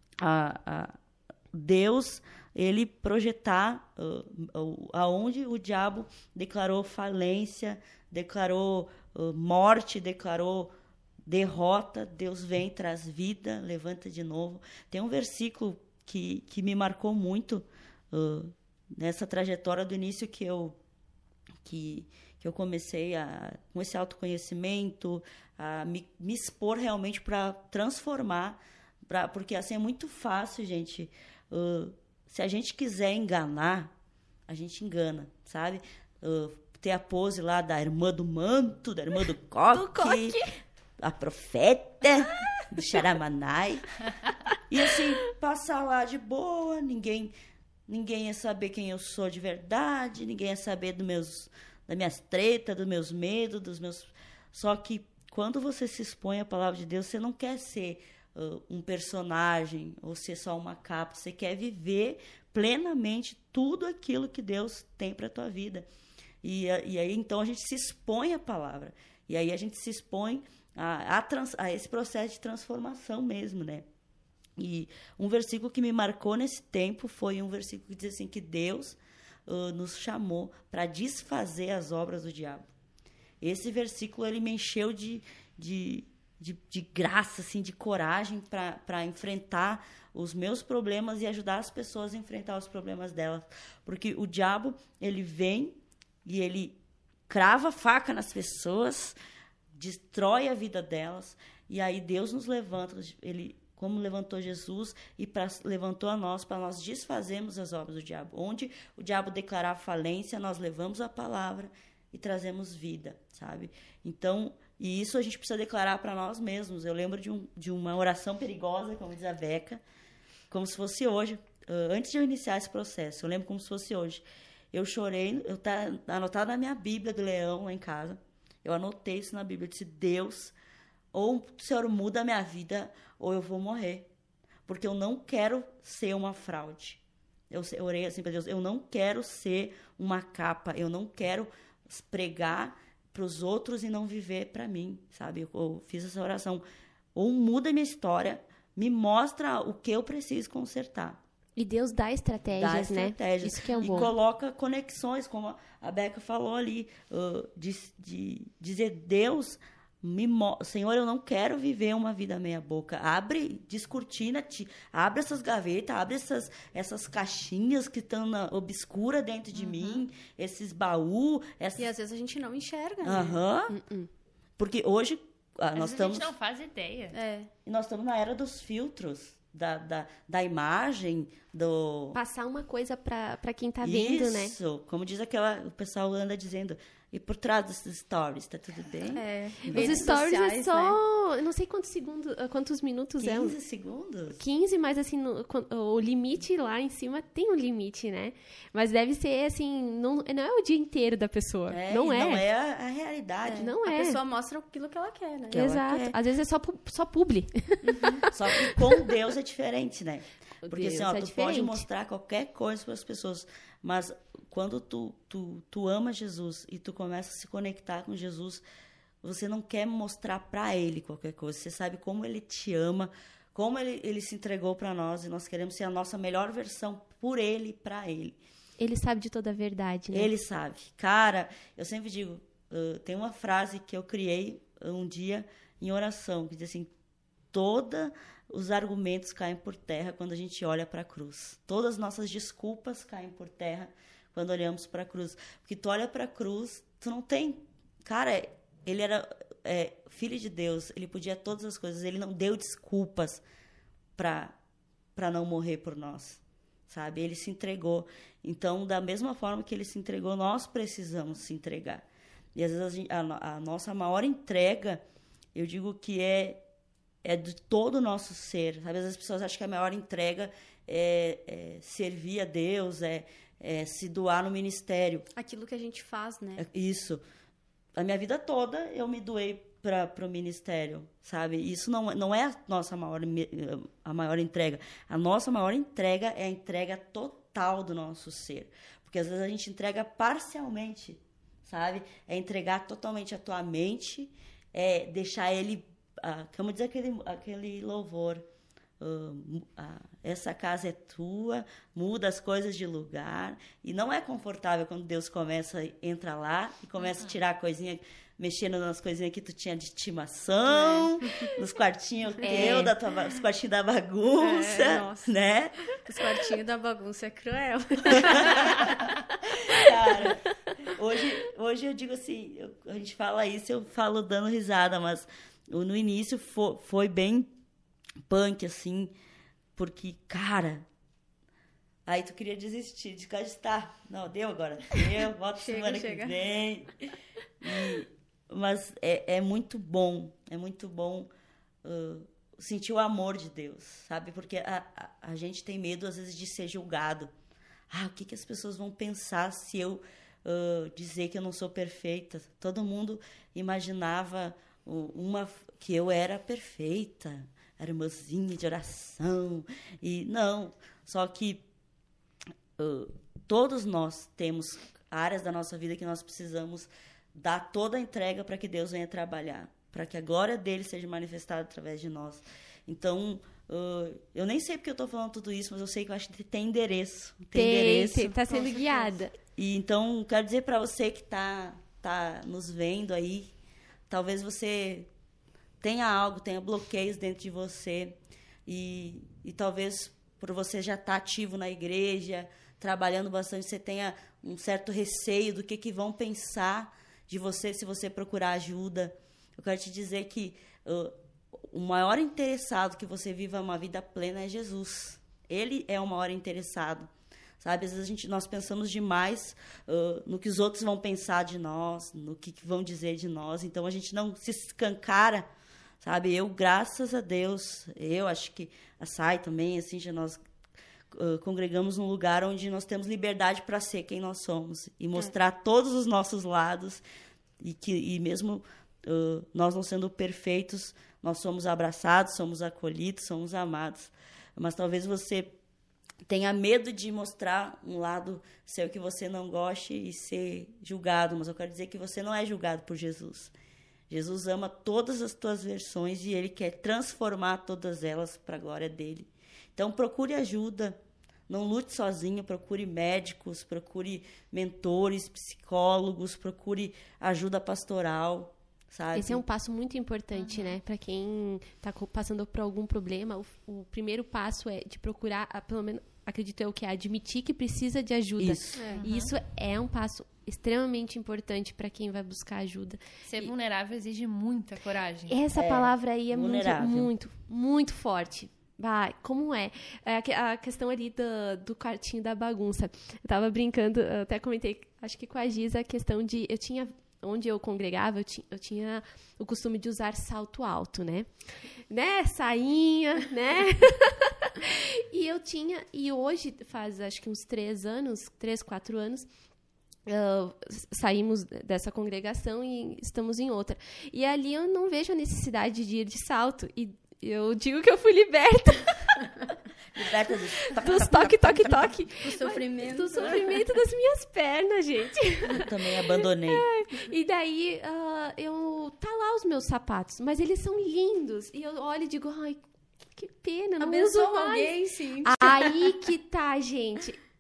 Deus, ele projetar aonde o diabo declarou falência, declarou morte, declarou derrota, Deus vem, traz vida, levanta de novo. Tem um versículo que me marcou muito nessa trajetória do início que eu comecei com esse autoconhecimento, a me expor realmente para transformar, porque assim é muito fácil, gente. Se a gente quiser enganar, a gente engana, sabe? Ter a pose lá da irmã do manto, da irmã do coque. A profeta do Xaramanai. E assim, passar lá de boa, ninguém ia saber quem eu sou de verdade, ninguém ia saber das minhas tretas, dos meus medos, Só que quando você se expõe à palavra de Deus, você não quer ser um personagem ou ser só uma capa, você quer viver plenamente tudo aquilo que Deus tem para a tua vida. E aí, então, a gente se expõe à palavra. E aí a gente se expõe a esse processo de transformação mesmo, né? E um versículo que me marcou nesse tempo foi um versículo que diz assim, que Deus nos chamou para desfazer as obras do diabo. Esse versículo, ele me encheu de graça, assim, de coragem para enfrentar os meus problemas e ajudar as pessoas a enfrentar os problemas delas. Porque o diabo, ele vem e ele crava a faca nas pessoas, destrói a vida delas, e aí Deus nos levanta, ele, como levantou Jesus, e levantou a nós, para nós desfazermos as obras do diabo. Onde o diabo declarar falência, nós levamos a palavra e trazemos vida, sabe? Então, e isso a gente precisa declarar para nós mesmos. Eu lembro de uma oração perigosa, como diz a Beca, como se fosse hoje, antes de eu iniciar esse processo, eu lembro como se fosse hoje. Eu chorei, tá anotado na minha Bíblia do Leão, lá em casa. Eu anotei isso na Bíblia. Eu disse, Deus, ou o Senhor muda a minha vida, ou eu vou morrer. Porque eu não quero ser uma fraude. Eu orei assim para Deus, eu não quero ser uma capa, eu não quero pregar para os outros e não viver para mim, sabe? Eu fiz essa oração. Ou muda a minha história, me mostra o que eu preciso consertar. E Deus dá estratégias, né? Isso que é bom. E coloca conexões, como a Beca falou ali, de dizer, Deus, Senhor, eu não quero viver uma vida meia boca. Abre, descortina, abre essas gavetas, abre essas caixinhas que estão obscuras dentro de mim, esses baús. E às vezes a gente não enxerga, né? Porque hoje nós estamos... A gente não faz ideia. E nós estamos na era dos filtros. Da imagem, passar uma coisa para quem tá vendo, né? Isso, como diz o pessoal anda dizendo, e por trás desses stories, tá tudo bem? Os stories sociais, é só, eu não sei quantos minutos 15 segundos? 15, mas assim, o limite lá em cima tem um limite, né? Mas deve ser assim, não é o dia inteiro da pessoa, não é. Não é a realidade. Não é. A pessoa mostra aquilo que ela quer, né? Exato. Às vezes é só publi. Só que com Deus é diferente, né? Porque Deus assim, tu pode mostrar qualquer coisa para as pessoas, mas quando tu ama Jesus e tu começa a se conectar com Jesus, você não quer mostrar para ele qualquer coisa. Você sabe como ele te ama, como ele se entregou para nós, e nós queremos ser a nossa melhor versão por ele e para ele. Ele sabe de toda a verdade, né? Ele sabe. Cara, eu sempre digo, tem uma frase que eu criei um dia em oração, que diz assim, todos os argumentos caem por terra quando a gente olha para a cruz. Todas as nossas desculpas caem por terra quando olhamos para a cruz. Porque tu olha para a cruz, tu não tem... Cara, ele era filho de Deus, ele podia todas as coisas, ele não deu desculpas para não morrer por nós, sabe? Ele se entregou. Então, da mesma forma que ele se entregou, nós precisamos se entregar. E às vezes a nossa maior entrega, eu digo que é de todo o nosso ser, sabe? Às vezes as pessoas acham que a maior entrega é servir a Deus, é se doar no ministério. Aquilo que a gente faz, né? Isso. A minha vida toda eu me doei para o ministério, sabe? Isso não é a nossa maior entrega. A nossa maior entrega é a entrega total do nosso ser. Porque às vezes a gente entrega parcialmente, sabe? É entregar totalmente a tua mente, é deixar ele... como diz aquele louvor... essa casa é tua, muda as coisas de lugar. E não é confortável quando Deus entra lá e começa a tirar a coisinha, mexendo nas coisinhas que tu tinha de estimação, nos quartinhos os quartinhos da bagunça, né? Os quartinhos da bagunça é cruel. Cara, hoje eu digo assim, a gente fala isso, eu falo dando risada, mas no início foi bem punk, assim, porque, cara, aí tu queria desistir, de estar. Não, deu agora. Deu, volta semana que vem. Mas é muito bom sentir o amor de Deus, sabe? Porque a gente tem medo, às vezes, de ser julgado. O que as pessoas vão pensar se eu dizer que eu não sou perfeita? Todo mundo imaginava que eu era perfeita, era irmãzinha de oração, e não, só que todos nós temos áreas da nossa vida que nós precisamos dar toda a entrega para que Deus venha trabalhar, para que a glória dele seja manifestada através de nós. Então, eu nem sei porque eu estou falando tudo isso, mas eu sei que eu acho que tem endereço. Está sendo guiada. E então, quero dizer para você que tá nos vendo aí, talvez você tenha bloqueios dentro de você e talvez por você já estar ativo na igreja, trabalhando bastante, você tenha um certo receio do que vão pensar de você se você procurar ajuda. Eu quero te dizer que o maior interessado que você viva uma vida plena é Jesus. Ele é o maior interessado. Sabe, às vezes nós pensamos demais no que os outros vão pensar de nós, no que vão dizer de nós. Então, a gente não se escancara, sabe? Graças a Deus, eu acho que a Sai também, assim, já nós congregamos num lugar onde nós temos liberdade para ser quem nós somos e mostrar todos os nossos lados e mesmo nós não sendo perfeitos, nós somos abraçados, somos acolhidos, somos amados. Mas talvez você tenha medo de mostrar um lado seu que você não goste e ser julgado, mas eu quero dizer que você não é julgado por Jesus. Jesus ama todas as tuas versões e ele quer transformar todas elas para a glória dele. Então, procure ajuda, não lute sozinho, procure médicos, procure mentores, psicólogos, procure ajuda pastoral, sabe? Esse é um passo muito importante, né? Para quem está passando por algum problema, o primeiro passo é de procurar, pelo menos, acredito eu, que é admitir que precisa de ajuda. Isso. E isso é um passo extremamente importante para quem vai buscar ajuda. Ser vulnerável exige muita coragem. Essa palavra aí é vulnerável. muito, muito forte. Como é? A questão ali do quartinho da bagunça. Eu tava brincando, eu até comentei, acho que com a Giza, a questão de... Onde eu congregava, eu tinha o costume de usar salto alto, né? Sainha, né? E hoje, faz acho que uns 3, 4 anos, saímos dessa congregação e estamos em outra. E ali eu não vejo a necessidade de ir de salto. E eu digo que eu fui liberta. Liberta dos toque. Do sofrimento. Do sofrimento das minhas pernas, gente. Eu também abandonei. E daí, tá lá os meus sapatos, mas eles são lindos. E eu olho e digo, ai, que pena, não uso mais. Alguém, sim. Aí que tá, gente.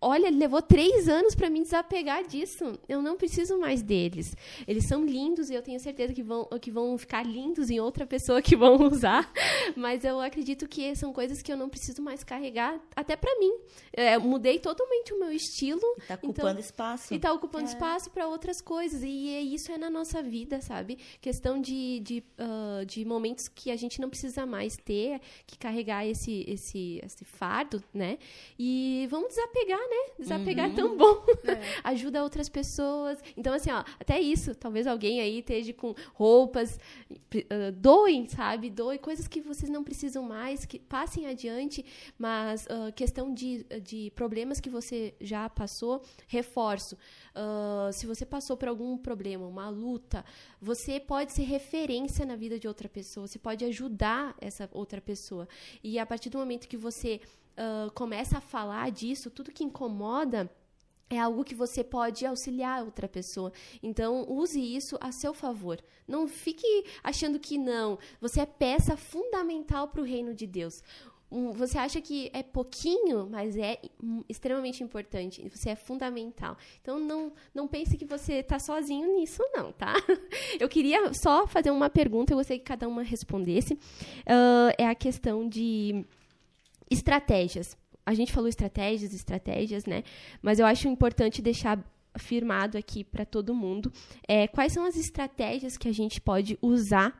olha, levou 3 anos para me desapegar disso. Eu não preciso mais deles. Eles são lindos e eu tenho certeza que vão ficar lindos em outra pessoa que vão usar. Mas eu acredito que são coisas que eu não preciso mais carregar, até para mim. Mudei totalmente o meu estilo. E tá ocupando espaço. E tá ocupando espaço para outras coisas. E isso é na nossa vida, sabe? Questão de momentos que a gente não precisa mais ter que carregar esse fardo, né? E vamos desapegar, né? Desapegar é tão bom. Ajuda outras pessoas. Então, assim, ó, até isso. Talvez alguém aí esteja com roupas. Doem, sabe? Doem coisas que vocês não precisam mais, que passem adiante. Mas questão de problemas que você já passou, reforço. Se você passou por algum problema, uma luta, você pode ser referência na vida de outra pessoa. Você pode ajudar essa outra pessoa. E a partir do momento que você começa a falar disso, tudo que incomoda é algo que você pode auxiliar outra pessoa. Então, use isso a seu favor. Não fique achando que não. Você é peça fundamental para o reino de Deus. Você acha que é pouquinho, mas é extremamente importante. Você é fundamental. Então, não pense que você está sozinho nisso, não, tá? Eu queria só fazer uma pergunta, eu gostaria que cada uma respondesse. É a questão de estratégias. A gente falou estratégias, né? Mas eu acho importante deixar afirmado aqui para todo mundo quais são as estratégias que a gente pode usar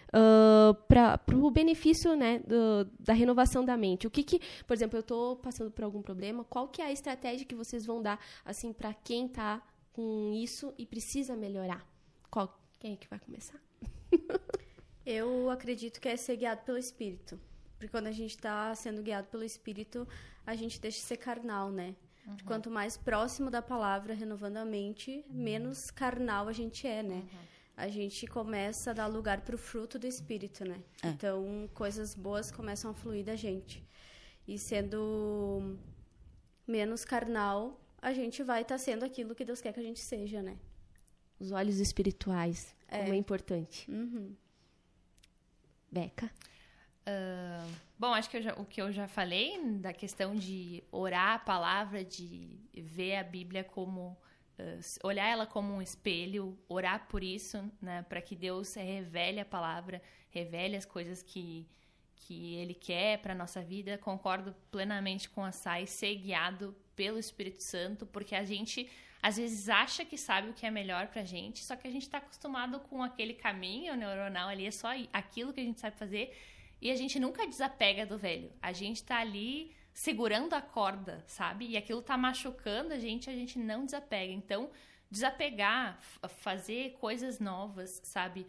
para o benefício, né, da renovação da mente. Por exemplo, eu estou passando por algum problema, qual que é a estratégia que vocês vão dar assim, para quem está com isso e precisa melhorar? Quem é que vai começar? Eu acredito que é ser guiado pelo Espírito. Porque quando a gente está sendo guiado pelo Espírito, a gente deixa de ser carnal, né? Uhum. Quanto mais próximo da palavra, renovando a mente, menos carnal a gente é, né? Uhum. A gente começa a dar lugar para o fruto do Espírito, né? Então, coisas boas começam a fluir da gente. E sendo menos carnal, a gente vai estar sendo aquilo que Deus quer que a gente seja, né? Os olhos espirituais, como é importante. Uhum. Beca? Bom, acho que o que eu já falei da questão de orar a palavra, de ver a Bíblia como olhar ela como um espelho, orar por isso, né, para que Deus revele a palavra, revele as coisas que Ele quer para nossa vida. Concordo plenamente com a Sai, ser guiado pelo Espírito Santo, porque a gente às vezes acha que sabe o que é melhor pra gente, só que a gente está acostumado com aquele caminho neuronal ali, é só aquilo que a gente sabe fazer. E a gente nunca desapega do velho. A gente tá ali segurando a corda, sabe? E aquilo tá machucando a gente não desapega. Então, desapegar, fazer coisas novas, sabe?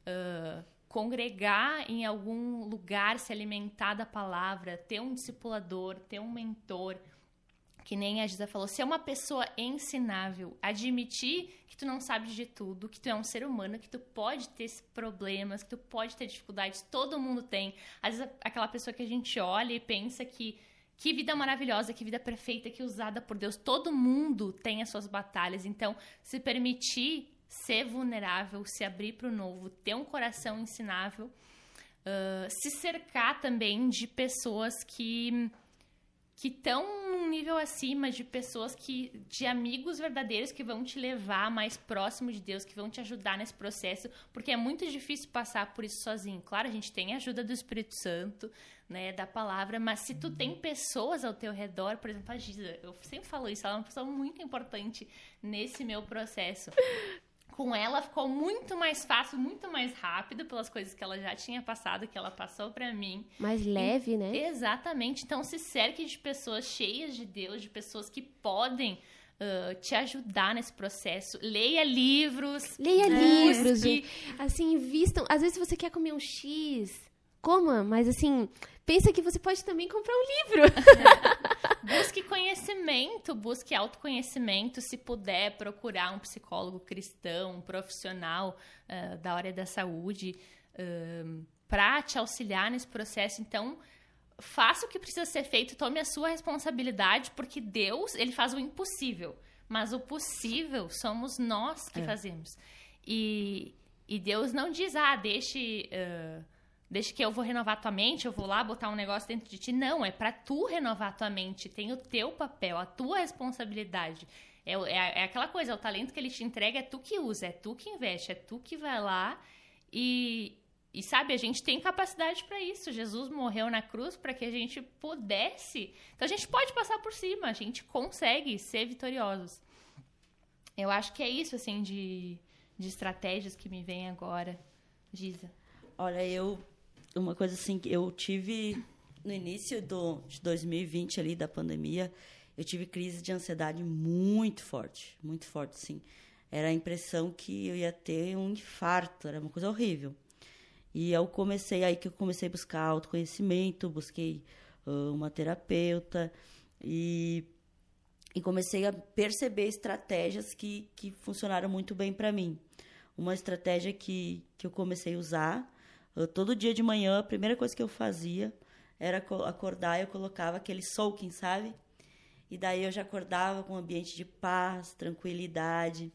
Congregar em algum lugar, se alimentar da palavra, ter um discipulador, ter um mentor, que nem a Giza falou, ser uma pessoa ensinável, admitir que tu não sabe de tudo, que tu é um ser humano, que tu pode ter problemas, que tu pode ter dificuldades, todo mundo tem. Às vezes aquela pessoa que a gente olha e pensa que vida maravilhosa, que vida perfeita, que usada por Deus, todo mundo tem as suas batalhas. Então, se permitir ser vulnerável, se abrir para o novo, ter um coração ensinável, se cercar também de pessoas que estão num nível acima, de pessoas de amigos verdadeiros que vão te levar mais próximo de Deus, que vão te ajudar nesse processo, porque é muito difícil passar por isso sozinho. Claro, a gente tem a ajuda do Espírito Santo, né, da palavra, mas se tu tem pessoas ao teu redor, por exemplo, a Giza, eu sempre falo isso, ela é uma pessoa muito importante nesse meu processo. Com ela ficou muito mais fácil, muito mais rápido, pelas coisas que ela já tinha passado, que ela passou pra mim. Mais leve, né? Exatamente. Então, se cerque de pessoas cheias de Deus, de pessoas que podem te ajudar nesse processo. Leia livros. Leia livros, gente. Assim, invistam. Às vezes você quer comer um X, coma, mas assim, pensa que você pode também comprar um livro. Busque conhecimento, busque autoconhecimento, se puder procurar um psicólogo cristão, um profissional da área da saúde, para te auxiliar nesse processo. Então, faça o que precisa ser feito, tome a sua responsabilidade, porque Deus, ele faz o impossível, mas o possível somos nós que fazemos. E Deus não diz, deixe deixa que eu vou renovar tua mente, eu vou lá botar um negócio dentro de ti. Não, é pra tu renovar tua mente. Tem o teu papel, a tua responsabilidade. É aquela coisa, o talento que ele te entrega é tu que usa, é tu que investe, é tu que vai lá e sabe, a gente tem capacidade pra isso. Jesus morreu na cruz pra que a gente pudesse. Então a gente pode passar por cima, a gente consegue ser vitoriosos. Eu acho que é isso, assim, de estratégias que me vem agora, Giza. Olha, uma coisa assim, que eu tive no início de 2020 ali, da pandemia, eu tive crise de ansiedade muito forte, sim. Era a impressão que eu ia ter um infarto, era uma coisa horrível. E eu comecei a buscar autoconhecimento, busquei uma terapeuta e comecei a perceber estratégias que funcionaram muito bem para mim. Uma estratégia que eu comecei a usar, todo dia de manhã, a primeira coisa que eu fazia era acordar e eu colocava aquele soaking, sabe? E daí eu já acordava com um ambiente de paz, tranquilidade.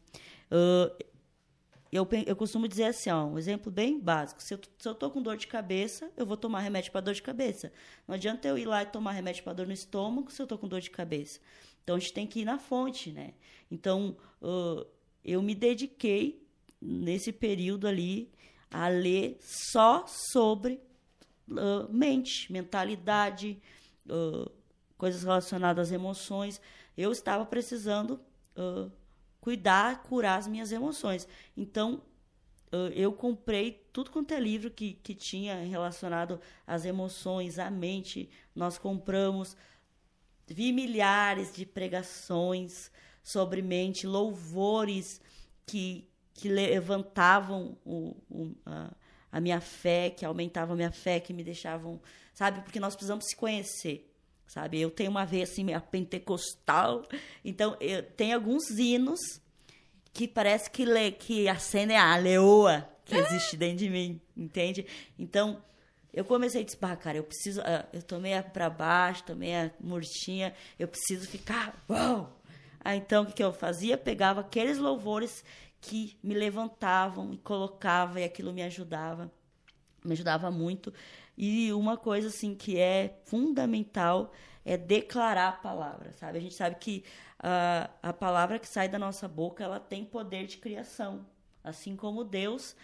Eu costumo dizer assim, um exemplo bem básico. Se eu tô com dor de cabeça, eu vou tomar remédio para dor de cabeça. Não adianta eu ir lá e tomar remédio para dor no estômago se eu tô com dor de cabeça. Então, a gente tem que ir na fonte, né? Então, eu me dediquei, nesse período ali, a ler só sobre mente, mentalidade, coisas relacionadas às emoções. Eu estava precisando curar as minhas emoções. Então, eu comprei tudo quanto é livro que tinha relacionado às emoções, à mente. Nós compramos, vi milhares de pregações sobre mente, louvores que levantavam a minha fé, que aumentavam a minha fé, que me deixavam, sabe? Porque nós precisamos se conhecer. Sabe, eu tenho uma veia assim, meio pentecostal, então tem alguns hinos que parece que acendem a leoa que existe dentro de mim, entende? Então, eu comecei a dizer, cara, eu preciso, eu tomei pra baixo, tomei a murtinha, eu preciso ficar, uau! Então, o que eu fazia? Pegava aqueles louvores que me levantavam e colocava, e aquilo me ajudava muito. E uma coisa, assim, que é fundamental é declarar a palavra, sabe? A gente sabe que a palavra que sai da nossa boca, ela tem poder de criação. Assim como Deus,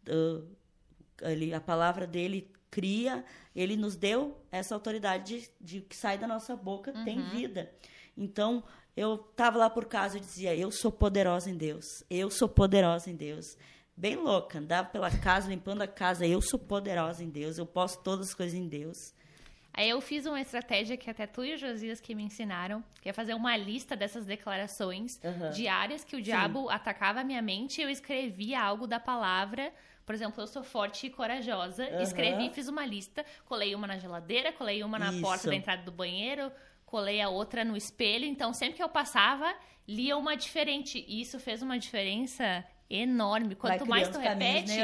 a palavra dele cria, ele nos deu essa autoridade de que sai da nossa boca, tem vida. Então, eu estava lá por casa e dizia, eu sou poderosa em Deus, eu sou poderosa em Deus. Bem louca, andava pela casa, limpando a casa. Eu sou poderosa em Deus, eu posso todas as coisas em Deus. Aí eu fiz uma estratégia que até tu e o Josias que me ensinaram, que é fazer uma lista dessas declarações diárias que o diabo atacava a minha mente. Eu escrevia algo da palavra. Por exemplo, eu sou forte e corajosa. Escrevi, fiz uma lista, colei uma na geladeira, colei uma na porta da entrada do banheiro, colei a outra no espelho. Então, sempre que eu passava, lia uma diferente. E isso fez uma diferença enorme. Quanto mais tu repete,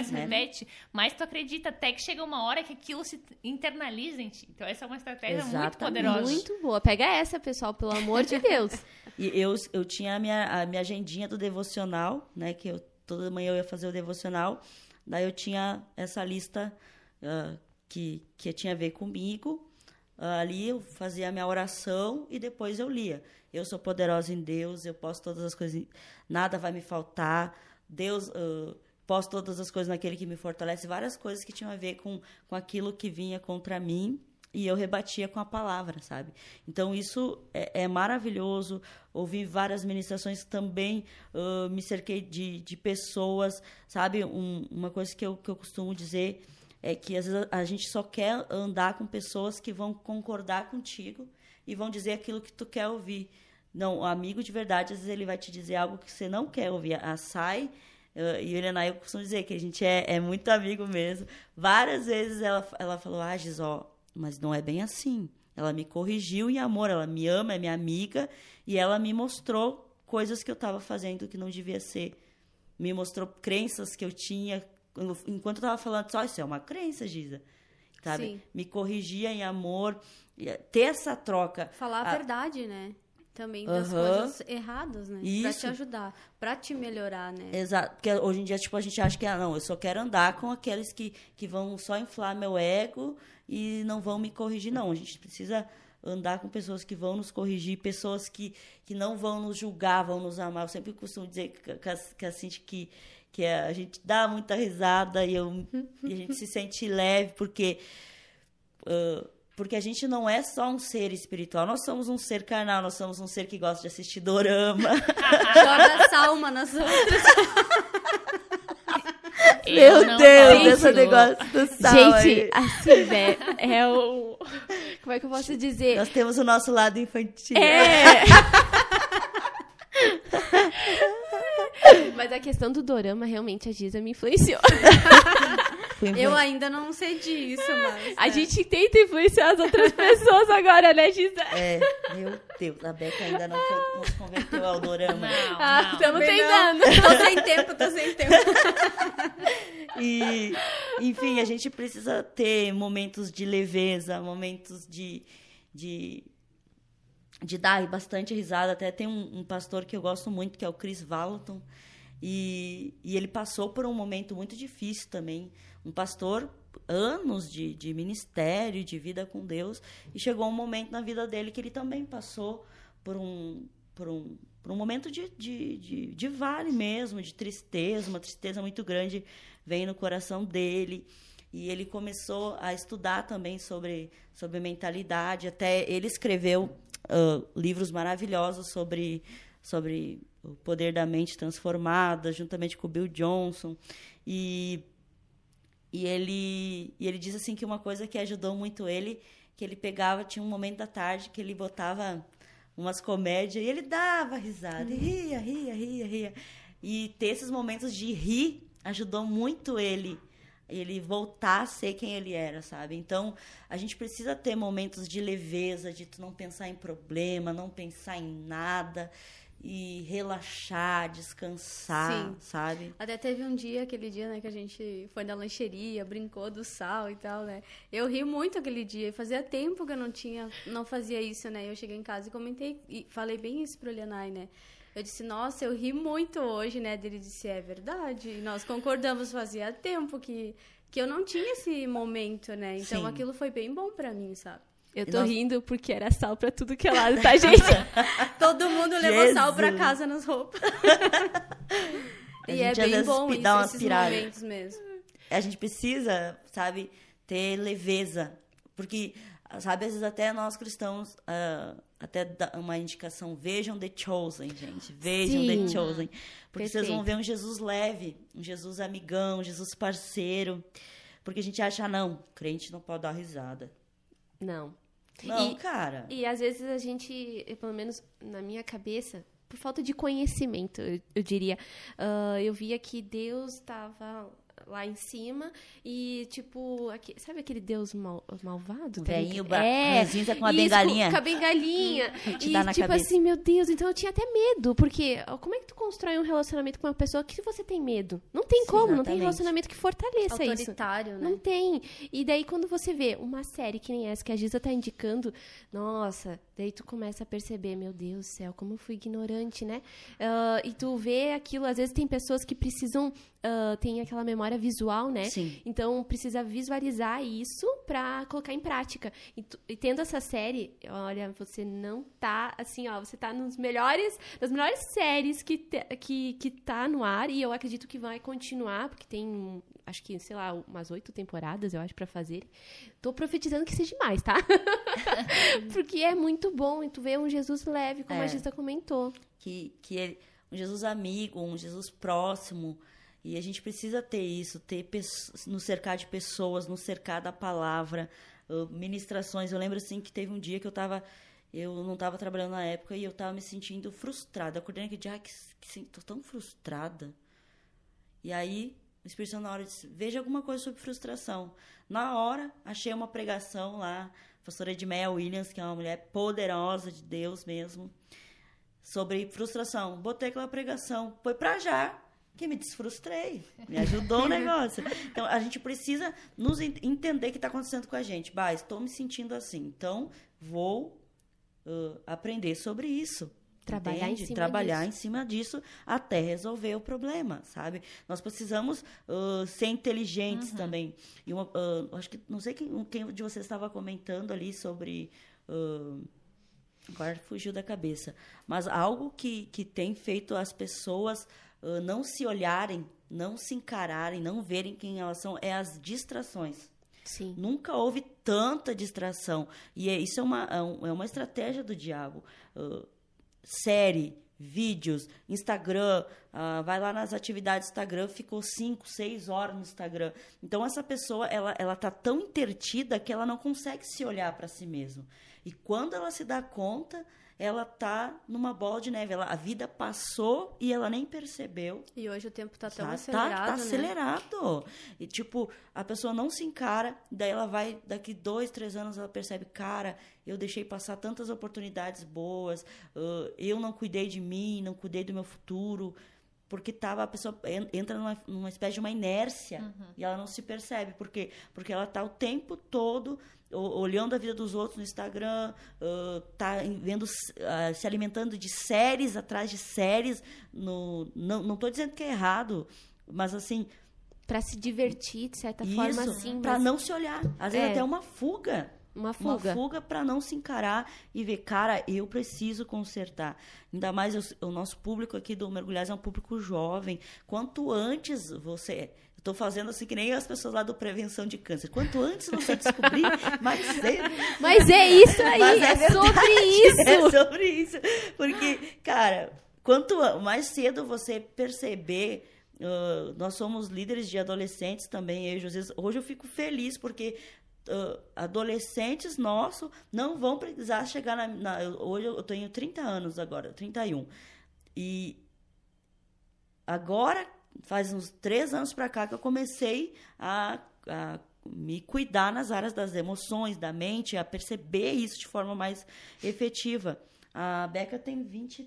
mais tu acredita, até que chega uma hora que aquilo se internaliza em ti. Então essa é uma estratégia muito poderosa. Muito boa. Pega essa, pessoal, pelo amor de Deus. E eu tinha a minha agendinha do devocional, né, que toda manhã eu ia fazer o devocional. Daí eu tinha essa lista que tinha a ver comigo. Ali eu fazia a minha oração e depois eu lia. Eu sou poderosa em Deus, eu posso todas as coisas, nada vai me faltar. Deus, posso todas as coisas naquele que me fortalece. Várias coisas que tinham a ver com aquilo que vinha contra mim e eu rebatia com a palavra, sabe? Então isso é maravilhoso. Ouvi várias ministrações também, me cerquei de pessoas, sabe? Uma coisa que eu costumo dizer é que às vezes a gente só quer andar com pessoas que vão concordar contigo e vão dizer aquilo que tu quer ouvir. Não, o amigo de verdade, às vezes ele vai te dizer algo que você não quer ouvir. A Sai e a Helena, eu costumo dizer que a gente é muito amigo mesmo. Várias vezes ela falou, Gis, mas não é bem assim. Ela me corrigiu em amor, ela me ama, é minha amiga, e ela me mostrou coisas que eu estava fazendo que não devia ser. Me mostrou crenças que eu tinha. Enquanto eu estava falando, isso é uma crença, Giza. Sabe? Sim. Me corrigia em amor. Ter essa troca. Falar a verdade, né? também das coisas erradas, né? Isso. Pra te ajudar, pra te melhorar, né? Exato, porque hoje em dia, tipo, a gente acha que, não, eu só quero andar com aqueles que vão só inflar meu ego e não vão me corrigir, não. A gente precisa andar com pessoas que vão nos corrigir, pessoas que não vão nos julgar, vão nos amar. Eu sempre costumo dizer que assim, que a gente dá muita risada e a gente se sente leve, porque a gente não é só um ser espiritual, nós somos um ser carnal, nós somos um ser que gosta de assistir dorama. Joga salma nas outras. Meu Deus, esse negócio do sal. Gente, assim, né? É o... Como é que eu posso dizer? Nós temos o nosso lado infantil. Mas a questão do dorama, realmente, a Giza me influenciou. Eu ainda não sei disso, mas... A gente tenta influenciar as outras pessoas agora, né, Giza? Meu Deus, a Beca ainda não se converteu ao dorama. Não. Estamos tentando. Tô sem tempo. E, enfim, a gente precisa ter momentos de leveza, momentos de dar bastante risada. Até tem um pastor que eu gosto muito, que é o Chris Vallotton, e ele passou por um momento muito difícil também. Um pastor, anos de ministério, de vida com Deus, e chegou um momento na vida dele que ele também passou por um momento de vale mesmo, de tristeza, uma tristeza muito grande veio no coração dele. E ele começou a estudar também sobre mentalidade. Até ele escreveu livros maravilhosos sobre o poder da mente transformada, juntamente com o Bill Johnson. E ele diz assim que uma coisa que ajudou muito ele, que ele tinha um momento da tarde que ele botava umas comédias e ele dava risada, e ria. E ter esses momentos de rir ajudou muito ele voltar a ser quem ele era, sabe? Então, a gente precisa ter momentos de leveza, de tu não pensar em problema, não pensar em nada e relaxar, descansar, sabe? Até teve aquele dia, né, que a gente foi na lancheria, brincou do sal e tal, né? Eu ri muito aquele dia, fazia tempo que eu não fazia isso, né? Eu cheguei em casa e comentei, e falei bem isso pro Lianai, né? Eu disse, nossa, eu ri muito hoje, né? Ele disse, é verdade. E nós concordamos, fazia tempo que eu não tinha esse momento, né? Então, aquilo foi bem bom pra mim, sabe? Eu tô rindo porque era sal pra tudo que é lado, tá, gente? Todo mundo levou sal pra casa nas roupas. E é bem bom isso, esses momentos mesmo. A gente precisa, sabe, ter leveza. Porque, sabe, às vezes até nós cristãos... até uma indicação, vejam The Chosen, gente. Vejam The Chosen. Porque vocês vão ver um Jesus leve, um Jesus amigão, um Jesus parceiro. Porque a gente acha, não, crente não pode dar risada. Não, cara. E às vezes a gente, pelo menos na minha cabeça, por falta de conhecimento, eu diria, eu via que Deus estava lá em cima e, tipo, sabe aquele Deus malvado? O velhinho ranzinza com a bengalinha. Com a bengalinha. Te dá na tipo cabeça. assim, meu Deus, então eu tinha até medo, porque como é que tu constrói um relacionamento com uma pessoa que você tem medo? Não tem como, exatamente. Não tem relacionamento que fortaleça isso. Autoritário, né? Não tem. E daí, quando você vê uma série que nem essa que a Giza tá indicando, nossa, daí tu começa a perceber, meu Deus do céu, como eu fui ignorante, né? E tu vê aquilo, às vezes tem pessoas que precisam, tem aquela memória visual, né? Sim. Então, precisa visualizar isso pra colocar em prática. E tendo essa série, olha, você não tá, assim, ó, você tá nas melhores séries que tá no ar, e eu acredito que vai continuar, porque tem, acho que, sei lá, umas 8 temporadas, eu acho, pra fazer. Tô profetizando que seja demais, tá? Porque é muito bom, e tu vê um Jesus leve, como a Giza comentou. Que ele, um Jesus amigo, um Jesus próximo. E a gente precisa ter isso, nos cercar de pessoas, nos cercar da palavra, ministrações. Eu lembro, assim, que teve um dia que eu não estava trabalhando na época e eu estava me sentindo frustrada. Acordei naquele dia, tô tão frustrada. E aí, o Espírito Santo, na hora, disse, veja alguma coisa sobre frustração. Na hora, achei uma pregação lá, a pastora Edmeia Williams, que é uma mulher poderosa de Deus mesmo, sobre frustração. Botei aquela pregação, foi pra já. Que me desfrustrei, me ajudou o negócio. Então, a gente precisa entender o que está acontecendo com a gente. Estou me sentindo assim, então vou aprender sobre isso. Trabalhar em cima disso até resolver o problema, sabe? Nós precisamos ser inteligentes também. E acho que, não sei quem de vocês estava comentando ali sobre... agora fugiu da cabeça. Mas algo que tem feito as pessoas não se olharem, não se encararem, não verem quem elas são, é as distrações. Sim. Nunca houve tanta distração. E isso é uma estratégia do diabo. Série, vídeos, Instagram, vai lá nas atividades do Instagram, ficou 5, 6 horas no Instagram. Então, essa pessoa, ela tá tão intertida que ela não consegue se olhar para si mesma. E quando ela se dá conta, ela tá numa bola de neve. A vida passou e ela nem percebeu. E hoje o tempo tá tão acelerado, tá né? acelerado. E, tipo, a pessoa não se encara, daí ela vai, daqui 2, 3 anos, ela percebe, cara, eu deixei passar tantas oportunidades boas, eu não cuidei de mim, não cuidei do meu futuro, porque a pessoa entra numa espécie de uma inércia e ela não se percebe. Por quê? Porque ela tá o tempo todo olhando a vida dos outros no Instagram, tá vendo, se alimentando de séries atrás de séries. Não estou dizendo que é errado, mas assim... Para se divertir, de certa forma, sim. Para não se olhar. Às vezes até uma fuga. Uma fuga para não se encarar e ver, cara, eu preciso consertar. Ainda mais o nosso público aqui do Mergulhados é um público jovem. Quanto antes você... Estou fazendo assim que nem as pessoas lá do Prevenção de Câncer. Quanto antes você descobrir, mais cedo... Mas é isso aí, é sobre isso. É sobre isso. Porque, cara, quanto mais cedo você perceber... nós somos líderes de adolescentes também, eu e José. Hoje eu fico feliz porque adolescentes nossos não vão precisar chegar hoje eu tenho 30 anos agora, 31. E agora, faz uns 3 anos para cá que eu comecei a me cuidar nas áreas das emoções, da mente, a perceber isso de forma mais efetiva. A Beca tem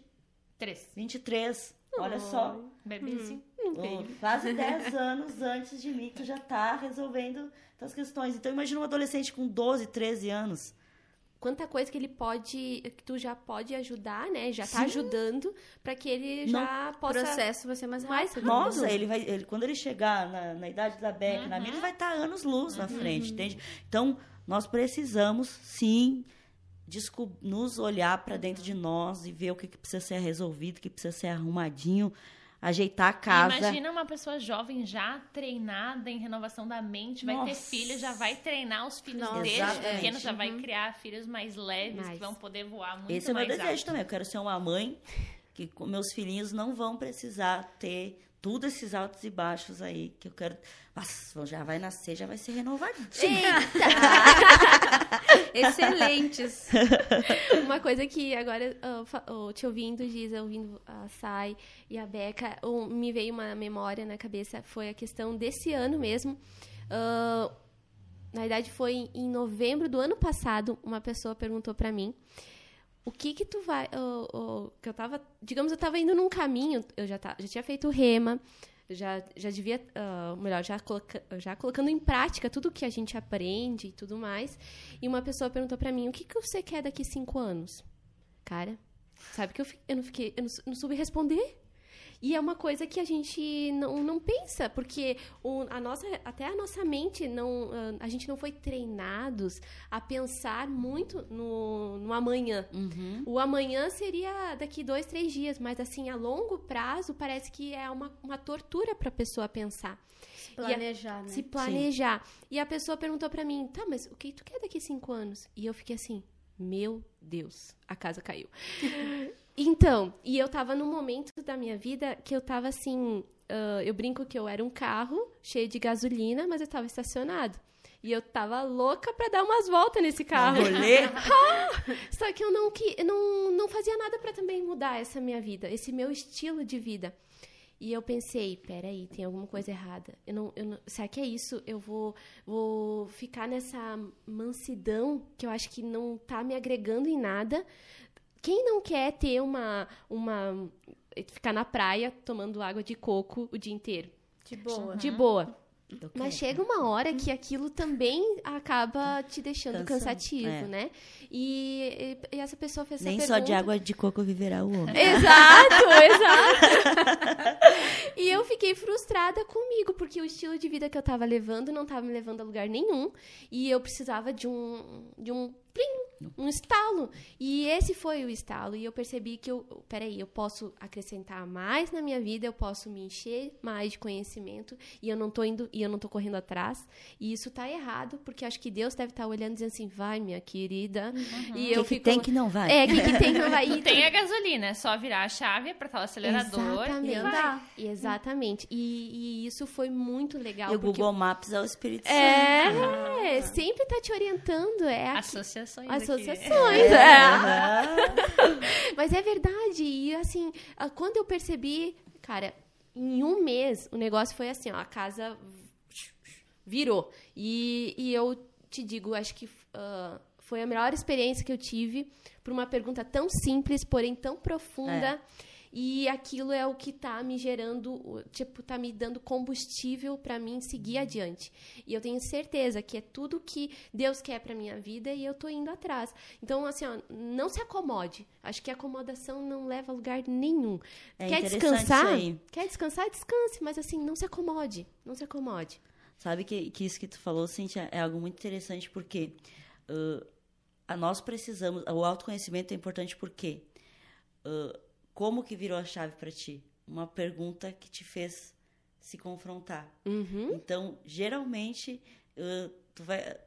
23. Olha só. Bebezinho. Quase 10 anos antes de mim, tu já tá resolvendo as questões. Então, imagina um adolescente com 12, 13 anos. Quanta coisa que tu já pode ajudar, né? Já tá ajudando para que ele já possa... O processo vai ser mais rápido. Nossa, quando ele chegar na idade da Beca, na minha, ele vai estar anos-luz na frente, entende? Então, nós precisamos, sim, nos olhar para dentro de nós e ver o que precisa ser resolvido, o que precisa ser arrumadinho, ajeitar a casa. Imagina uma pessoa jovem já treinada em renovação da mente, vai ter filhos, já vai treinar os filhos desde pequenos, já vai criar filhos mais leves, que vão poder voar muito mais alto. Esse é o meu desejo também. Eu quero ser uma mãe que meus filhinhos não vão precisar ter tudo esses altos e baixos aí, que eu quero... Nossa, já vai nascer, já vai ser renovadinho. Eita! Excelentes! Uma coisa que agora, te ouvindo, Giza, ouvindo a Sai e a Beca, me veio uma memória na cabeça, foi a questão desse ano mesmo. Na verdade, foi em novembro do ano passado, uma pessoa perguntou pra mim, o que tu vai... que eu tava... Digamos, eu tava indo num caminho, eu já tinha feito rema, já devia... já colocando em prática tudo que a gente aprende e tudo mais. E uma pessoa perguntou pra mim, o que você quer daqui 5 anos? Cara, sabe que eu não soube responder? E é uma coisa que a gente não pensa, porque até a nossa mente, a gente não foi treinados a pensar muito no amanhã. O amanhã seria daqui 2, 3 dias, mas assim, a longo prazo, parece que é uma tortura para a pessoa pensar. Se planejar, né? Se planejar. Sim. E a pessoa perguntou para mim, tá, mas o que tu quer daqui 5 anos? E eu fiquei assim, meu Deus, a casa caiu. Então, e eu tava num momento da minha vida que eu tava assim, eu brinco que eu era um carro cheio de gasolina, mas eu tava estacionado. E eu tava louca pra dar umas voltas nesse carro. Só que eu não fazia nada pra também mudar essa minha vida, esse meu estilo de vida. E eu pensei, peraí, tem alguma coisa errada. Será que é isso? Eu vou ficar nessa mansidão que eu acho que não tá me agregando em nada. Quem não quer ter ficar na praia tomando água de coco o dia inteiro? De boa. De boa. Mas chega uma hora que aquilo também acaba te deixando cansativo, né? E essa pessoa fez essa Nem pergunta. só de água de coco viverá o homem. Exato. E eu fiquei frustrada comigo, porque o estilo de vida que eu tava levando não tava me levando a lugar nenhum. E eu precisava de um estalo. E esse foi o estalo. E eu percebi que eu posso acrescentar mais na minha vida, eu posso me encher mais de conhecimento, e eu não tô correndo atrás. E isso tá errado, porque acho que Deus deve estar olhando e dizendo assim, vai, minha querida. E eu que tem que não vai. que tem que não vai. E tem a gasolina, é só virar a chave, apertar o acelerador Exatamente. e vai. Exatamente. E isso foi muito legal. E o Google Maps é o Espírito Santo. Sempre tá te orientando. Associações. Mas é verdade. E assim, quando eu percebi, cara, em um mês o negócio foi assim, ó, a casa virou. E eu te digo, acho que foi a melhor experiência que eu tive por uma pergunta tão simples, porém tão profunda. E aquilo é o que tá me gerando, tá me dando combustível para mim seguir adiante. E eu tenho certeza que é tudo que Deus quer para minha vida e eu tô indo atrás. Então, assim, ó, não se acomode. Acho que a acomodação não leva a lugar nenhum. Quer descansar? Quer descansar? Descanse. Mas, assim, não se acomode. Não se acomode. Sabe que isso que tu falou, Cíntia, é algo muito interessante, porque nós precisamos... O autoconhecimento é importante porque... como que virou a chave para ti? Uma pergunta que te fez se confrontar. Então, geralmente, tu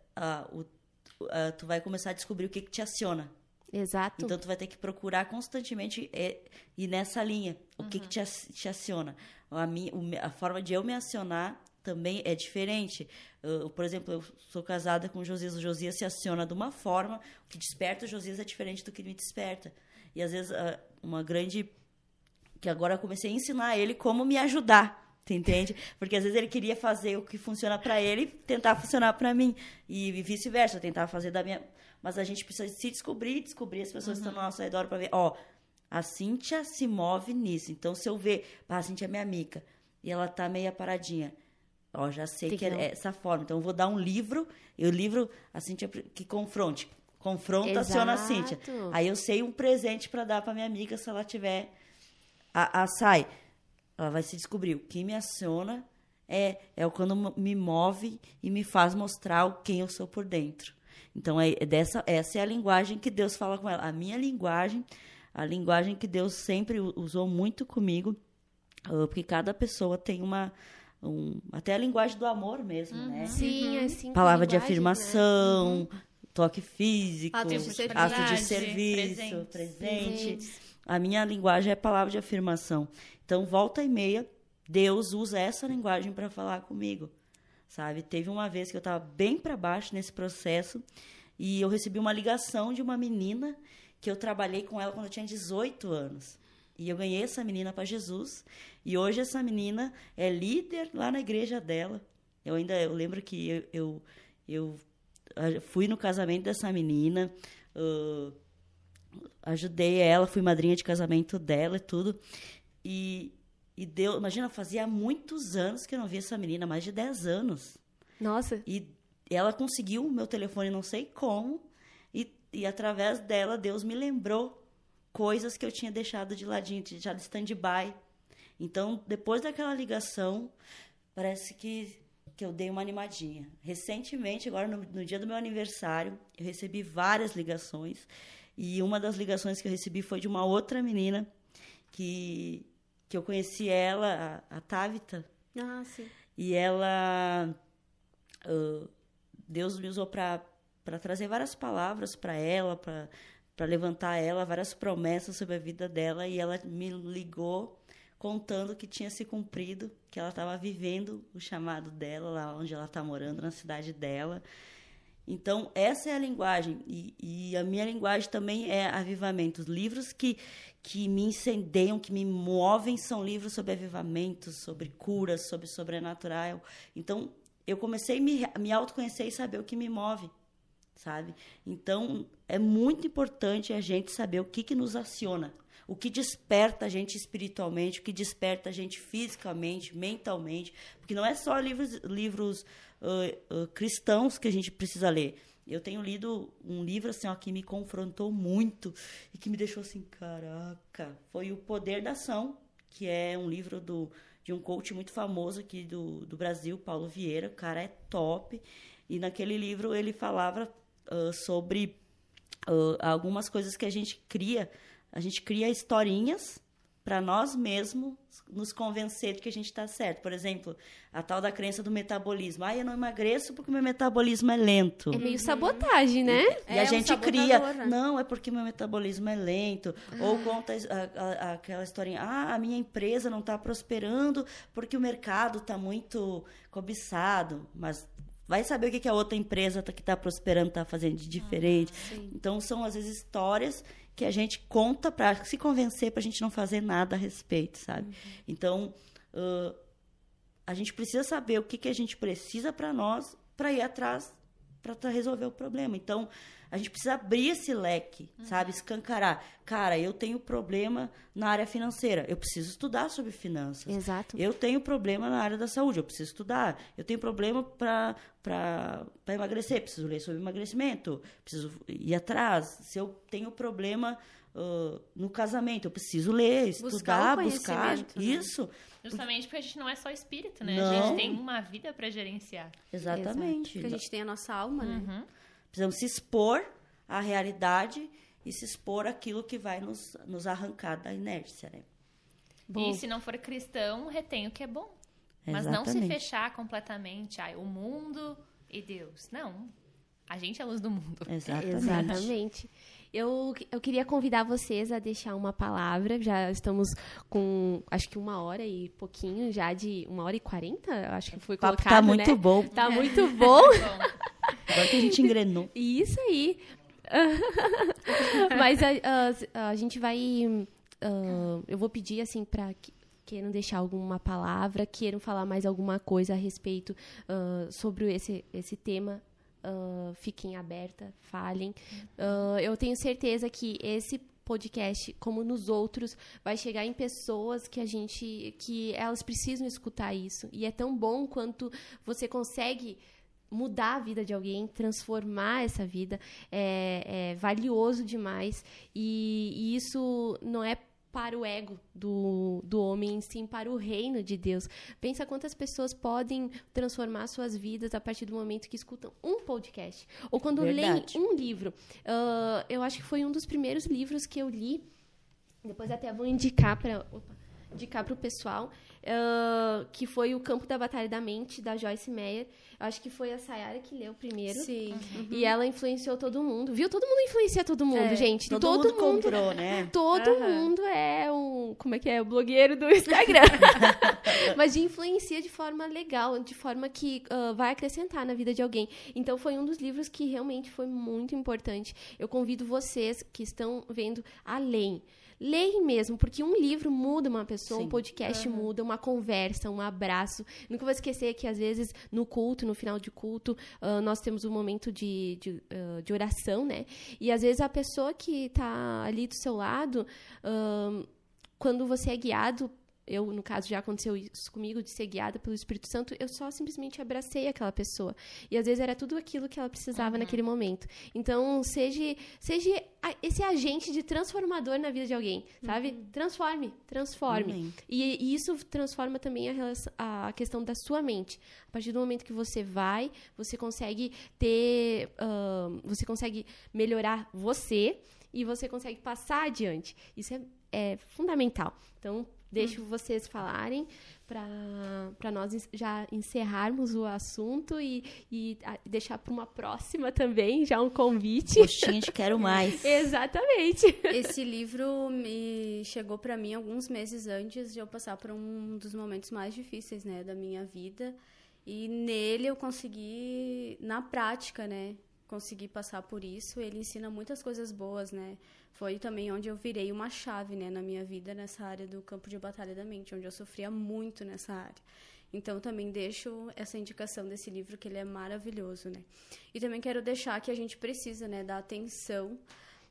vai começar a descobrir o que te aciona. Exato. Então, tu vai ter que procurar constantemente ir nessa linha. O que te aciona. A forma de eu me acionar também é diferente. Por exemplo, eu sou casada com o Josias. O Josias se aciona de uma forma. O que desperta o Josias é diferente do que me desperta. E, às vezes, uma grande... Que agora eu comecei a ensinar ele como me ajudar, tu entende? Porque, às vezes, ele queria fazer o que funciona pra ele e tentar funcionar pra mim. E vice-versa, eu tentava fazer da minha... Mas a gente precisa se descobrir as pessoas que estão ao nosso redor pra ver. A Cíntia se move nisso. Então, se eu ver... a Cíntia é minha amiga. E ela tá meio paradinha. Já sei que é essa forma. Então, eu vou dar um livro. E o livro, a Cíntia que confronta, aciona a Cíntia. Aí eu sei um presente para dar para minha amiga se ela tiver sai. Ela vai se descobrir. O que me aciona é quando me move e me faz mostrar quem eu sou por dentro. Então, essa é a linguagem que Deus fala com ela. A minha linguagem, a linguagem que Deus sempre usou muito comigo, porque cada pessoa tem até a linguagem do amor mesmo, né? Sim, assim. Palavra de afirmação, né? Toque físico, ato de serviço, presente. A minha linguagem é palavra de afirmação. Então, volta e meia, Deus usa essa linguagem para falar comigo, sabe? Teve uma vez que eu estava bem para baixo nesse processo e eu recebi uma ligação de uma menina que eu trabalhei com ela quando eu tinha 18 anos. E eu ganhei essa menina para Jesus. E hoje essa menina é líder lá na igreja dela. Eu lembro que eu fui no casamento dessa menina, ajudei ela, fui madrinha de casamento dela e tudo. E Deus, imagina, fazia muitos anos que eu não via essa menina, mais de 10 anos. Nossa. E ela conseguiu o meu telefone, não sei como, e através dela, Deus me lembrou coisas que eu tinha deixado de ladinho, deixado de stand-by. Então, depois daquela ligação, parece que eu dei uma animadinha. Recentemente, agora no dia do meu aniversário, eu recebi várias ligações. E uma das ligações que eu recebi foi de uma outra menina que eu conheci ela, a Távita. Ah, sim. E ela... Deus me usou para trazer várias palavras para ela, para levantar ela, várias promessas sobre a vida dela. E ela me ligou contando que tinha se cumprido, que ela estava vivendo o chamado dela, lá onde ela está morando, na cidade dela. Então, essa é a linguagem. E a minha linguagem também é avivamento. Os livros que me incendeiam, que me movem, são livros sobre avivamento, sobre curas, sobre sobrenatural. Então, eu comecei a me autoconhecer e saber o que me move, sabe? Então, é muito importante a gente saber o que nos aciona. o que desperta a gente espiritualmente, o que desperta a gente fisicamente, mentalmente, porque não é só livros cristãos que a gente precisa ler. Eu tenho lido um livro assim, ó, que me confrontou muito e que me deixou assim, caraca, foi O Poder da Ação, que é um livro de um coach muito famoso aqui do Brasil, Paulo Vieira. O cara é top. E naquele livro ele falava sobre algumas coisas que a gente cria. A gente cria historinhas para nós mesmos nos convencer de que a gente está certo. Por exemplo, a tal da crença do metabolismo. Eu não emagreço porque o meu metabolismo é lento. É meio sabotagem, né? E a gente cria, não, é porque meu metabolismo é lento. Ou conta aquela historinha, a minha empresa não está prosperando porque o mercado está muito cobiçado. Mas vai saber o que a outra empresa que está prosperando está fazendo de diferente. Então, são, às vezes, histórias que a gente conta para se convencer, para a gente não fazer nada a respeito, sabe? Então, a gente precisa saber o que a gente precisa para nós, para ir atrás, para resolver o problema. Então, a gente precisa abrir esse leque, sabe? Escancarar. Cara, eu tenho problema na área financeira, eu preciso estudar sobre finanças. Exato. Eu tenho problema na área da saúde, eu preciso estudar. Eu tenho problema para emagrecer, preciso ler sobre emagrecimento, preciso ir atrás. Se eu tenho problema no casamento, eu preciso ler, estudar, buscar. Né? Isso. Justamente porque a gente não é só espírito, né? Não. A gente tem uma vida para gerenciar. Exatamente. Porque a gente tem a nossa alma, né? Precisamos se expor à realidade e se expor àquilo que vai nos arrancar da inércia, né? Bom. E se não for cristão, retém o que é bom. Mas não se fechar completamente. O mundo e Deus. Não. A gente é a luz do mundo. Exatamente. Eu queria convidar vocês a deixar uma palavra. Já estamos com, acho que 1 hora e pouquinho, já de 1h40, acho que foi colocado, tá muito né? bom. Tá muito bom. Agora que a gente engrenou. Isso aí. Mas a gente vai... eu vou pedir, assim, para... Queiram deixar alguma palavra, queiram falar mais alguma coisa a respeito sobre esse tema, fiquem aberta, falem. Eu tenho certeza que esse podcast, como nos outros, vai chegar em pessoas que elas precisam escutar isso. E é tão bom quanto você consegue mudar a vida de alguém, transformar essa vida. É valioso demais. E isso não é para o ego do homem, sim para o reino de Deus. Pensa quantas pessoas podem transformar suas vidas a partir do momento que escutam um podcast. Ou quando leem um livro. Eu acho que foi um dos primeiros livros que eu li. Depois até vou indicar para o pessoal. Que foi O Campo da Batalha da Mente, da Joyce Meyer. Eu acho que foi a Sayara que leu primeiro. Sim. E ela influenciou todo mundo. Viu? Todo mundo influencia todo mundo, gente. Todo mundo comprou, né? Todo mundo é como é que é? O blogueiro do Instagram. Mas influencia de forma legal, de forma que vai acrescentar na vida de alguém. Então, foi um dos livros que realmente foi muito importante. Eu convido vocês que estão vendo além. Leem mesmo, porque um livro muda uma pessoa, um podcast muda, uma conversa, um abraço. Nunca vou esquecer que, às vezes, no culto, no final de culto, nós temos um momento de oração, né? E, às vezes, a pessoa que está ali do seu lado, quando você é guiado... no caso, já aconteceu isso comigo, de ser guiada pelo Espírito Santo, eu só simplesmente abracei aquela pessoa. E, às vezes, era tudo aquilo que ela precisava naquele momento. Então, seja esse agente de transformador na vida de alguém, sabe? Transforme. E isso transforma também a questão da sua mente. A partir do momento que você vai, você consegue você consegue melhorar você e você consegue passar adiante. Isso é fundamental. Então, deixo vocês falarem para nós já encerrarmos o assunto e deixar para uma próxima também, já um convite. Gostinho de quero mais. Exatamente. Esse livro chegou para mim alguns meses antes de eu passar por um dos momentos mais difíceis, né, da minha vida. E nele eu consegui, na prática, né, consegui passar por isso. Ele ensina muitas coisas boas, né? Foi também onde eu virei uma chave, né, na minha vida, nessa área do campo de batalha da mente, onde eu sofria muito nessa área. Então, também deixo essa indicação desse livro, que ele é maravilhoso, né? E também quero deixar que a gente precisa, né, dar atenção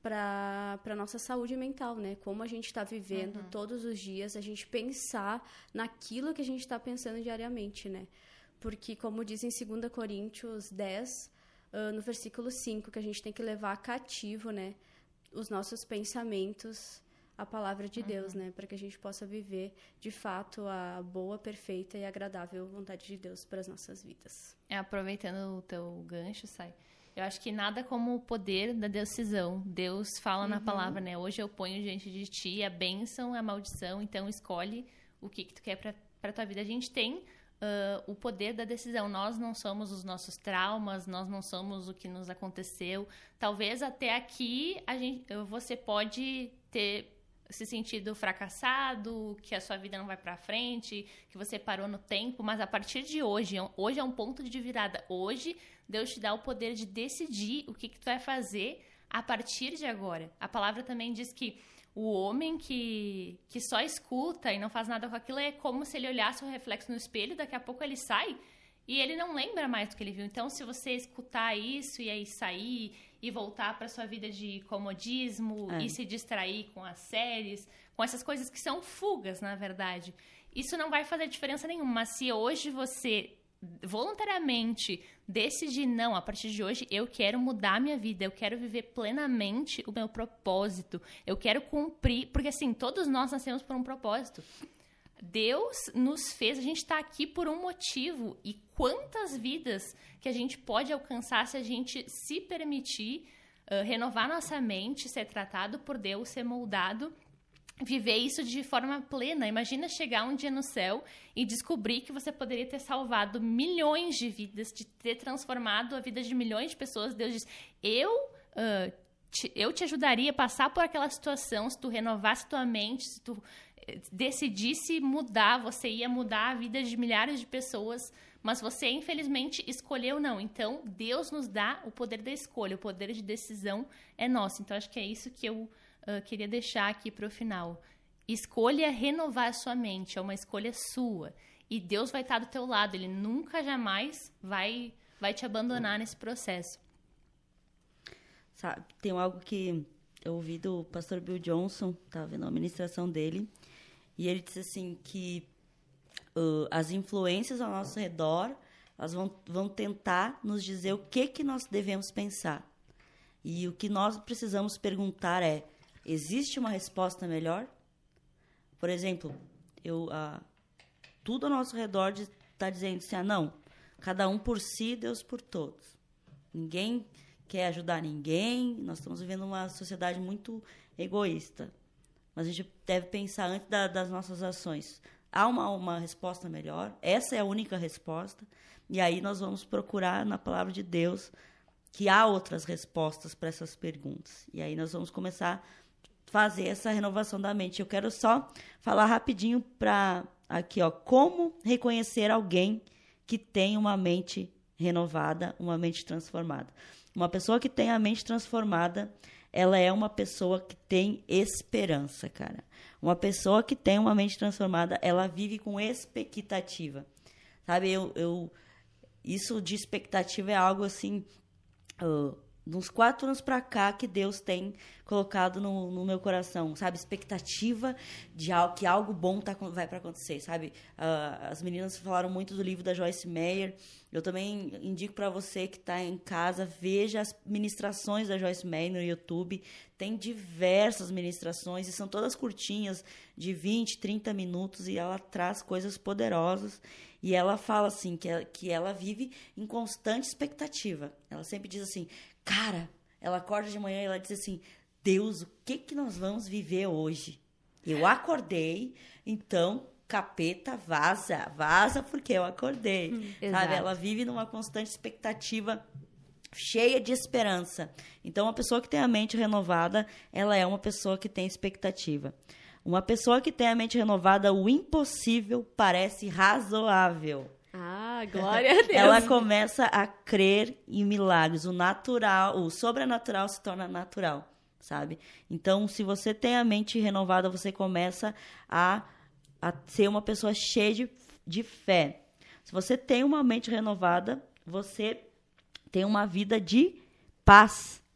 para a nossa saúde mental, né? Como a gente está vivendo todos os dias, a gente pensar naquilo que a gente está pensando diariamente, né? Porque, como diz em 2 Coríntios 10, no versículo 5, que a gente tem que levar cativo, né? Os nossos pensamentos à palavra de Deus, né? Para que a gente possa viver, de fato, a boa, perfeita e agradável vontade de Deus para as nossas vidas. Aproveitando o teu gancho, Sai, eu acho que nada como o poder da decisão. Deus fala na palavra, né? Hoje eu ponho diante de ti a bênção, a maldição, então escolhe o que tu quer para tua vida. A gente tem o poder da decisão. Nós não somos os nossos traumas, nós não somos o que nos aconteceu. Talvez até aqui você pode ter se sentido fracassado, que a sua vida não vai para frente, que você parou no tempo, mas a partir de hoje é um ponto de virada. Hoje, Deus te dá o poder de decidir o que tu vai fazer a partir de agora. A palavra também diz que o homem que só escuta e não faz nada com aquilo é como se ele olhasse o reflexo no espelho, daqui a pouco ele sai e ele não lembra mais do que ele viu. Então, se você escutar isso e aí sair e voltar para sua vida de comodismo e se distrair com as séries, com essas coisas que são fugas, na verdade, isso não vai fazer diferença nenhuma. Mas se hoje você voluntariamente decidir, não, a partir de hoje eu quero mudar a minha vida, eu quero viver plenamente o meu propósito, eu quero cumprir, porque assim, todos nós nascemos por um propósito. Deus nos fez, a gente está aqui por um motivo, e quantas vidas que a gente pode alcançar se a gente se permitir renovar nossa mente, ser tratado por Deus, ser moldado, viver isso de forma plena. Imagina chegar um dia no céu e descobrir que você poderia ter salvado milhões de vidas, de ter transformado a vida de milhões de pessoas. Deus diz, eu te ajudaria a passar por aquela situação se tu renovasse tua mente, se tu decidisse mudar, você ia mudar a vida de milhares de pessoas, mas você infelizmente escolheu não. Então Deus nos dá o poder da escolha, o poder de decisão é nosso. Então acho que é isso que eu queria deixar aqui para o final. Escolha renovar a sua mente, é uma escolha sua, e Deus vai estar do teu lado, Ele nunca, jamais vai te abandonar nesse processo. Sabe, tem algo que eu ouvi do pastor Bill Johnson, estava vendo a ministração dele, e ele disse assim que as influências ao nosso redor, elas vão tentar nos dizer o que nós devemos pensar. E o que nós precisamos perguntar é, existe uma resposta melhor? Por exemplo, tudo ao nosso redor está dizendo assim, não, cada um por si, Deus por todos. Ninguém quer ajudar ninguém, nós estamos vivendo uma sociedade muito egoísta. Mas a gente deve pensar antes das nossas ações. Há uma resposta melhor? Essa é a única resposta. E aí nós vamos procurar na palavra de Deus que há outras respostas para essas perguntas. E aí nós vamos começar a fazer essa renovação da mente. Eu quero só falar rapidinho para aqui, como reconhecer alguém que tem uma mente renovada, uma mente transformada. Uma pessoa que tem a mente transformada, ela é uma pessoa que tem esperança, cara. Uma pessoa que tem uma mente transformada, ela vive com expectativa. Sabe, isso de expectativa é algo assim, uns 4 anos para cá que Deus tem colocado no meu coração, sabe? Expectativa de que algo bom vai para acontecer, sabe? As meninas falaram muito do livro da Joyce Meyer. Eu também indico para você que está em casa, veja as ministrações da Joyce Meyer no YouTube. Tem diversas ministrações e são todas curtinhas, de 20, 30 minutos, e ela traz coisas poderosas. E ela fala assim, que ela vive em constante expectativa. Ela sempre diz assim, cara, ela acorda de manhã e ela diz assim, Deus, o que nós vamos viver hoje? Eu acordei, então, capeta, vaza porque eu acordei. Sabe? Ela vive numa constante expectativa, cheia de esperança. Então, uma pessoa que tem a mente renovada, ela é uma pessoa que tem expectativa. Uma pessoa que tem a mente renovada, o impossível parece razoável. Ah, glória a Deus. Ela começa a crer em milagres. O sobrenatural se torna natural, sabe? Então, se você tem a mente renovada, você começa a ser uma pessoa cheia de fé. Se você tem uma mente renovada, você tem uma vida de paz.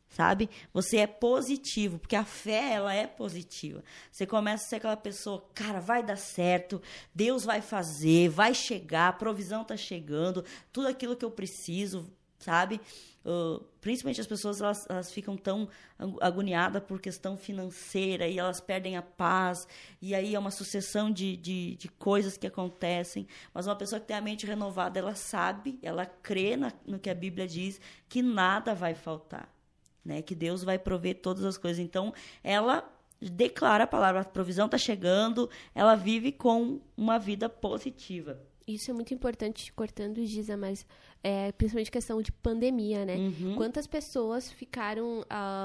sabe? Você é positivo, porque a fé, ela é positiva. Você começa a ser aquela pessoa, cara, vai dar certo, Deus vai fazer, vai chegar, a provisão tá chegando, tudo aquilo que eu preciso, sabe? Principalmente as pessoas, elas ficam tão agoniadas por questão financeira e elas perdem a paz, e aí é uma sucessão de coisas que acontecem. Mas uma pessoa que tem a mente renovada, ela sabe, ela crê no que a Bíblia diz, que nada vai faltar, né? Que Deus vai prover todas as coisas. Então, ela declara a palavra, a provisão está chegando, ela vive com uma vida positiva. Isso é muito importante, cortando, Giza, mas principalmente questão de pandemia, né? Uhum. Quantas pessoas ficaram,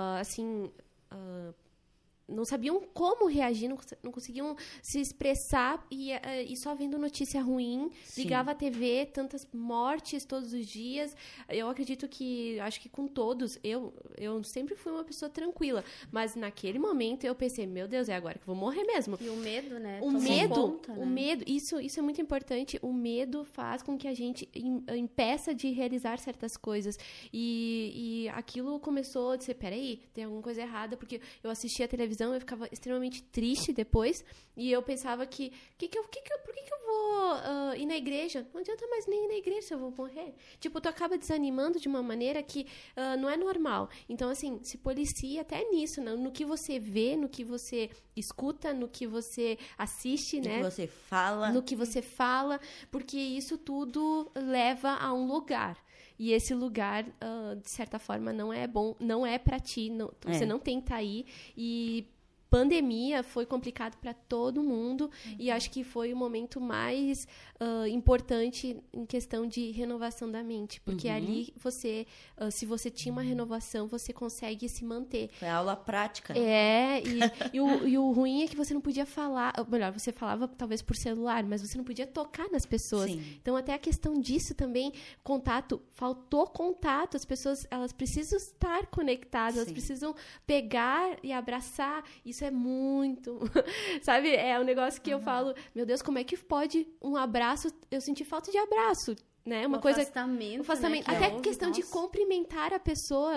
não sabiam como reagir, não conseguiam se expressar e só vendo notícia ruim, Sim. ligava a TV, tantas mortes todos os dias. Eu acredito que, acho que com todos, eu sempre fui uma pessoa tranquila, mas naquele momento eu pensei, meu Deus, é agora que eu vou morrer mesmo. E o medo, né? O medo, isso é muito importante. O medo faz com que a gente impeça de realizar certas coisas. E aquilo começou a dizer, peraí, tem alguma coisa errada, porque eu assistia a televisão, eu ficava extremamente triste depois, e eu pensava por que eu vou ir na igreja? Não adianta mais nem ir na igreja se eu vou morrer. Tipo, tu acaba desanimando de uma maneira que não é normal. Então, assim, se policia até nisso, né? No que você vê, no que você escuta, no que você assiste, né? No que você fala. No que você fala, porque isso tudo leva a um lugar. E esse lugar, de certa forma, não é bom, não é pra ti, você não tem que estar aí. E pandemia foi complicado para todo mundo, e acho que foi o momento mais importante em questão de renovação da mente, porque ali você, se você tinha uma renovação, você consegue se manter. Foi aula prática. E o ruim é que você não podia falar, ou melhor, você falava talvez por celular, mas você não podia tocar nas pessoas. Sim. Então até a questão disso também, faltou contato, as pessoas, elas precisam estar conectadas, elas precisam pegar e abraçar. Isso é muito, sabe, é um negócio que eu falo, meu Deus, como é que pode um abraço, eu senti falta de abraço, né, uma coisa, afastamento, né, que até houve, questão de cumprimentar a pessoa,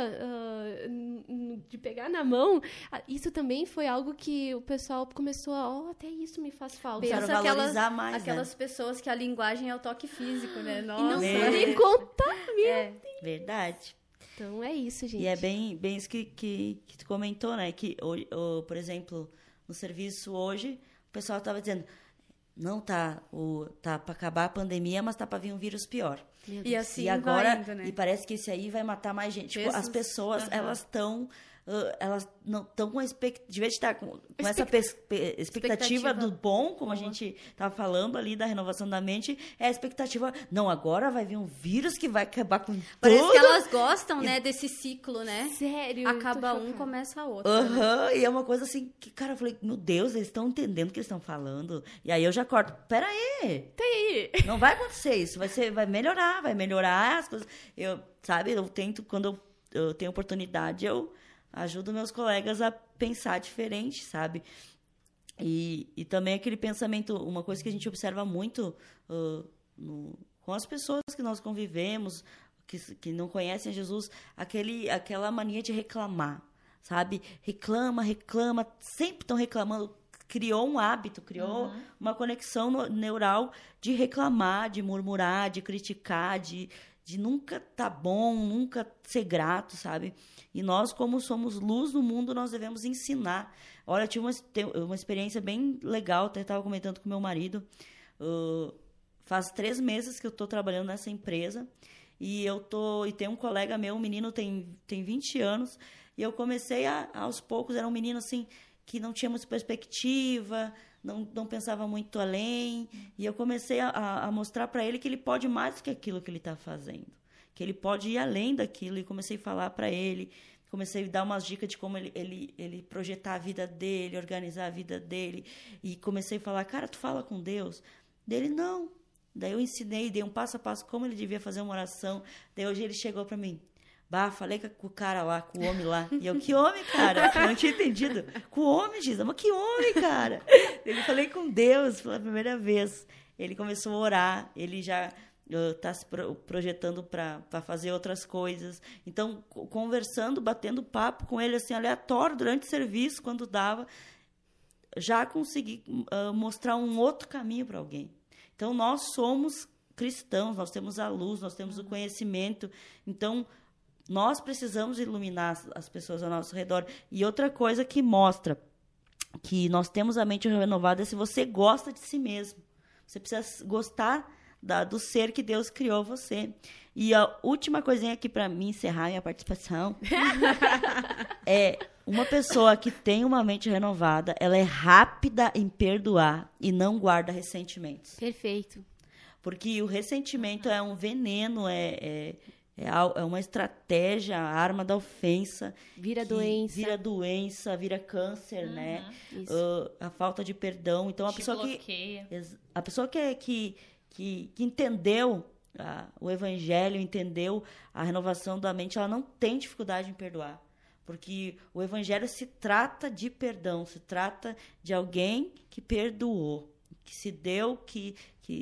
de pegar na mão, isso também foi algo que o pessoal começou até isso me faz falta. Pensa valorizar mais, aquelas pessoas que a linguagem é o toque físico, né? Nossa. E não podem contar, Verdade. Então é isso, gente. E é bem isso que tu comentou, né? Que, por exemplo, no serviço hoje, o pessoal estava dizendo, não tá para acabar a pandemia, mas tá para vir um vírus pior. E assim e agora, vai indo, né? E parece que esse aí vai matar mais gente. Tipo, as pessoas, elas não estão com de vez de estar com essa expectativa do bom, como a gente estava falando ali da renovação da mente, é a expectativa, não, agora vai vir um vírus que vai acabar com Parece tudo. que elas gostam, né, desse ciclo, né? Sério? Acaba um, começa a outra. Né? E é uma coisa assim, que, cara, eu falei, meu Deus, eles estão entendendo o que eles estão falando. E aí eu já corto, peraí. Não vai acontecer isso, vai melhorar as coisas. Eu tento, quando eu tenho oportunidade, eu ajudo meus colegas a pensar diferente, sabe? E também aquele pensamento, uma coisa que a gente observa muito com as pessoas que nós convivemos, que não conhecem Jesus, aquela mania de reclamar, sabe? Reclama, sempre estão reclamando. Criou um hábito, criou uma conexão neural de reclamar, de murmurar, de criticar, de nunca tá bom, nunca ser grato, sabe? E nós, como somos luz no mundo, nós devemos ensinar. Olha, eu tive uma experiência bem legal, até estava comentando com meu marido. Faz 3 meses que eu estou trabalhando nessa empresa e tem um colega meu, um menino tem 20 anos, e eu comecei aos poucos, era um menino assim que não tinha muita perspectiva, não pensava muito além, e eu comecei a mostrar para ele que ele pode mais do que aquilo que ele está fazendo, que ele pode ir além daquilo, e comecei a falar para ele, comecei a dar umas dicas de como ele projetar a vida dele, organizar a vida dele, e comecei a falar, cara, tu fala com Deus? Dele, não. Daí eu ensinei, dei um passo a passo como ele devia fazer uma oração, daí hoje ele chegou para mim, falei com o cara lá, com o homem lá. E eu, que homem, cara? Eu não tinha entendido. Com o homem, Giza, mas que homem, cara? Ele falei com Deus pela primeira vez. Ele começou a orar, ele já está se projetando para fazer outras coisas. Então, conversando, batendo papo com ele, assim, aleatório, durante o serviço, quando dava, já consegui mostrar um outro caminho para alguém. Então, nós somos cristãos, nós temos a luz, nós temos o conhecimento. Então, nós precisamos iluminar as pessoas ao nosso redor. E outra coisa que mostra que nós temos a mente renovada é se você gosta de si mesmo. Você precisa gostar do ser que Deus criou você. E a última coisinha aqui para mim encerrar minha participação é uma pessoa que tem uma mente renovada, ela é rápida em perdoar e não guarda ressentimentos. Perfeito. Porque o ressentimento é um veneno, é uma estratégia, a arma da ofensa. Vira doença. Vira doença, vira câncer, né? A falta de perdão. Então, a pessoa que entendeu o evangelho, entendeu a renovação da mente, ela não tem dificuldade em perdoar. Porque o evangelho se trata de perdão, se trata de alguém que perdoou, que se deu, que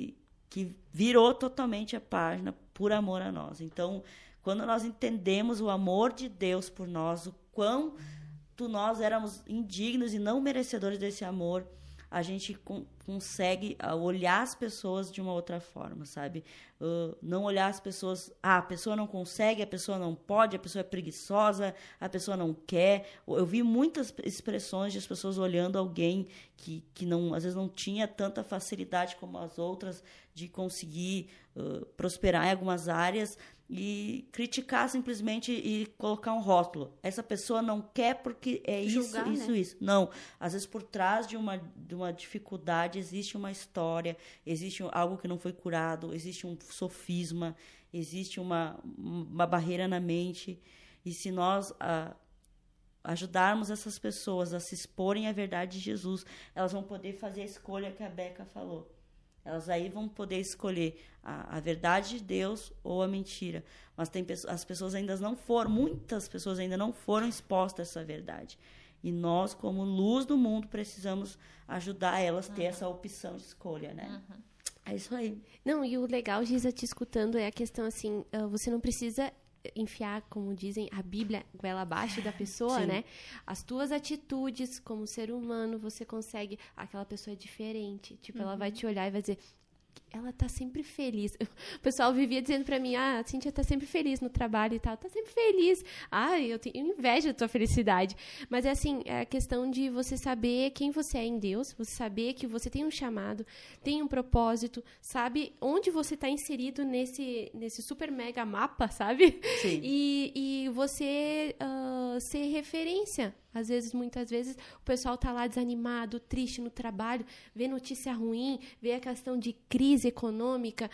virou totalmente a página por amor a nós. Então, quando nós entendemos o amor de Deus por nós, o quanto nós éramos indignos e não merecedores desse amor, a gente consegue olhar as pessoas de uma outra forma, sabe? Não olhar as pessoas... a pessoa não consegue, a pessoa não pode, a pessoa é preguiçosa, a pessoa não quer. Eu vi muitas expressões de as pessoas olhando alguém que não, às vezes não tinha tanta facilidade como as outras de conseguir prosperar em algumas áreas e criticar simplesmente e colocar um rótulo. Essa pessoa não quer porque é julgar, isso. Não. Às vezes, por trás de uma dificuldade, existe uma história, existe algo que não foi curado, existe um sofisma, existe uma barreira na mente. E se nós ajudarmos essas pessoas a se exporem à verdade de Jesus, elas vão poder fazer a escolha que a Beca falou. Elas aí vão poder escolher a verdade de Deus ou a mentira. Mas as pessoas ainda não foram, muitas pessoas ainda não foram expostas a essa verdade. E nós, como luz do mundo, precisamos ajudar elas a ter essa opção de escolha, né? É isso aí. Não, e o legal, Giza, te escutando, é a questão assim, você não precisa enfiar, como dizem, a Bíblia goela abaixo da pessoa, Sim. né? As tuas atitudes como ser humano, você consegue... Aquela pessoa é diferente. Tipo, ela vai te olhar e vai dizer... Ela tá sempre feliz. O pessoal vivia dizendo pra mim, a Cíntia tá sempre feliz no trabalho e tal. Tá sempre feliz. Eu tenho inveja da tua felicidade. Mas é assim, é a questão de você saber quem você é em Deus, você saber que você tem um chamado, tem um propósito, sabe onde você tá inserido nesse super mega mapa, sabe? Sim. E você ser referência. Às vezes, muitas vezes, o pessoal tá lá desanimado, triste no trabalho, vê notícia ruim, vê a questão de crise econômica,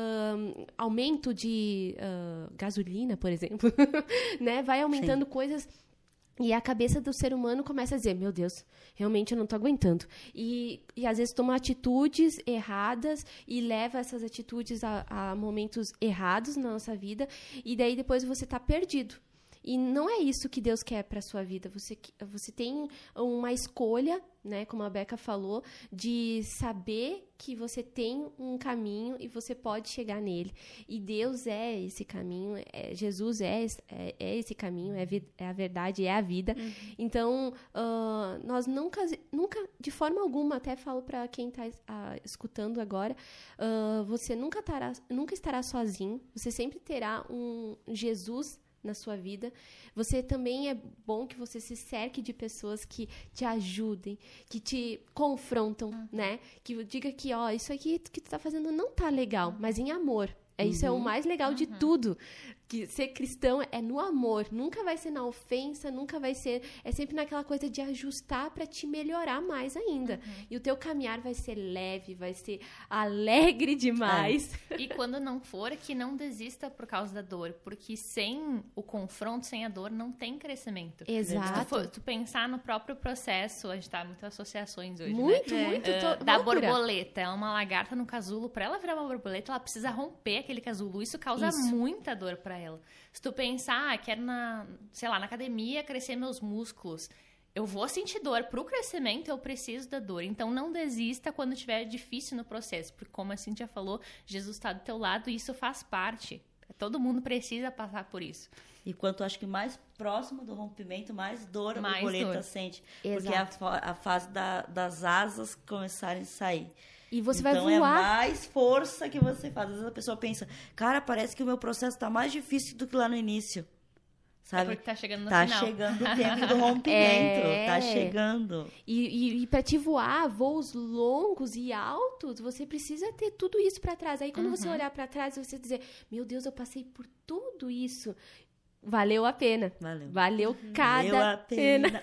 aumento de gasolina, por exemplo, né? Vai aumentando Sim. coisas e a cabeça do ser humano começa a dizer, meu Deus, realmente eu não tô aguentando. E às vezes toma atitudes erradas e leva essas atitudes a momentos errados na nossa vida e daí depois você tá perdido. E não é isso que Deus quer para a sua vida. Você tem uma escolha, né, como a Beca falou, de saber que você tem um caminho e você pode chegar nele. E Deus é esse caminho, Jesus é esse caminho, é a verdade, é a vida. Então, nós nunca, de forma alguma, até falo para quem está escutando agora, você nunca estará sozinho, você sempre terá um Jesus na sua vida. Você também é bom que você se cerque de pessoas que te ajudem, que te confrontam, né? Que diga que, isso aqui que tu tá fazendo não tá legal, mas em amor. Isso é o mais legal de tudo. Que ser cristão é no amor. Nunca vai ser na ofensa, nunca vai ser... É sempre naquela coisa de ajustar para te melhorar mais ainda. E o teu caminhar vai ser leve, vai ser alegre demais. E quando não for, que não desista por causa da dor. Porque sem o confronto, sem a dor, não tem crescimento. Exato. Se tu pensar no próprio processo, a gente tá muitas associações hoje, muito, né? Muito. Da borboleta. É uma lagarta no casulo. Para ela virar uma borboleta, ela precisa romper aquele casulo. Isso causa muita dor para ela. Se tu pensar, quero na academia crescer meus músculos, eu vou sentir dor. Pro crescimento, eu preciso da dor. Então, não desista quando estiver difícil no processo. Porque, como a Cíntia falou, Jesus está do teu lado e isso faz parte. Todo mundo precisa passar por isso. E quanto acho que mais próximo do rompimento, mais dor a Mais borboleta dor. sente. Exato. Porque é a fase das asas começarem a sair. E você então vai voar. é mais força que você faz. Às vezes a pessoa pensa, cara, parece que o meu processo está mais difícil do que lá no início. Sabe? É porque tá chegando no tá final. chegando o tempo do rompimento. É. Tá chegando. E para te voar voos longos e altos, você precisa ter tudo isso para trás. Aí quando você olhar para trás, você dizer, meu Deus, eu passei por tudo isso. Valeu a pena. Valeu cada Valeu a pena.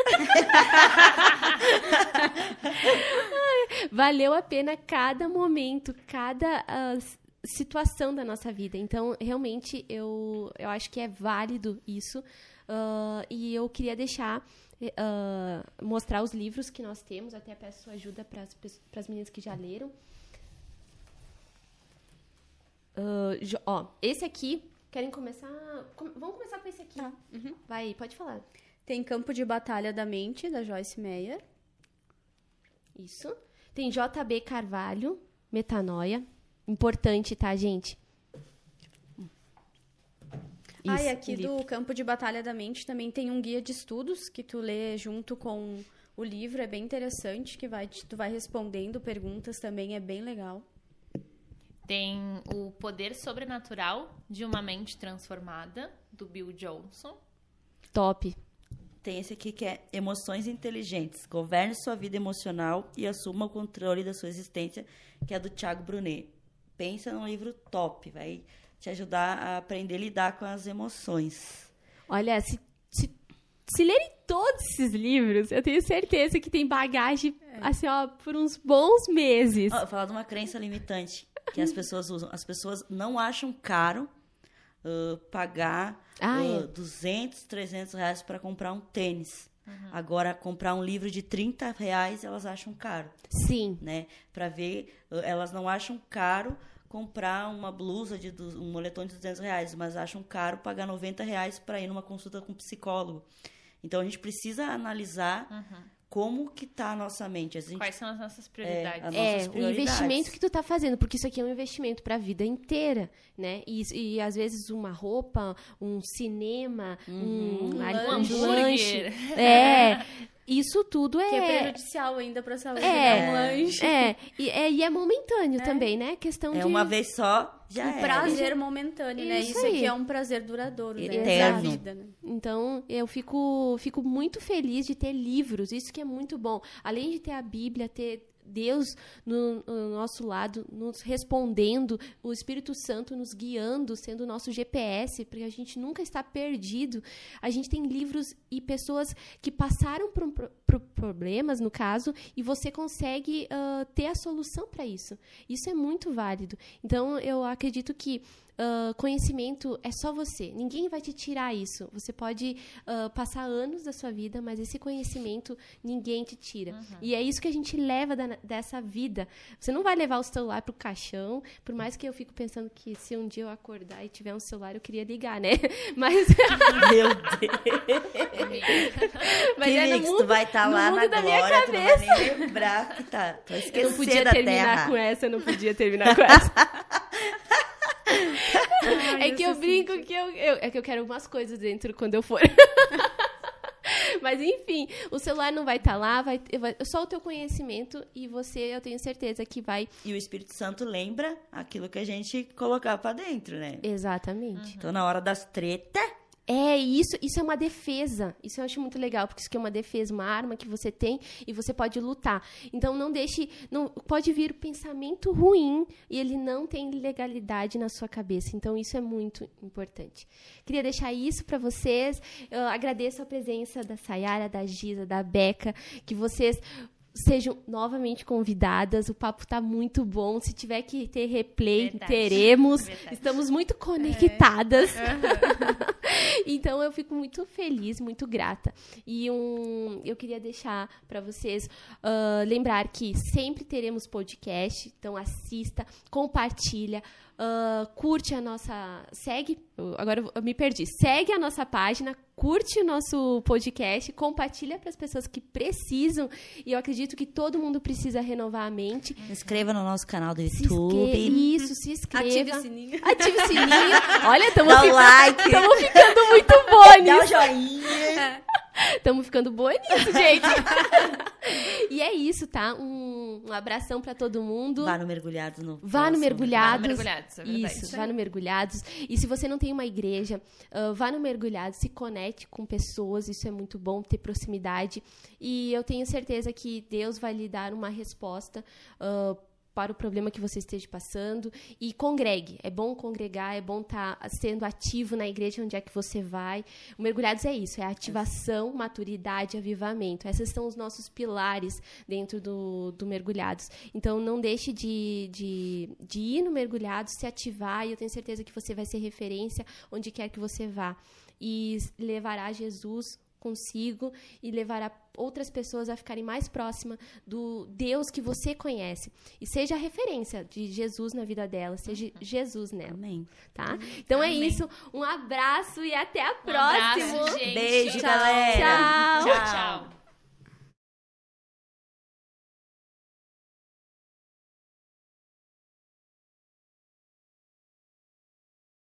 Valeu a pena cada momento, cada situação da nossa vida. Então, realmente, eu acho que é válido isso. E eu queria mostrar os livros que nós temos. Até peço sua ajuda para as meninas que já leram. Esse aqui, querem começar? Vamos começar com esse aqui. Tá. Uhum. Vai, pode falar. Tem Campo de Batalha da Mente, da Joyce Meyer. Isso. Tem J.B. Carvalho, Metanoia. Importante, tá, gente? E aqui do Campo de Batalha da Mente também tem um guia de estudos que tu lê junto com o livro. É bem interessante, que tu vai respondendo perguntas também, é bem legal. Tem o Poder Sobrenatural de uma Mente Transformada, do Bill Johnson. Top. Tem esse aqui que é Emoções Inteligentes. Governe sua vida emocional e assuma o controle da sua existência, que é do Thiago Brunet. Pensa num livro top, vai te ajudar a aprender a lidar com as emoções. Olha, se lerem todos esses livros, eu tenho certeza que tem bagagem, assim, ó, por uns bons meses. Vou falar de uma crença limitante que as pessoas usam. As pessoas não acham caro pagar 200, 300 reais para comprar um tênis. Agora, comprar um livro de 30 reais, elas acham caro. Sim. Né? Para ver, elas não acham caro comprar uma blusa, um moletom de 200 reais, mas acham caro pagar 90 reais para ir numa consulta com um psicólogo. Então, a gente precisa analisar como que tá a nossa mente. Quais são as nossas prioridades? O investimento que tu tá fazendo, porque isso aqui é um investimento para a vida inteira, né? E às vezes uma roupa, um cinema, um lanche. Isso tudo Que é prejudicial ainda para a saúde. Um lanche. E é momentâneo também, né? Questão de... uma vez só, já é. Um prazer momentâneo, né? Isso aqui é um prazer duradouro, né? Da vida, né? Então, eu fico muito feliz de ter livros. Isso que é muito bom. Além de ter a Bíblia, ter Deus no nosso lado, nos respondendo, o Espírito Santo nos guiando, sendo o nosso GPS, porque a gente nunca está perdido. A gente tem livros e pessoas que passaram por problemas, no caso, e você consegue ter a solução para isso. Isso é muito válido. Então, eu acredito que conhecimento é só você. Ninguém vai te tirar isso. Você pode passar anos da sua vida, mas esse conhecimento ninguém te tira. E é isso que a gente leva dessa vida. Você não vai levar o celular pro caixão, por mais que eu fico pensando que se um dia eu acordar e tiver um celular, eu queria ligar, né? Mas... Meu Deus! Mas Félix, tu vai estar lá na glória, tu não vai nem lembrar que tá. Tu vai esquecer eu não podia da terminar terra. com essa, eu não podia terminar com essa. É que eu brinco que é que eu quero umas coisas dentro quando eu for. Mas, enfim, o celular não vai estar lá, vai só o teu conhecimento e eu tenho certeza que vai... E o Espírito Santo lembra aquilo que a gente colocar pra dentro, né? Exatamente. Então, na hora das tretas... Isso é uma defesa. Isso eu acho muito legal, porque isso aqui é uma defesa, uma arma que você tem e você pode lutar. Então, pode vir pensamento ruim e ele não tem legalidade na sua cabeça. Então, isso é muito importante. Queria deixar isso para vocês. Eu agradeço a presença da Sayara, da Giza, da Beca, que vocês... sejam novamente convidadas, o papo está muito bom, se tiver que ter replay, teremos, estamos muito conectadas, então eu fico muito feliz, muito grata, e eu queria deixar para vocês lembrar que sempre teremos podcast, então assista, compartilha, curte a nossa, segue, agora eu me perdi, segue a nossa página, curte o nosso podcast, compartilha para as pessoas que precisam, e eu acredito que todo mundo precisa renovar a mente. Se inscreva no nosso canal do YouTube. Se inscreva. Ative o sininho. Ative o sininho. Olha, estamos Dá o like. ficando muito boa nisso. Dá o joinha. Estamos ficando boa nisso, gente. E é isso, tá? Um abração pra todo mundo. Vá no Mergulhados. Vá no Mergulhados. Vá no Mergulhados, é verdade. Isso, vá no Mergulhados. E se você não tem uma igreja, vá no Mergulhados, se conecte com pessoas, isso é muito bom, ter proximidade. E eu tenho certeza que Deus vai lhe dar uma resposta para o problema que você esteja passando, e congregue. É bom congregar, é bom estar sendo ativo na igreja onde é que você vai. O Mergulhados é isso, é ativação, maturidade, avivamento. Esses são os nossos pilares dentro do Mergulhados. Então, não deixe de ir no Mergulhados, se ativar, e eu tenho certeza que você vai ser referência onde quer que você vá. E levará Jesus consigo e levará outras pessoas a ficarem mais próximas do Deus que você conhece. E seja a referência de Jesus na vida dela, seja Jesus nela. Amém. Tá? Então Amém. é isso. Um abraço e até a Um próxima. abraço, gente. Beijo, Tchau. galera. Tchau. Tchau.